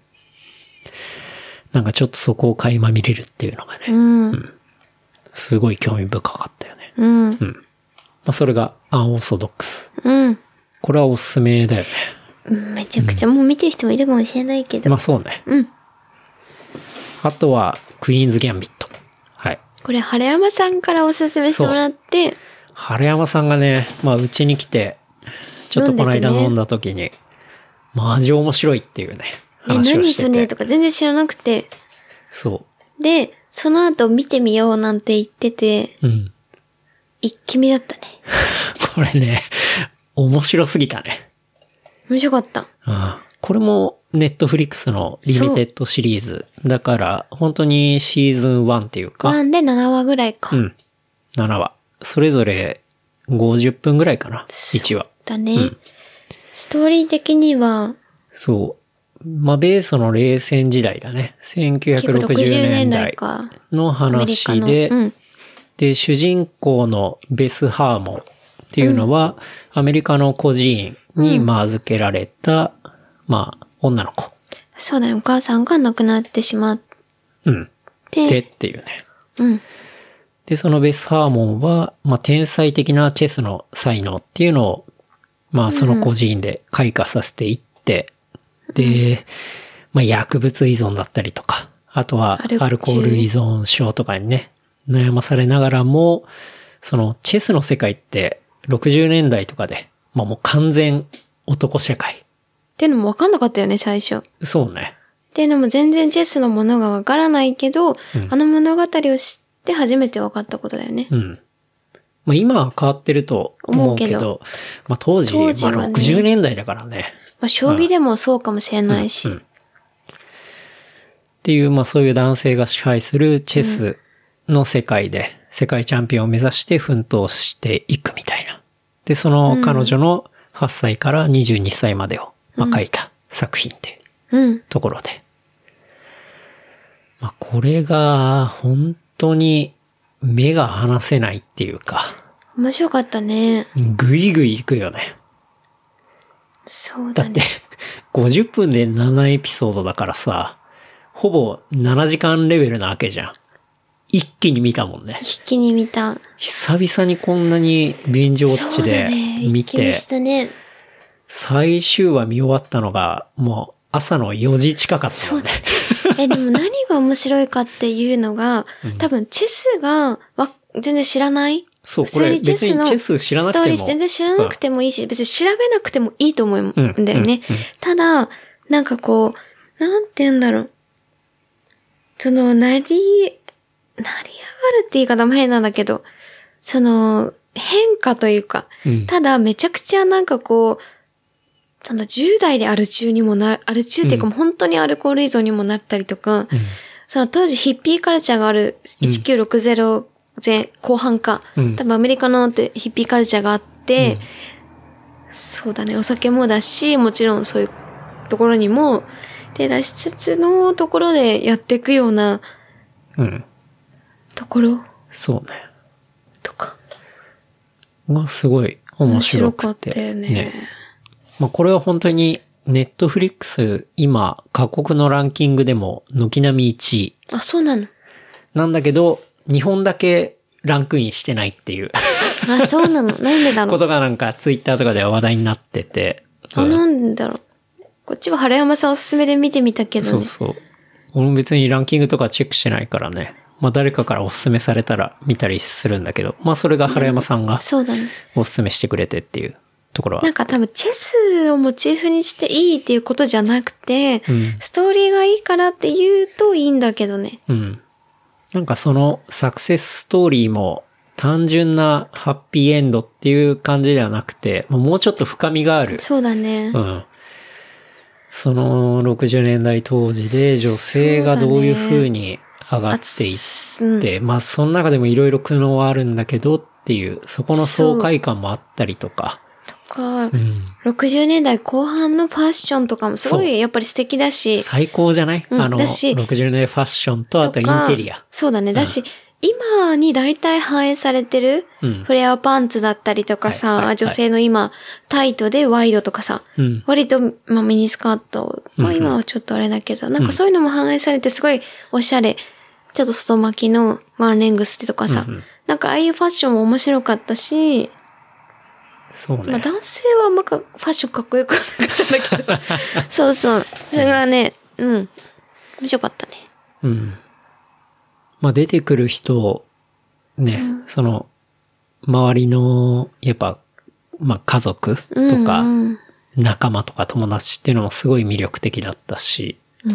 なんかちょっとそこを垣間見れるっていうのがね、すごい興味深かったよね。まあそれがアンオーソドックス。これはおすすめだよね。 めちゃくちゃもう見てる人もいるかもしれないけど。 まあそうね。あとは、クイーンズ・ギャンビット。はい。 これ、晴山さんからおすすめしてもらって。 晴山さんがね、まあ、うちに来て、ちょっとこの間飲んだ時に、マジ面白いっていうね、話をしてて。 何それとか全然知らなくて。 そう。 で、その後見てみようなんて言ってて、一気見だったね。 これね、面白すぎたね。 面白かった。 これも、ネットフリックスのリミテッドシリーズ。だから、本当にシーズン1っていうか。 1で7話ぐらいか。 7話。それぞれ50分ぐらいかな。1話。 だね。ストーリー的には。 そう。まあ、米ソの冷戦時代だね。1960年代の話で、で、主人公のベス・ハーモンっていうのは、アメリカの孤児院に預けられた、まあ、女の子。 そうだよ、お母さんが亡くなってしまって。 でっていうね。で、そのベス・ハーモンは、まあ、天才的なチェスの才能っていうのを、まあ、その孤児院で開花させていって、で、まあ、薬物依存だったりとか、あとはアルコール依存症とかにね、悩まされながらも、そのチェスの世界って60年代とかで、まあもう完全男社会。 っていうのも分かんなかったよね、最初。 そうね。 っていうのも全然チェスのものが分からないけど、あの物語を知って初めて分かったことだよね。 まあ今は変わってると思うけど、まあ当時、まあ60年代だからね。 まあ将棋でもそうかもしれないし。 っていう、まあそういう男性が支配するチェスの世界で、世界チャンピオンを目指して奮闘していくみたいな。で、その彼女の8歳から22歳までを、まあ、書いた作品っていうところで。まあ、これが本当に目が離せないっていうか。 面白かったね。 ぐいぐい行くよね。 そうだね。 だって、50分で7エピソードだからさ、ほぼ7時間レベルなわけじゃん。一気に見たもんね。 一気に見た。 久々にこんなにビンジウォッチで見て、 一気にしたね。 最終話見終わったのが、もう朝の4時近かったもんね。 そうだね。でも何が面白いかっていうのが、多分チェスが全然知らない。 そう、これ別にチェス知らなくても。 ストーリー全然知らなくてもいいし、別に調べなくてもいいと思うんだよね。ただ、なんかこう、なんて言うんだろう。 その、成り上がるって言い方も変なんだけど、その、変化というか、ただめちゃくちゃなんかこう、その10代でアル中っていうかもう本当にアルコール依存にもなったりとか、その当時ヒッピーカルチャーがある1960後半か、多分アメリカのってヒッピーカルチャーがあって、そうだね、お酒もだし、もちろんそういうところにも手出しつつのところでやっていくような、ところ。 そうね。 とか。 がすごい面白くて。 面白かったよね。 まあこれは本当にネットフリックス今各国のランキングでも軒並み1位。 あ、そうなの。 なんだけど、日本だけランクインしてないっていう。 あ、そうなの。なんでだろう。 ことがなんかツイッターとかでは話題になってて。 あ、なんだろう。こっちは原山さんおすすめで見てみたけどね。 そうそう。俺も別にランキングとかチェックしてないからね。まあ誰かからおすすめされたら見たりするんだけど、まあそれが原山さんがそうだね。 おすすめしてくれてっていうところは。 なんか多分チェスをモチーフにしていいっていうことじゃなくて、ストーリーがいいからって言うといいんだけどね。 なんかそのサクセスストーリーも単純なハッピーエンドっていう感じではなくて、もうちょっと深みがある。 そうだね。 その60年代当時で女性がどういう風に上がっていって、まあその中でもいろいろ苦悩はあるんだけどっていう、そこの爽快感もあったりとか。 60年代後半のファッションとかもすごいやっぱり素敵だし。 最高じゃない？ だし 60年代ファッションとあとインテリア。 そうだね。だし、今に大体反映されてる、フレアパンツだったりとかさ、女性の今、タイトでワイドとかさ、割と、まあ、ミニスカート、まあ今はちょっとあれだけど、なんかそういうのも反映されてすごいおしゃれ、ちょっと外巻きのワンレングスとかさ、なんかああいうファッションも面白かったし、 そうね。 まあ男性はあんまファッションかっこよくなかったんだけど、そうそう。それからね、面白かったね。 まあ出てくる人、ね、その、周りの、やっぱ、まあ家族とか、仲間とか友達っていうのもすごい魅力的だったし、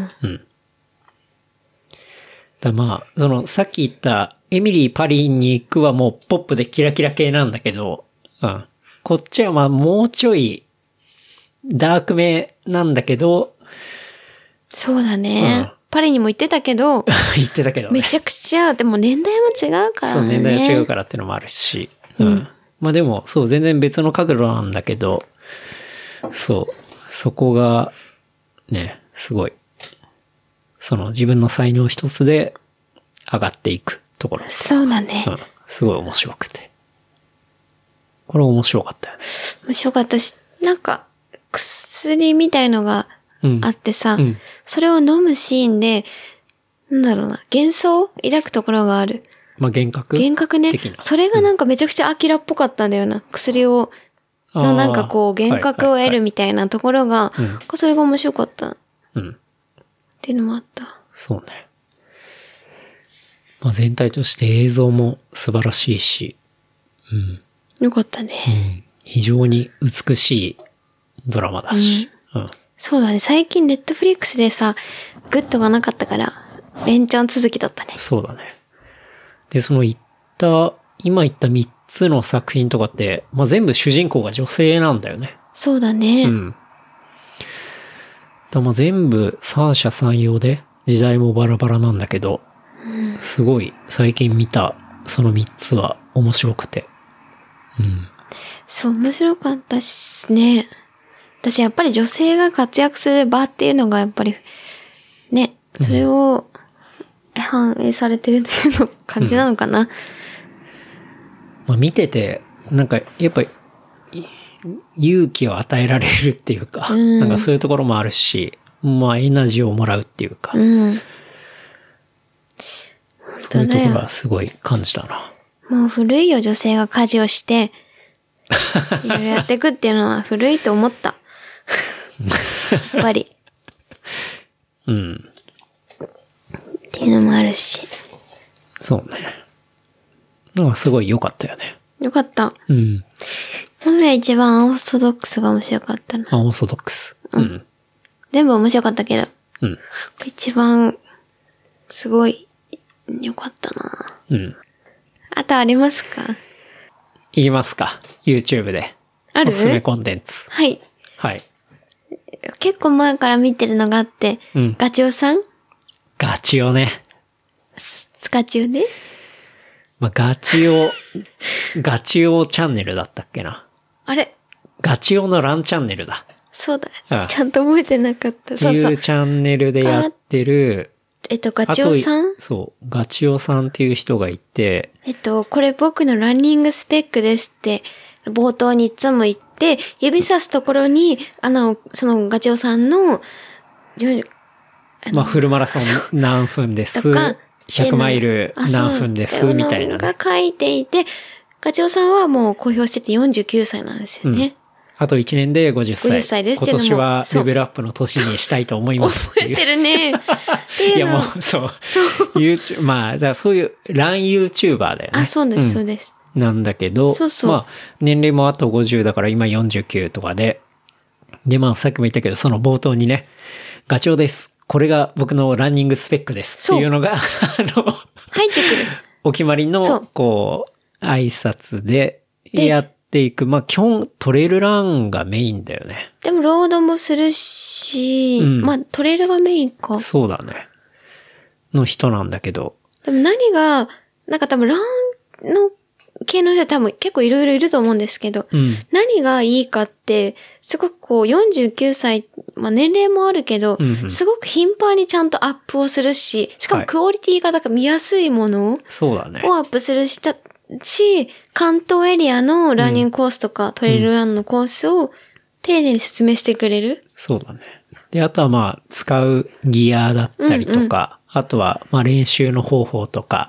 だまあ、その、さっき言った、エミリー・パリに行くはもうポップでキラキラ系なんだけど、こっちはまあもうちょい、ダークめなんだけど、 そうだね。パリにも行ってたけど、 言ってたけどね。 めちゃくちゃ、でも年代も違うからね。 そう、年代が違うからっていうのもあるし。まあでも、そう、全然別の角度なんだけど、そう、そこが、ね、すごい、その自分の才能一つで上がっていくところ。 そうだね。 すごい面白くて。これ面白かったよね。 面白かったし、なんか、薬みたいのがあってさ、それを飲むシーンで、なんだろうな、幻想を抱くところがある。 まあ、幻覚ね。それがなんかめちゃくちゃアキラっぽかったんだよな。薬を、なんかこう、幻覚を得るみたいなところが、それが面白かった。っていうのもあった。 そうね。まあ、全体として映像も素晴らしいし、 よかったね。 非常に美しいドラマだし。 そうだね。最近ネットフリックスでさ、グッドがなかったから、連チャン続きだったね。 そうだね。で、その今言った3つの作品とかって、まあ、全部主人公が女性なんだよね。 そうだね。 まあ全部三者三様で、時代もバラバラなんだけど、すごい最近見たその3つは面白くて。 そう、面白かったしね。私やっぱり女性が活躍する場っていうのがやっぱり、ね、それを反映されてるというの感じなのかな。 まあ見てて、なんかやっぱり勇気を与えられるっていうか、なんかそういうところもあるし、まあエナジーをもらうっていうか、そういうところはすごい感じたな。 もう古いよ、女性が家事をして、いろいろやっていくっていうのは古いと思った。やっぱり。っていうのもあるし。 そうね。なんかすごい良かったよね。 良かった。今回一番オーソドックスが面白かったな。 オーソドックス。 全部面白かったけど。一番すごい、よかったな。 うん。 あとありますか？ 言いますか ?YouTube で。 ある？ おすすめコンテンツ。 はい。 はい。 結構前から見てるのがあって、 うん。 ガチオさん？ ガチオね。 ガチオね。 まあ、ガチオチャンネルだったっけな。 あれ？ ガチオのランチャンネルだ。 そうだ。 うん、 ちゃんと覚えてなかった。そうそう。 いうチャンネルでやってる。 ガチオさん？ そう。ガチオさんっていう人がいて。 これ僕のランニングスペックですって、冒頭にいつも言って、指さすところに、そのガチオさんの、 まあ、フルマラソン何分です。100マイル何分です、みたいな、ね。が書いていて、ガチオさんはもう公表してて49歳なんですよね。 うんあと1年で50歳。 50歳ですっていうのも。 今年はレベルアップの年にしたいと思います覚えてるね。っていうのいやもう、そう。YouTube、まあ、だからそういうラン YouTuber だよね。 あ、そうです、そうです。 なんだけど、 そうそう。 まあ、年齢もあと50だから今49とかで。で、まあ、さっきも言ったけど、その冒頭にね、ガチョウです。これが僕のランニングスペックです。っていうのが、 入ってくる。 お決まりの、こう、挨拶でやっていく。まあ、基本トレイルランがメインだよね。 でも、ロードもするし、まあ、トレイルがメインか。 そうだね。の人なんだけど。 でも何が、なんか多分ランの系の人は多分結構いろいろいると思うんですけど、何がいいかって、すごくこう49歳、まあ年齢もあるけど、すごく頻繁にちゃんとアップをするし、しかもクオリティがだから見やすいものをアップするし、関東エリアのランニングコースとか、トレイルランのコースを丁寧に説明してくれる。 そうだね。で、あとはまあ、使うギアだったりとか、あとはまあ練習の方法とか、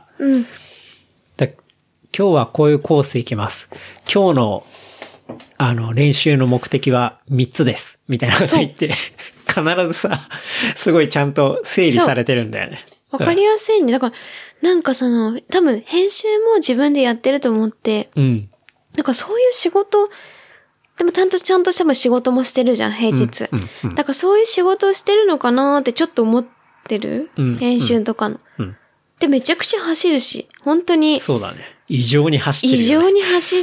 今日はこういうコース行きます。今日の練習の目的は3つです。みたいなこと言って、必ずさ、すごいちゃんと整理されてるんだよね。 わかりやすいね。だから、なんか多分編集も自分でやってると思って、なんかそういう仕事、でもちゃんと多分仕事もしてるじゃん、平日。だからそういう仕事をしてるのかなーってちょっと思ってる。編集とかの。で、めちゃくちゃ走るし、本当に。 そうだね。異常に走ってるよね。 異常に走って、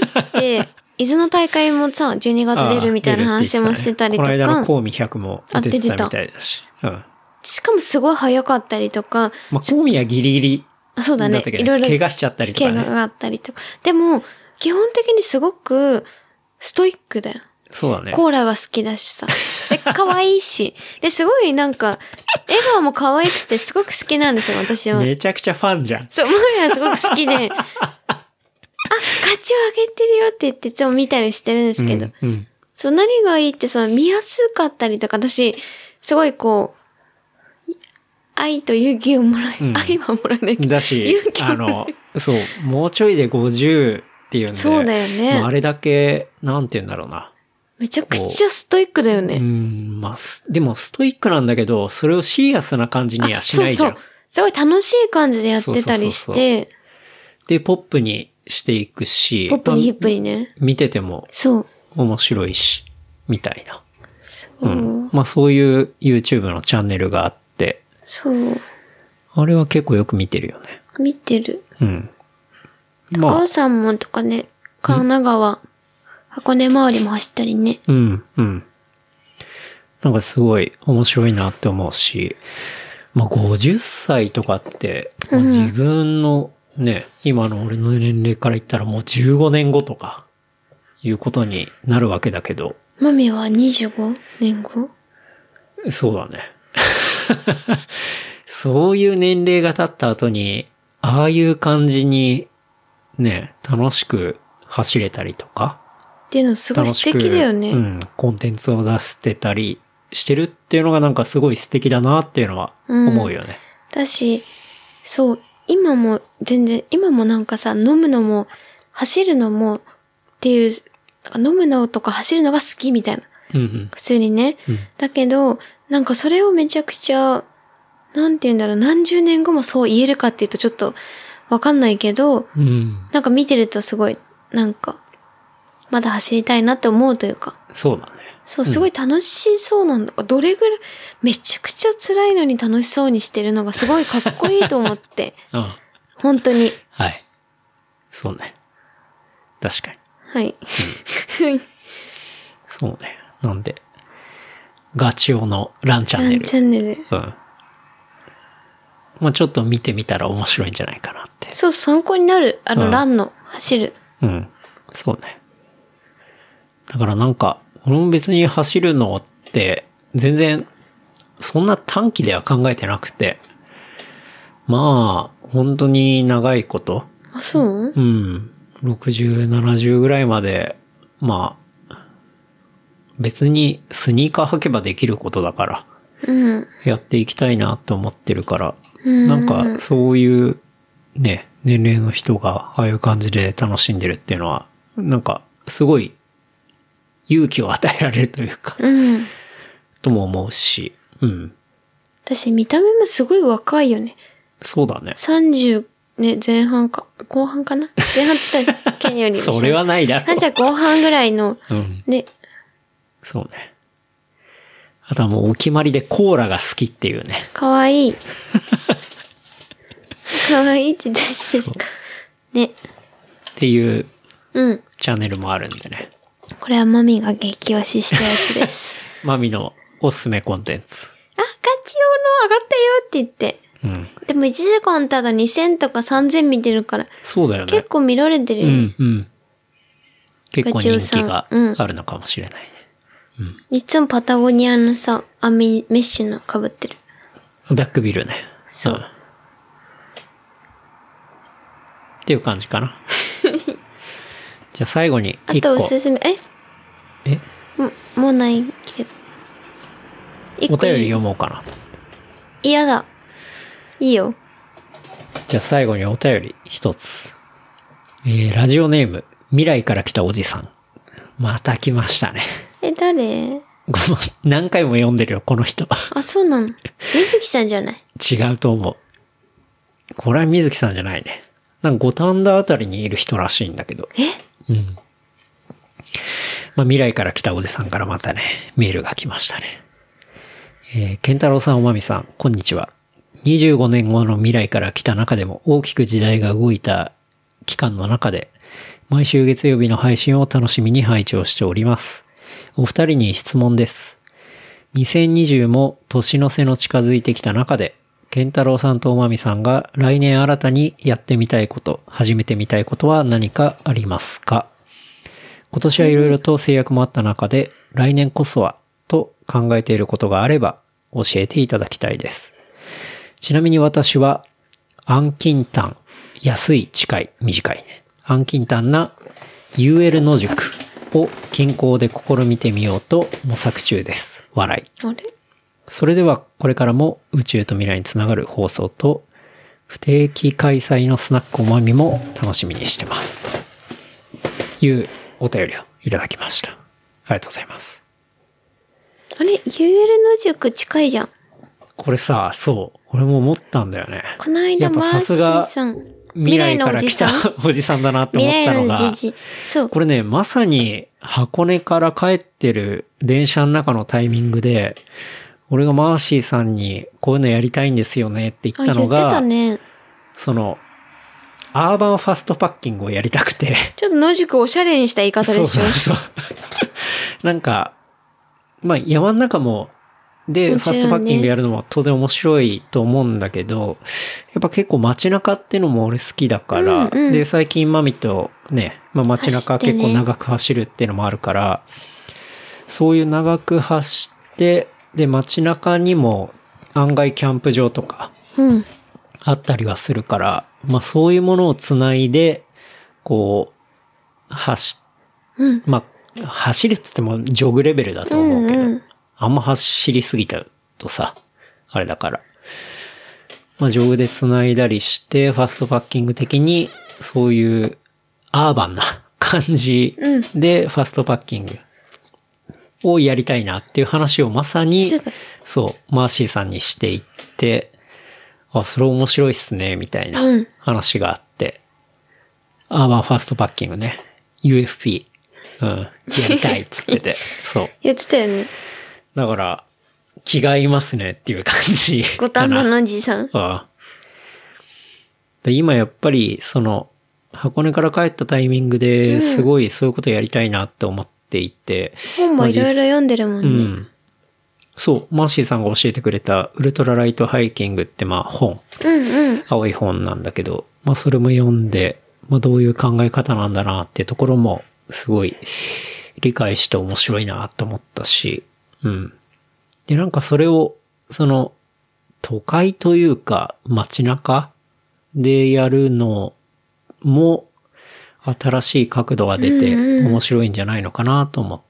伊豆の大会もさ、12月出るみたいな話もしてたりとか。 この間のコウミ100も出てたみたいだし。 しかもすごい早かったりとか。 まあ、コウミはギリギリ。 そうだね。いろいろ。 怪我しちゃったりとか、ね。 怪我があったりとか。でも、基本的にすごく、ストイックだよ。 そうだね。 コーラが好きだしさ。で、可愛いし。で、すごいなんか、笑顔も可愛くてすごく好きなんですよ、私は。 めちゃくちゃファンじゃん。 そう、マミはすごく好きで、あ、ガチを上げてるよって言っていつも見たりしてるんですけど。そう、何がいいって見やすかったりとか、私、すごいこう、愛と勇気をもらえ、愛はもらえないけど。 だし、そう、もうちょいで50っていうんで。 そうだよね。 あれだけ、なんて言うんだろうな。 めちゃくちゃストイックだよね。 まあ、でもストイックなんだけど、それをシリアスな感じにはしないじゃん。そう。 すごい楽しい感じでやってたりして。 で、ポップにしていくし。 ポップにヒップにね。 見てても。 そう。 面白いし、みたいな。そう。まあそういう YouTube のチャンネルがあって。 そう。 あれは結構よく見てるよね。 見てる。 まあ。 高尾山もとかね、神奈川。箱根周りも走ったりね。 なんかすごい面白いなって思うし、まあ50歳とかって、自分のね、今の俺の年齢から言ったらもう15年後とか、いうことになるわけだけど。 マミは25年後？ そうだね。そういう年齢が経った後に、ああいう感じに、ね、楽しく走れたりとか。 っていうのすごい素敵だよね。 コンテンツを出してたりしてるっていうのがなんかすごい素敵だなっていうのは思うよね。 だし、そう、今もなんかさ、飲むのも、走るのもっていう、飲むのとか走るのが好きみたいな。普通にね。だけど、なんかそれをめちゃくちゃ、なんて言うんだろう、何十年後もそう言えるかっていうとちょっとわかんないけど、なんか見てるとすごい、なんか、 まだ走りたいなって思うというか。 そうだね。 そう、すごい楽しそうなんだ。どれぐらい、めちゃくちゃ辛いのに楽しそうにしてるのがすごいかっこいいと思って。 うん。 本当に。 はい。そうね。確かに。 はい。 そうね。なんで、ガチ用のランチャンネル。 ランチャンネル。 うん。まあちょっと見てみたら面白いんじゃないかなって。 そう、参考になる。ランの、走る。 うん。そうね。だからなんか、俺も別に走るのって、全然、そんな短期では考えてなくて、まあ、本当に長いこと。 あ、そううん。60、70ぐらいまで、まあ、別にスニーカー履けばできることだから、 うん。 やっていきたいなと思ってるから、なんかそういうね、年齢の人がああいう感じで楽しんでるっていうのは、なんかすごい勇気を与えられるというか、 うん。 とも思うし、うん。 私見た目もすごい若いよね。 そうだね。 30ね、前半か、後半かな前半って言ったらケンよりも。 それはないだろ。 30後半ぐらいの、 うん。 で、 そうね。あとはもうお決まりでコーラが好きっていうね。 かわいい。かわいいって出してるか。ね。 っていううん。 チャンネルもあるんでね。 これはマミが激推ししたやつです。 マミのおすすめコンテンツ。 あ、ガチ用の上がったよって言って。 うん。 でも1時間ただ2000とか3000見てるから。 そうだよね。 結構見られてるよ。 うんうん。結構人気があるのかもしれないね。 うん。いつもパタゴニアのさ、メッシュの被ってる。 ダックビルね。 そう。 っていう感じかな。じゃあ最後に1個。 あとおすすめ、もうないけど。 お便り読もうかな。 嫌だ。いいよ。 じゃあ最後にお便り一つ。ラジオネーム、未来から来たおじさん。また来ましたね。 誰？ 何回も読んでるよ、この人。 あ、そうなの。水木さんじゃない？ 違うと思う。これは水木さんじゃないね。なんか五反田あたりにいる人らしいんだけど。うん。まあ、未来から来たおじさんからまたね、メールが来ましたね。健太郎さん、おまみさん、こんにちは。25年後の未来から来た中でも大きく時代が動いた期間の中で、毎週月曜日の配信を楽しみに拝聴しております。お二人に質問です。2020も年の瀬の近づいてきた中で、健太郎さんとおまみさんが来年新たにやってみたいこと、始めてみたいことは何かありますか？今年はいろいろと制約もあった中で、来年こそはと考えていることがあれば教えていただきたいです。ちなみに私は安近短、安い、近い、短いね。安近短な UL 野宿を近郊で試みてみようと模索中です。笑い。 あれ？ それではこれからも宇宙と未来につながる放送と不定期開催のスナックおまみも楽しみにしてます。というお便りをいただきました。ありがとうございます。 あれ ?UL 野宿近いじゃん。 これさ、そう。俺も思ったんだよね。 この間マーシーさん。 未来から来たおじさんだなって思ったのが。 未来のじじ。そう。 これね、まさに箱根から帰ってる電車の中のタイミングで、俺がマーシーさんにこういうのやりたいんですよねって言ったのが、 言ってたね。 その、アーバンファストパッキングをやりたくて。 ちょっと野宿おしゃれにした言い方でしょ。 そう。なんか、まあ山の中も、で、ファストパッキングやるのも当然面白いと思うんだけど、やっぱ結構街中ってのも俺好きだから、 うんうん、 で、最近マミとね、まあ街中結構長く走るっていうのもあるから、そういう長く走って、で、街中にも案外キャンプ場とか、あったりはするから、まあそういうものをつないで、こう、まあ、走るって言ってもジョグレベルだと思うけど、あんま走りすぎたとさ、あれだから。まあ、ジョグで繋いだりして、ファストパッキング的に、そういうアーバンな感じで、ファストパッキングをやりたいなっていう話をまさに、そう、マーシーさんにしていって、あ、それ面白いっすね、みたいな話があって、アーバンファストパッキングね、UFP。 うん。やりたいっつってて。そう。 言ってたよね。 だから、気が合いますねっていう感じ。 五反田のおじさん。 ああ。で今やっぱり、箱根から帰ったタイミングですごいそういうことやりたいなって思っていて。 本もいろいろ読んでるもんね。 うん。そう、マーシーさんが教えてくれたウルトラライトハイキングって本。 うんうん。 青い本なんだけど、それも読んで、どういう考え方なんだなっていうところもすごい理解して面白いなと思ったし、うん。で、なんかそれを、都会というか街中でやるのも新しい角度が出て面白いんじゃないのかなと思って、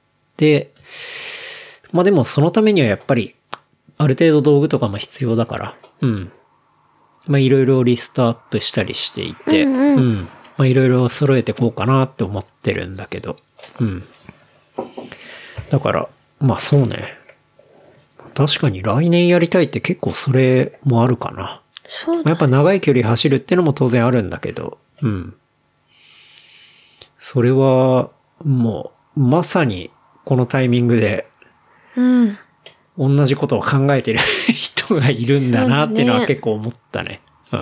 でもそのためにはやっぱりある程度道具とかも必要だから、うん。いろいろリストアップしたりしていて、うん。いろいろ揃えてこうかなって思ってるんだけど、うん。だから、そうね。確かに来年やりたいって結構それもあるかな。 そうだ。 やっぱ長い距離走るってのも当然あるんだけど、うん。それは、もう、まさにこのタイミングで、 うん。 同じことを考えてる人がいるんだなっていうのは結構思ったね。うん。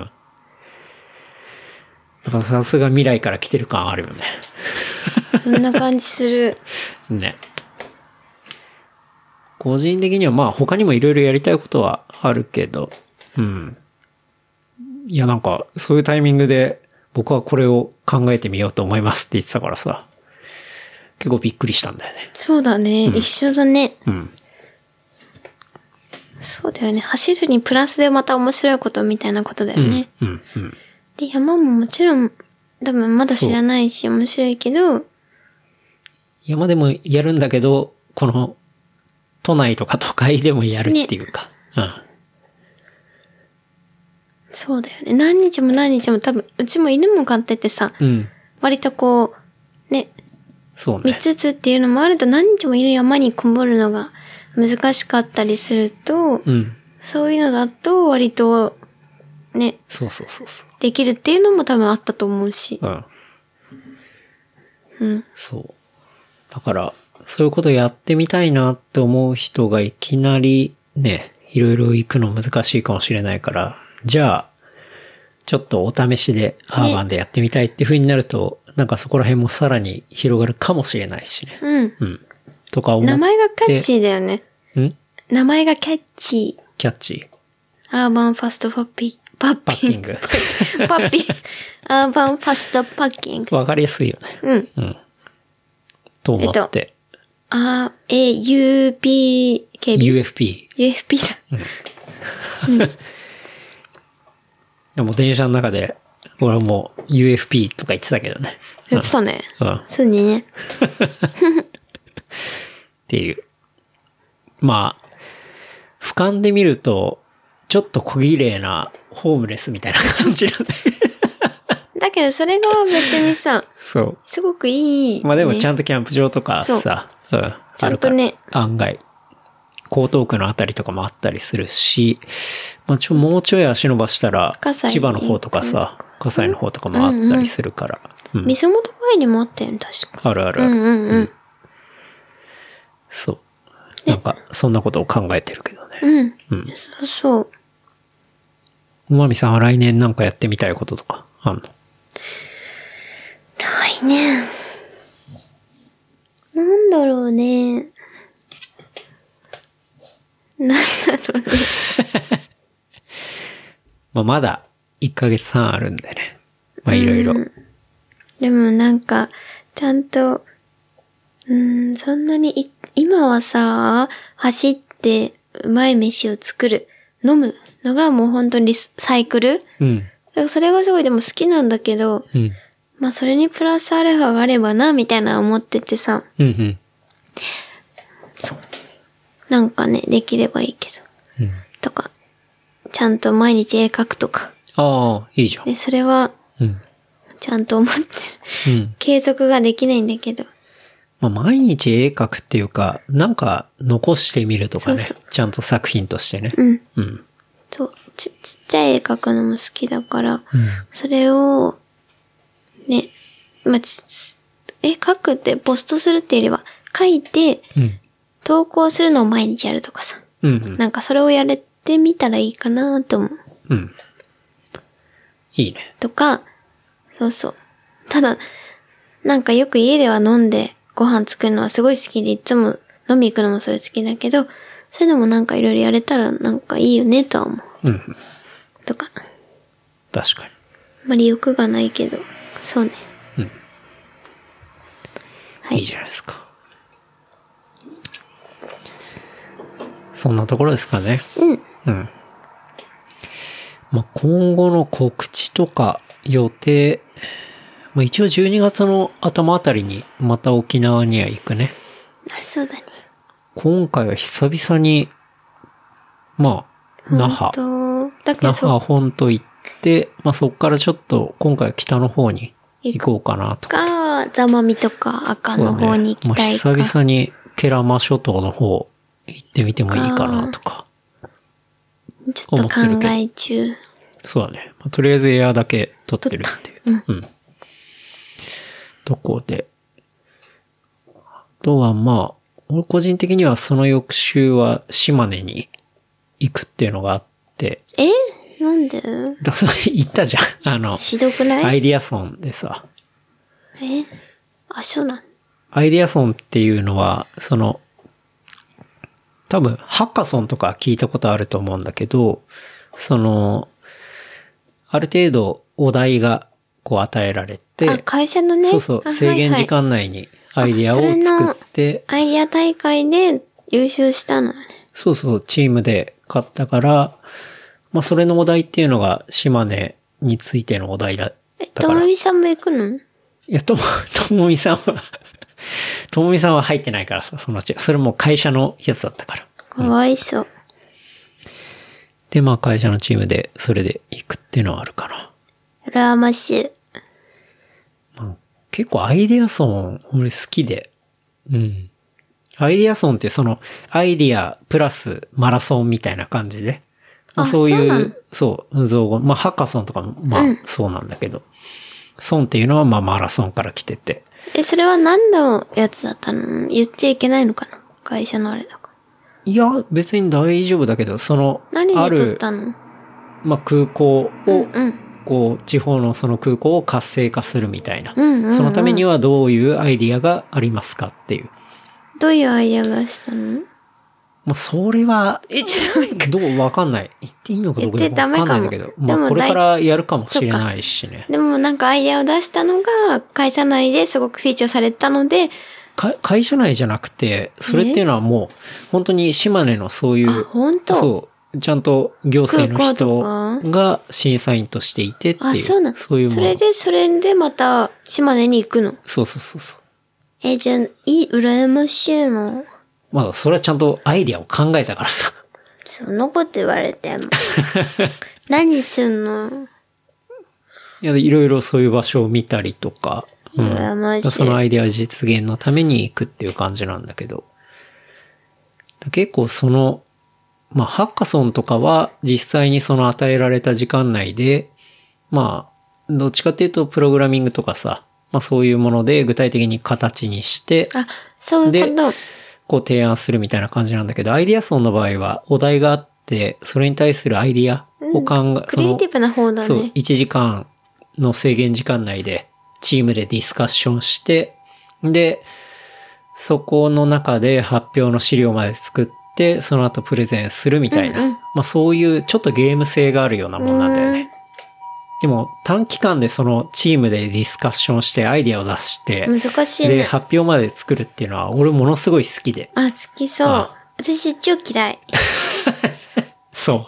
だからさすが未来から来てる感あるよね。 そんな感じする。 ね。個人的には他にもいろいろやりたいことはあるけど、うん。いやなんかそういうタイミングで僕はこれを考えてみようと思いますって言ってたからさ、結構びっくりしたんだよね。 そうだね。一緒だね。 うん。 そうだよね。走るにプラスでまた面白いことみたいなことだよね。 うん、うん。 で、山ももちろん多分まだ知らないし面白いけど、 山でもやるんだけど、この都内とか都会でもやるっていうか。ね、うん。 そうだよね。何日も何日も多分、うちも犬も飼っててさ、 うん。 割とこう、ね。 そうね。 見つつっていうのもあると何日もいる山にこもるのが難しかったりすると、 うん。 そういうのだと割と、ね。 そう。 できるっていうのも多分あったと思うし。 うん。 うん。 そう。だから、そういうことやってみたいなって思う人がいきなりね、いろいろ行くの難しいかもしれないから、じゃあ、ちょっとお試しでアーバンでやってみたいっていう風になると、なんかそこら辺もさらに広がるかもしれないしね。 うん。 うん。とか思って。 名前がキャッチーだよね。 ん？ 名前がキャッチー。 キャッチー。アーバンファストパッピング。パッピング。アーバンファストパッキング。 わかりやすいよね。 うん。 うん。と思って。 UP、 UFP。 UFP だ。 うん。でも電車の中で、俺はもう UFP とか言ってたけどね。 言ってたね。 うん。 そうね。 っていう。俯瞰で見ると、ちょっと小綺麗なホームレスみたいな感じなんだだけどそれが別にさ、 そう。 すごくいい、ね。 でもちゃんとキャンプ場とかさ、うん。 ちゃんとね。 案外。江東区のあたりとかもあったりするし、もうちょい足伸ばしたら、千葉の方とかさ、葛西の方とかもあったりするから。 うん。みそもと帰りもあったよね、確か。 ある。 うん。 そう。なんか、そんなことを考えてるけどね。 うん。そう。 おまみさんは来年なんかやってみたいこととかあんの？ 来年。なんだろうね。 まだ1ヶ月半あるんでね。いろいろ。 でもなんか、ちゃんと、そんなに今はさ、走ってうまい飯を作る、飲むのがもう本当にサイクル？ うん。 だからそれがすごいでも好きなんだけど、 うん。 それにプラスアルファがあればな、みたいな思っててさ。そう。なんかね、できればいいけど。とか、ちゃんと毎日絵描くとか。 ああ、いいじゃん。 で、それは、ちゃんと思ってる。継続ができないんだけど。 毎日絵描くっていうか、なんか残してみるとかね。そうちゃんと作品としてね。 そう。ちっちゃい絵描くのも好きだから、それを、ね、 書くってポストするっていうよりは、書いて、投稿するのを毎日やるとかさ。なんかそれをやれてみたらいいかなと思う。 いいね。 とか、そうそう。ただ、なんかよく家では飲んでご飯作るのはすごい好きで、いつも飲み行くのもそれ好きだけど、それでもなんかいろいろやれたらなんかいいよねとは思う。とか。 確かに。 あまり欲がないけど、そうね。はい。 いいじゃないですか。そんなところですかね。まあ、今後の告知とか予定、まあ、一応12月の頭あたりにまた沖縄には行くね。 そうだね。 今回は久々に、まあ、那覇本島行って、まあそこからちょっと今回は北の方に行こうかなと。 座間味とか赤の方に行きたいか。 まあ、久々にケラマ諸島の方行ってみてもいいかなとか。 ちょっと考え中。 そうだね。まあ、とりあえずエアだけ撮ってるっていう。とこで。あとはまあ、俺個人的にはその翌週は島根に行くっていうのがあって。 なんで？ だそれ言ったじゃん。 ひどくない？ アイディアソンでさ。 そうなん？ アイディアソンっていうのは、多分、ハッカソンとか聞いたことあると思うんだけど、ある程度お題がこう与えられて、 会社のね。 そうそう、制限時間内にアイディアを作って、 アイディア大会で優勝したのね。 そうそう、チームで勝ったから、まあそれのお題っていうのが島根についてのお題だったから。 ともみさんも行くの？ いや、ともみさんは入ってないからさ、それも会社のやつだったから。 かわいそう。 で、まあ会社のチームでそれで行くっていうのはあるかな。 羨ましい。 結構アイディアソン俺好きで。アイディアソンってアイディアプラスマラソンみたいな感じで。まあ、そういう、造語。まあハッカソンとかもまあそうなんだけど。ソンっていうのはまあマラソンから来てて。 それは何のやつだったの？言っちゃいけないのかな？会社のあれだから。 いや、別に大丈夫だけど、 何で撮ったの？ まあ空港を、こう、地方のその空港を活性化するみたいな。そのためにはどういうアイディアがありますかっていう。 どういうアイディアを出したの？ もうそれは、わかんない。言っていいのかどうかわかんないんだけど。まあこれからやるかもしれないしね。 でもなんかアイディアを出したのが会社内ですごくフィーチャーされたので、 会社内じゃなくて、それっていうのはもう、本当に島根のそういう、 本当？ そう、ちゃんと行政の人が審査員としていてっていう。そういうもの。 それでまた島根に行くの？ そう。 じゃあ、羨ましいの？ まあ、それはちゃんとアイディアを考えたからさ。 そんなこと言われても。何すんの？ いや、いろいろそういう場所を見たりとか。 羨ましい。 そのアイデア実現のために行くっていう感じなんだけど。結構まあ、ハッカソンとかは実際に与えられた時間内で、まあ、どっちかっていうとプログラミングとかさ、まあそういうもので具体的に形にして、 そういうこと。 で、こう提案するみたいな感じなんだけど、アイデアソンの場合はお題があって、それに対するアイディアをクリエイティブな方だね。 そう、1時間の制限時間内で、チームでディスカッションして、で、そこの中で発表の資料まで作って、その後プレゼンするみたいな。まあそういうちょっとゲーム性があるようなもんなんだよね。でも短期間でチームでディスカッションしてアイディアを出して、 難しいね。 で、発表まで作るっていうのは俺ものすごい好きで。 好きそう。私超嫌い。 そう。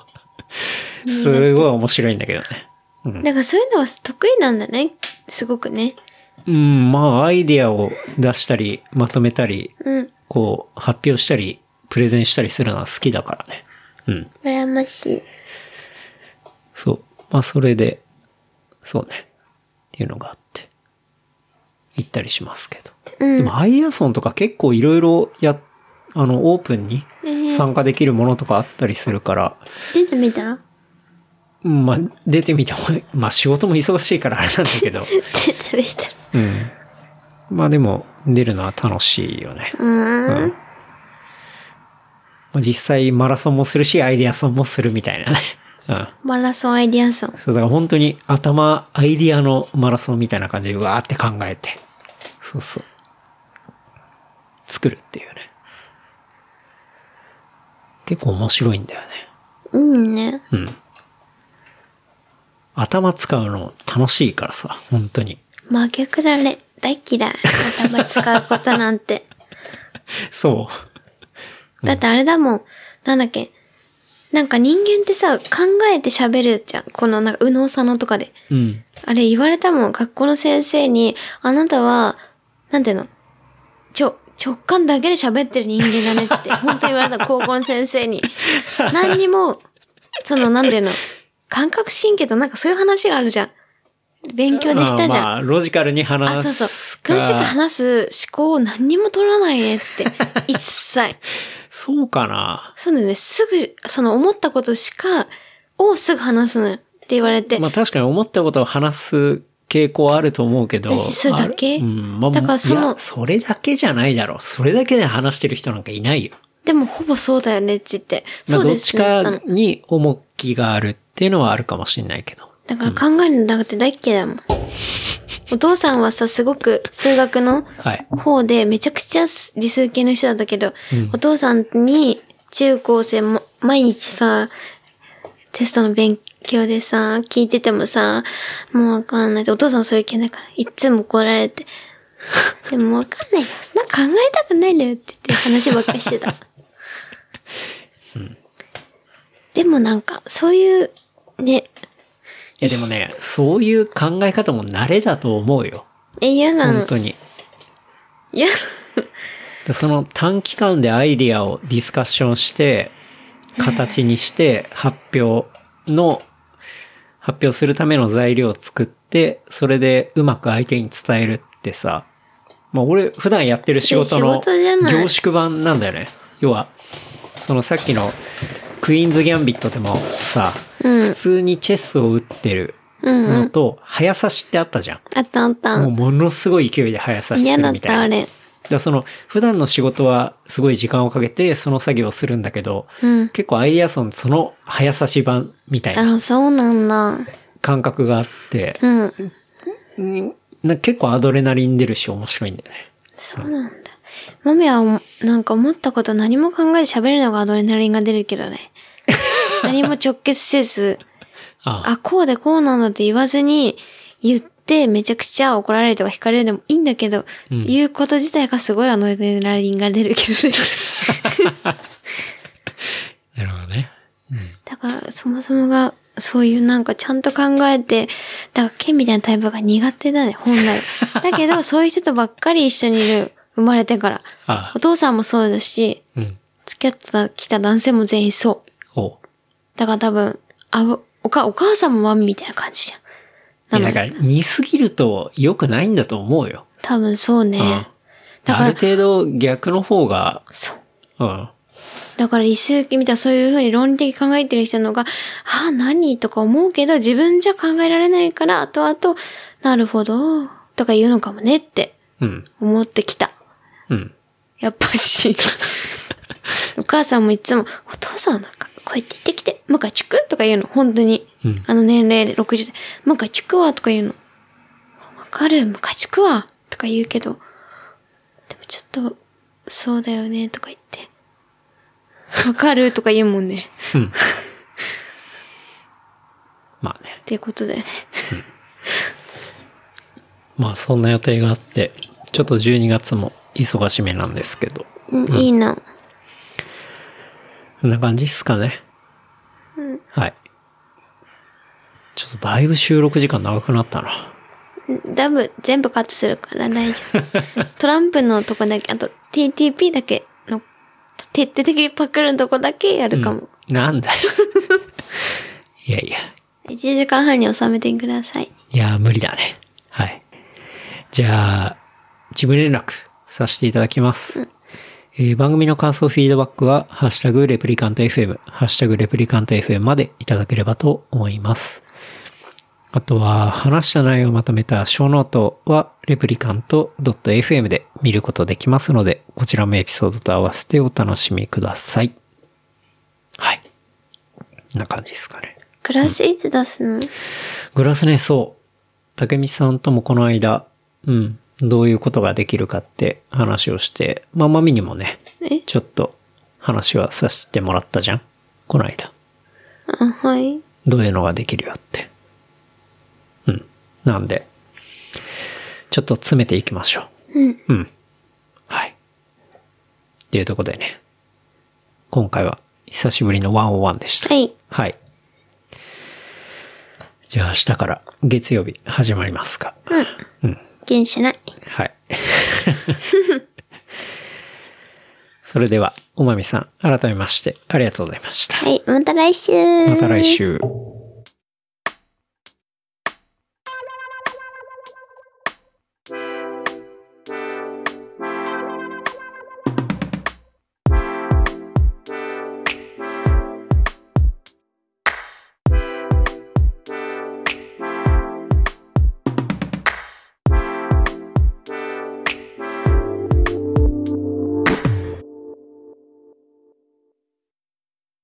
すごい面白いんだけどね。 だからそういうのが得意なんだね。すごくね。 まあアイディアを出したり、まとめたり、こう発表したり、プレゼンしたりするのは好きだからね。 羨ましい。 そう。まあそれで、そうね。っていうのがあって。行ったりしますけど。でもアイデアソンとか結構いろいろオープンに参加できるものとかあったりするから。 出てみたら？ まあ、出てみても、まあ仕事も忙しいからあれなんだけど。 出てみたら。 まあでも、出るのは楽しいよね。実際マラソンもするし、アイディアソンもするみたいなね。 マラソン、アイディアソン。 そう、だから本当にアイディアのマラソンみたいな感じでわーって考えて。そうそう。作るっていうね。結構面白いんだよね。 ね。 頭使うの楽しいからさ、本当に。 真逆だね。大嫌い。頭使うことなんて。 そう。 だってあれだもん。なんだっけ。なんか人間ってさ、考えて喋るじゃん。このなんか、右脳左脳とかで。あれ言われたもん。学校の先生に、あなたは、なんていうの直感だけで喋ってる人間だねって、本当に言われた高校の先生に。何にも、なんていうの、感覚神経となんかそういう話があるじゃん。勉強でしたじゃん。 まあ、ロジカルに話す。 そう。ロジカル話す思考を何にも取らないねって。一切。 そうかな。 そうだよね。すぐ、思ったことをすぐ話すのよ。って言われて。 まあ確かに思ったことを話す傾向はあると思うけど。 それだけまあ、だからそれだけじゃないだろう。それだけで話してる人なんかいないよ。 でもほぼそうだよねって言って。 そうですね。どっちかに重きがあるっていうのはあるかもしれないけど。 だから考えるのだって大っ嫌いだもん。お父さんはさ、すごく数学の方でめちゃくちゃ理数系の人だったけど、お父さんに中高生も毎日さ、テストの勉強でさ、聞いててもさ、もうわかんないって、お父さんそういう系だから、いつも怒られて、でもわかんないよ。そんな考えたくないのよって言って話ばっかりしてた。でもなんか、そういう、ね。 でもね、そういう考え方も慣れだと思うよ。 嫌なの。 本当に。 いや。 その短期間でアイディアをディスカッションして、形にして発表するための材料を作って、それでうまく相手に伝えるってさ、まあ俺普段やってる仕事の凝縮版なんだよね。要は、さっきのクイーンズギャンビットでもさ、普通にチェスを打ってるのと、早指しってあったじゃん。 あった。 もうものすごい勢いで早指しするみたいな。 嫌だったあれ。 普段の仕事はすごい時間をかけてその作業をするんだけど、結構アイデアソンその早指し版みたいな。 そうなんだ。 感覚があって、結構アドレナリン出るし面白いんだよね。 そうなんだ。マメはなんか思ったこと何も考えて喋るのがアドレナリンが出るけどね。何も直結せず、こうでこうなんだって言わずに言ってめちゃくちゃ怒られるとか惹かれるでもいいんだけど、言うこと自体がすごいアドレナリンが出るけどね。 なるほどね。 だからそもそもがそういうなんかちゃんと考えて、だからケンみたいなタイプが苦手だね、本来。だけどそういう人とばっかり一緒にいる、生まれてから。お父さんもそうだし、付き合ってきた男性も全員そう。だから多分、お母さんもマミみたいな感じじゃん。 だから似すぎると良くないんだと思うよ。 多分そうね。 だからある程度逆の方が。 そう。だから理数系みたいなそういう風に論理的考えてる人のが、何とか思うけど自分じゃ考えられないから後々、なるほど、とか言うのかもねって、思ってきた。やっぱし。お母さんもいつも、お父さんなんか、こうやって言ってきて、ムカチクとか言うの、本当に。年齢で60で、ムカチクわとか言うの。わかる、ムカチクわとか言うけど、でもちょっと、そうだよね、とか言って。わかるとか言うもんね。 まあね。 っていうことだよね。 まあそんな予定があって、ちょっと12月も忙しめなんですけど。 いいな。 こんな感じっすかね。はい。ちょっとだいぶ収録時間長くなったな。 全部カットするから大丈夫。トランプのとこだけ、あと TTP だけの、徹底的にパクるのとこだけやるかも。 なんだよ。いやいや。 1時間半に収めてください。 いや、無理だね。はい。じゃあ、事務連絡させていただきます。番組の感想、フィードバックは、ハッシュタグレプリカント FM、ハッシュタグレプリカント FM までいただければと思います。 あとは、話した内容をまとめた小ノートは、replicant.fm で見ることできますので、こちらもエピソードと合わせてお楽しみください。はい。こんな感じですかね。 グラスいつ出すの？ グラスね、そう。竹道さんともこの間、どういうことができるかって話をして、まあ、マミにもね、ちょっと話はさせてもらったじゃん？この間。 あ、はい。 どういうのができるよって。なんで、ちょっと詰めていきましょう。はい。っていうところでね、今回は久しぶりの101でした。 はい。 はい。じゃあ明日から月曜日始まりますか。 元しない。 はい。それでは、おまみさん、改めましてありがとうございました。 はい、また来週。 また来週。